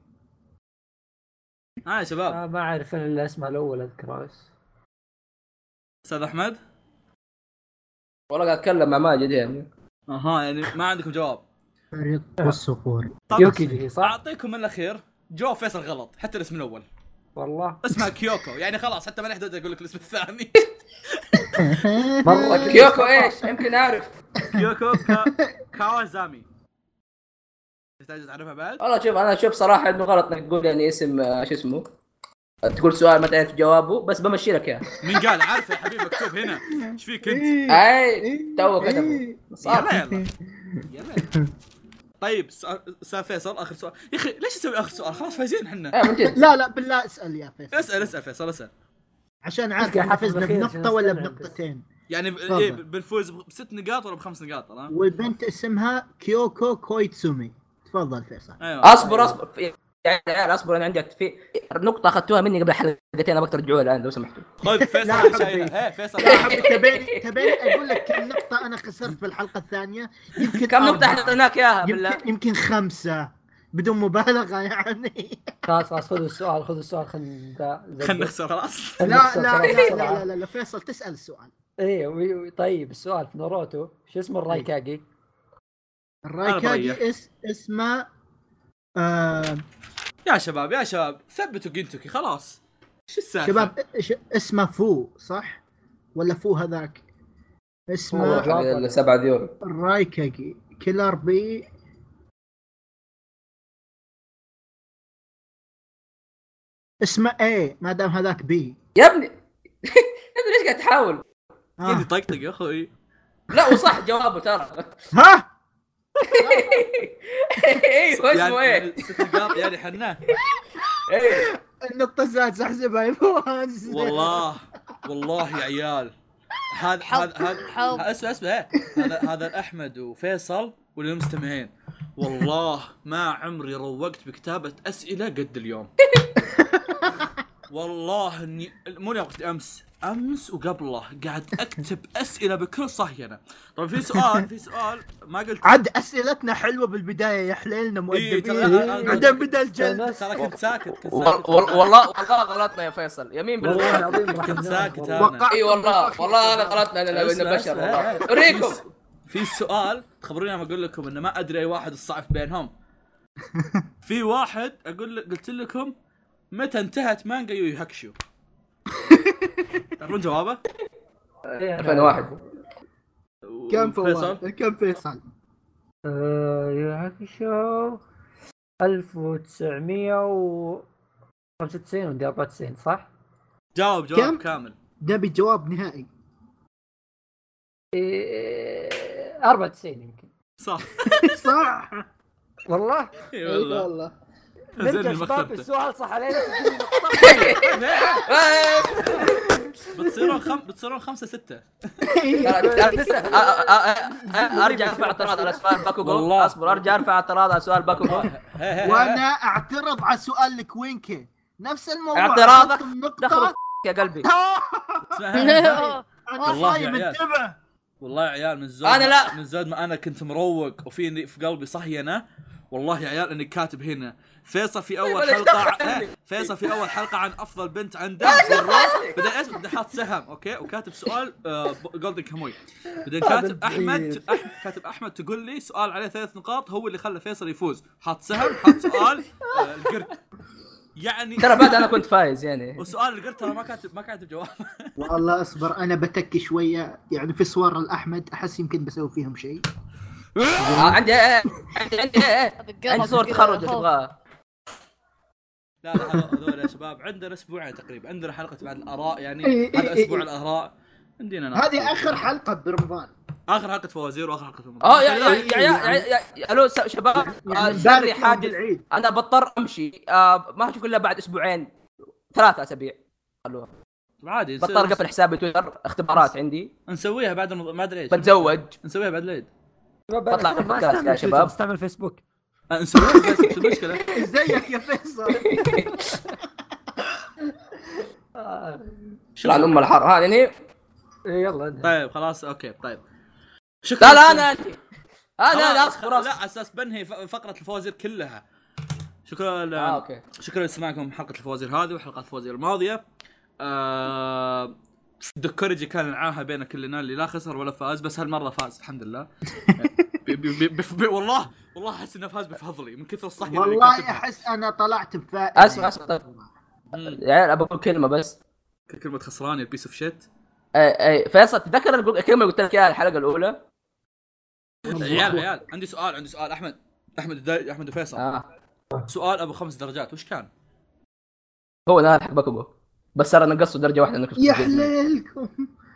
Speaker 4: يا شباب
Speaker 2: ما اعرف انا اللي اسمه الاول اذكره بس.
Speaker 4: استاذ احمد
Speaker 1: والله قاعد اتكلم مع ماجد يعني.
Speaker 4: يعني ما عندكم جواب.
Speaker 5: فريق والصقور.
Speaker 4: طب
Speaker 2: يوكيجي صح؟
Speaker 4: اعطيكم من الاخير جواب فيصل غلط حتى الاسم الاول
Speaker 2: والله
Speaker 4: اسمها كيوكو يعني خلاص حتى ما نحتاج اقول لك الاسم الثاني.
Speaker 2: مرة
Speaker 1: كيوكو ايش يمكن اعرف.
Speaker 4: كيوكو كاوازامي. تحتاج تعرفها بعد؟
Speaker 1: والله شوف انا اشوف صراحه انه غلط انك تقول يعني اسم شو اسمه، تقول سؤال ما تعرف جوابه بس بمشي لك اياه.
Speaker 4: مين قال عارف يا حبيبي مكتوب هنا ايش فيك انت؟
Speaker 1: اي تو كتبه صار.
Speaker 4: يلا طيب استاذ فيصل اخر سؤال يا اخي ليش نسوي اخر سؤال خلاص فايزين احنا.
Speaker 1: من جد
Speaker 5: لا بالله اسأل يا فيصل.
Speaker 4: اسال فيصل اسال
Speaker 5: عشان عارف احنا فزنا بنقطة ولا بنقطتين.
Speaker 4: يعني بنفوز ب6 نقاط ولا ب5 نقاط ترى.
Speaker 5: والبنت اسمها كيوكو كويتسومي. تفضل فيصل.
Speaker 4: أيوة.
Speaker 1: اصبر يعني اصبر انا عندي في نقطه اخذتوها مني قبل حلقتين ابغى ترجعوها الان لو سمحتوا.
Speaker 4: طيب فيصل شايلها فيصل
Speaker 5: تبين اقول لك كم نقطة انا خسرت في الحلقة الثانية. يمكن
Speaker 1: كم نقطه احنا اعطيناك اياها بالله؟
Speaker 5: يمكن 5 بدون مبالغة يعني.
Speaker 2: خلاص خذ السؤال
Speaker 4: خلينا نخسر خلاص.
Speaker 5: لا فيصل تسأل السؤال.
Speaker 2: ايه طيب السؤال في ناروتو شو اسمه الرايكاجي؟
Speaker 5: الرايكاجي اسمه
Speaker 4: يا شباب ثبتوا جنتوكي خلاص. ايش السالفه
Speaker 5: شباب اسمه فو صح ولا فو هذاك اسمه
Speaker 1: 7 ذيول
Speaker 5: الرايكاجي كيلر بي. اسمه ايه ما دام هذاك بي
Speaker 1: يا ابني. ليش قاعد تحاول؟
Speaker 4: يدي طقطق يا اخوي.
Speaker 1: لا وصح جوابه ترى.
Speaker 5: ها
Speaker 1: ايوه اسمه ايه
Speaker 4: 6 نقاط يعني حناه.
Speaker 5: النقطة السادسة احسبها يا فواز.
Speaker 4: والله يا عيال هذا اسمه هذا الاحمد وفيصل والمستمعين والله ما عمري روقت بكتابة اسئلة قد اليوم. والله اني مو وقت امس وقبله قاعد اكتب اسئله بكل صهينه. طبعا في سؤال ما قلت
Speaker 5: عاد اسئلتنا حلوه بالبدايه يا حليلنا مؤدبين. بعدين بدا الجلد.
Speaker 4: ترى كنت ساكت
Speaker 1: والله غلطنا يا فيصل يمين بالله.
Speaker 2: والله العظيم
Speaker 4: كنت ساكت انا.
Speaker 1: اي والله هذا غلطنا انا بشر والله. اوريكم
Speaker 4: في سؤال تخبروني ما اقول لكم انه ما ادري اي واحد الصعب بينهم. في واحد قلت لكم متى انتهت مانجا يو هاكشو؟ تعرفون جوابه؟
Speaker 1: 2001.
Speaker 5: كم فيصل؟
Speaker 2: يو هاكشو 1995 ولا 94 صح؟
Speaker 4: جواب كامل.
Speaker 5: ده بجواب نهائي.
Speaker 2: 94 يمكن.
Speaker 4: صح
Speaker 2: والله
Speaker 5: اي والله.
Speaker 2: نرجع شباب السؤال صح علينا.
Speaker 4: بتصيرون 5-6.
Speaker 1: ارجع ارفع اعتراض على سؤال باكوغو. اصبر ارجع ارفع اعتراض على سؤال باكوغو.
Speaker 5: وانا اعترض على سؤال الكوينكي نفس الموضوع.
Speaker 1: اعتراضك دخل يا قلبي.
Speaker 4: والله يا عيال من زود ما انا كنت مروق وفي في قلبي صهينه. والله يا عيال اني كاتب هنا فيصل في اول حلقه عن افضل بنت عنده بدأ حاط سهم اوكي وكاتب سؤال جولدن كاموي. بعدين كاتب احمد تقول لي سؤال عليه 3 نقاط هو اللي خلى فيصل يفوز. حاط سهم حاط سؤال القرد يعني
Speaker 1: ترى بعد انا كنت فايز يعني.
Speaker 4: وسؤال القرد ترى ما كاتب جواب.
Speaker 5: والله اصبر انا بتكي شويه يعني في صور الاحمد احس يمكن بسوي فيهم شيء.
Speaker 1: عندي صورة تخرج تبغاها.
Speaker 4: لا هذول يا شباب عندنا اسبوعين تقريبا. عندنا حلقة بعد الآراء يعني هذا اسبوع الآراء عندنا.
Speaker 5: هذه اخر حلقة برمضان.
Speaker 4: اخر حلقة فوازير واخر حلقة رمضان.
Speaker 1: يا الو شباب سري حاجة انا بضطر امشي ما اشوف الا بعد اسبوعين 3 اسابيع. خلوها
Speaker 4: عادي.
Speaker 1: بضطر اقفل حسابي تويتر اختبارات عندي
Speaker 4: نسويها بعد ما ادري ايش.
Speaker 1: بتزوج
Speaker 4: نسويها بعد العيد.
Speaker 1: بطلع بودكاست يا شباب.
Speaker 2: استعمل فيسبوك.
Speaker 4: نسويها فيسبوك شو المشكلة؟
Speaker 5: ازيك يا فيصل؟
Speaker 1: شو عن ام الحر هذه يعني
Speaker 2: يلا
Speaker 4: طيب خلاص اوكي طيب شكرا.
Speaker 1: لا انا اصبر
Speaker 4: لا اساس بنهي فقره الفوازير كلها. شكرا
Speaker 1: اوكي.
Speaker 4: شكرا لسماعكم حلقه الفوازير هذه وحلقات الفوازير الماضيه. دكوريجي كان العاهه بين كلنا اللي لا خسر ولا فاز، بس هالمره فاز الحمد لله. والله احس انه فاز بفضلي من كثر الصح اللي
Speaker 5: والله
Speaker 4: كاتبها.
Speaker 5: احس انا طلعت بفائز.
Speaker 1: اسمع طيب يا عيال ابى اقول كلمه بس.
Speaker 4: كلمه خسران البيس اوف شيت.
Speaker 1: اي فيصل تذكر الكلمه اللي قلت لك اياها الحلقه الاولى؟
Speaker 4: عيال عندي سؤال احمد وفيصل. سؤال ابو 5 درجات وش كان؟
Speaker 1: هو انا الحق بكبه بس ترى نقصوا درجه واحده انك
Speaker 5: يا حليلكم.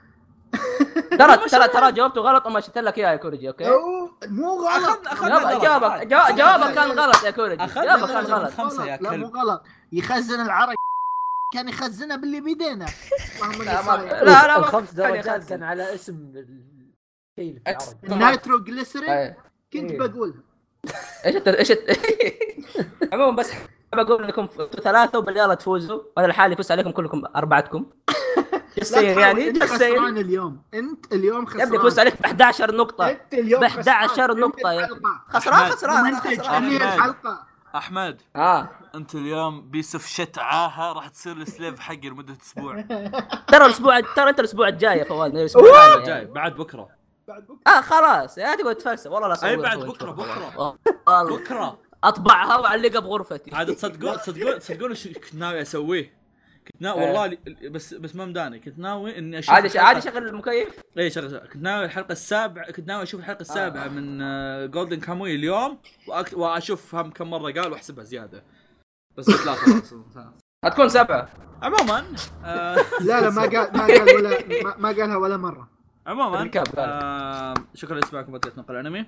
Speaker 1: ترى جاوبته غلط وما شفت لك اياها يا كوريجي. اوكي
Speaker 5: مو غلط.
Speaker 1: جوابك كان غلط يا كوريجي. جوابك كان غلط.
Speaker 4: 5 يا
Speaker 5: لا مو
Speaker 4: كلب.
Speaker 5: غلط. يخزن العرق كان يخزنها باللي بيدينا.
Speaker 1: لا
Speaker 2: الخمس درجات كان على اسم الشيء في العرض
Speaker 5: النايترو جليسرين كنت بقولها.
Speaker 1: ايش عموما بس بقول لكم 3 وباليلا تفوزوا وانا لحالي فزت عليكم كلكم 4. جسير يعني
Speaker 5: انت خسران اليوم. انت اليوم خسران.
Speaker 1: يبدي فزت عليك ب 11 نقطة.
Speaker 5: انت اليوم
Speaker 1: ب 11 نقطة يا خسران.
Speaker 5: الحلقة
Speaker 4: احمد انت اليوم بيسف شت عاهه راح تصير السليف حقي لمدة اسبوع.
Speaker 1: ترى انت الاسبوع الجاي يا فواز.
Speaker 4: الاسبوع الجاي بعد بكره.
Speaker 1: خلاص يا تقعد تفلسف والله لا
Speaker 4: اي بعد بكره
Speaker 1: اطبعها واعلقها بغرفتي.
Speaker 4: عاد تصدقون ايش كنت ناوي اسويه؟ كنت ناوي والله بس ما مداني. كنت ناوي اني اشوف
Speaker 1: عادي شغل المكيف.
Speaker 4: اي شغل. كنت ناوي الحلقه السابعه. كنت ناوي اشوف الحلقه السابعه من جولدن كاموي اليوم واشوف كم مره قال واحسبها زياده. بس لا خلاص
Speaker 1: هتكون 7
Speaker 4: عموما.
Speaker 5: لا ما قال ما قالها ولا مره.
Speaker 4: عموما شكرا لسماعكم بودكاست نقل انمي.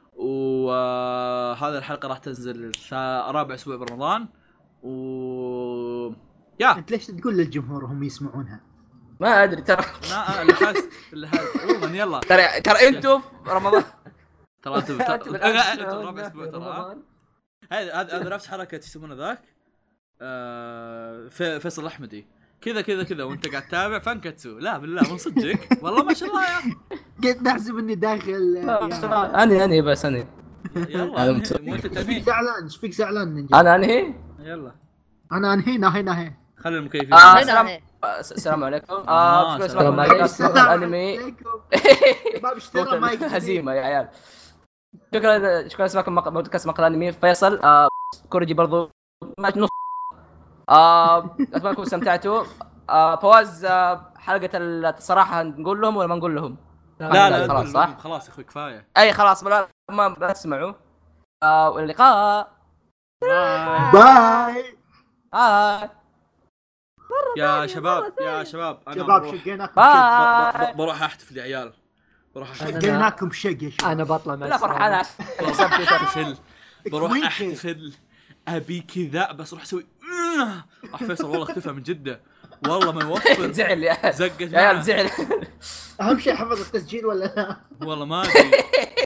Speaker 4: وهذا الحلقه راح تنزل رابع اسبوع برمضان.
Speaker 5: انت ليش تقول للجمهور هم يسمعونها؟
Speaker 1: ما ادري ترى.
Speaker 4: لا اللي عموما يلا
Speaker 1: ترى انتم في رمضان.
Speaker 4: ترى انتم رابع اسبوع ترى. هذا نفس حركه يسمونه ذاك فيصل الاحمدي كذا وانت قاعد تتابع فانكتسو. لا بالله من صدقك والله ما شاء الله يا اخي.
Speaker 5: قد نحسب اني داخل.
Speaker 1: اني بس اني
Speaker 4: يلا مو انت تنهي.
Speaker 5: زعلان ايش فيك زعلان؟
Speaker 1: انا انهي.
Speaker 4: يلا
Speaker 5: انا انهي نهي
Speaker 4: خلي المكيفين.
Speaker 1: السلام عليكم.
Speaker 4: السلام
Speaker 1: عليكم. الانمي
Speaker 5: باب اشترى مايك
Speaker 1: هزيمه يا عيال. شكرا اسمعكم بودكاست مقال انمي. فيصل كوريجي برضو نص. اتمنى انكم استمتعتوا. فواز حلقه الصراحه نقول لهم ولا ما نقول لهم؟
Speaker 4: لا
Speaker 1: خلاص صح.
Speaker 4: خلاص يا اخوي كفايه.
Speaker 1: اي خلاص ما بسمعوا. واللقاء.
Speaker 5: باي.
Speaker 4: يا شباب انا
Speaker 5: شقيناكم
Speaker 4: بروح احتفل يا عيال.
Speaker 5: شقيناكم شق.
Speaker 2: انا بطلع مع
Speaker 1: لا فرحان
Speaker 4: احتفل. بروح احتفل ابي كذا بس روح اسوي فيصل والله اختفى من جده والله ما يوفر.
Speaker 1: زعل يا
Speaker 4: زقت
Speaker 1: عيال زعل.
Speaker 5: اهم شيء حفظ التسجيل ولا لا؟
Speaker 4: والله ما ادري.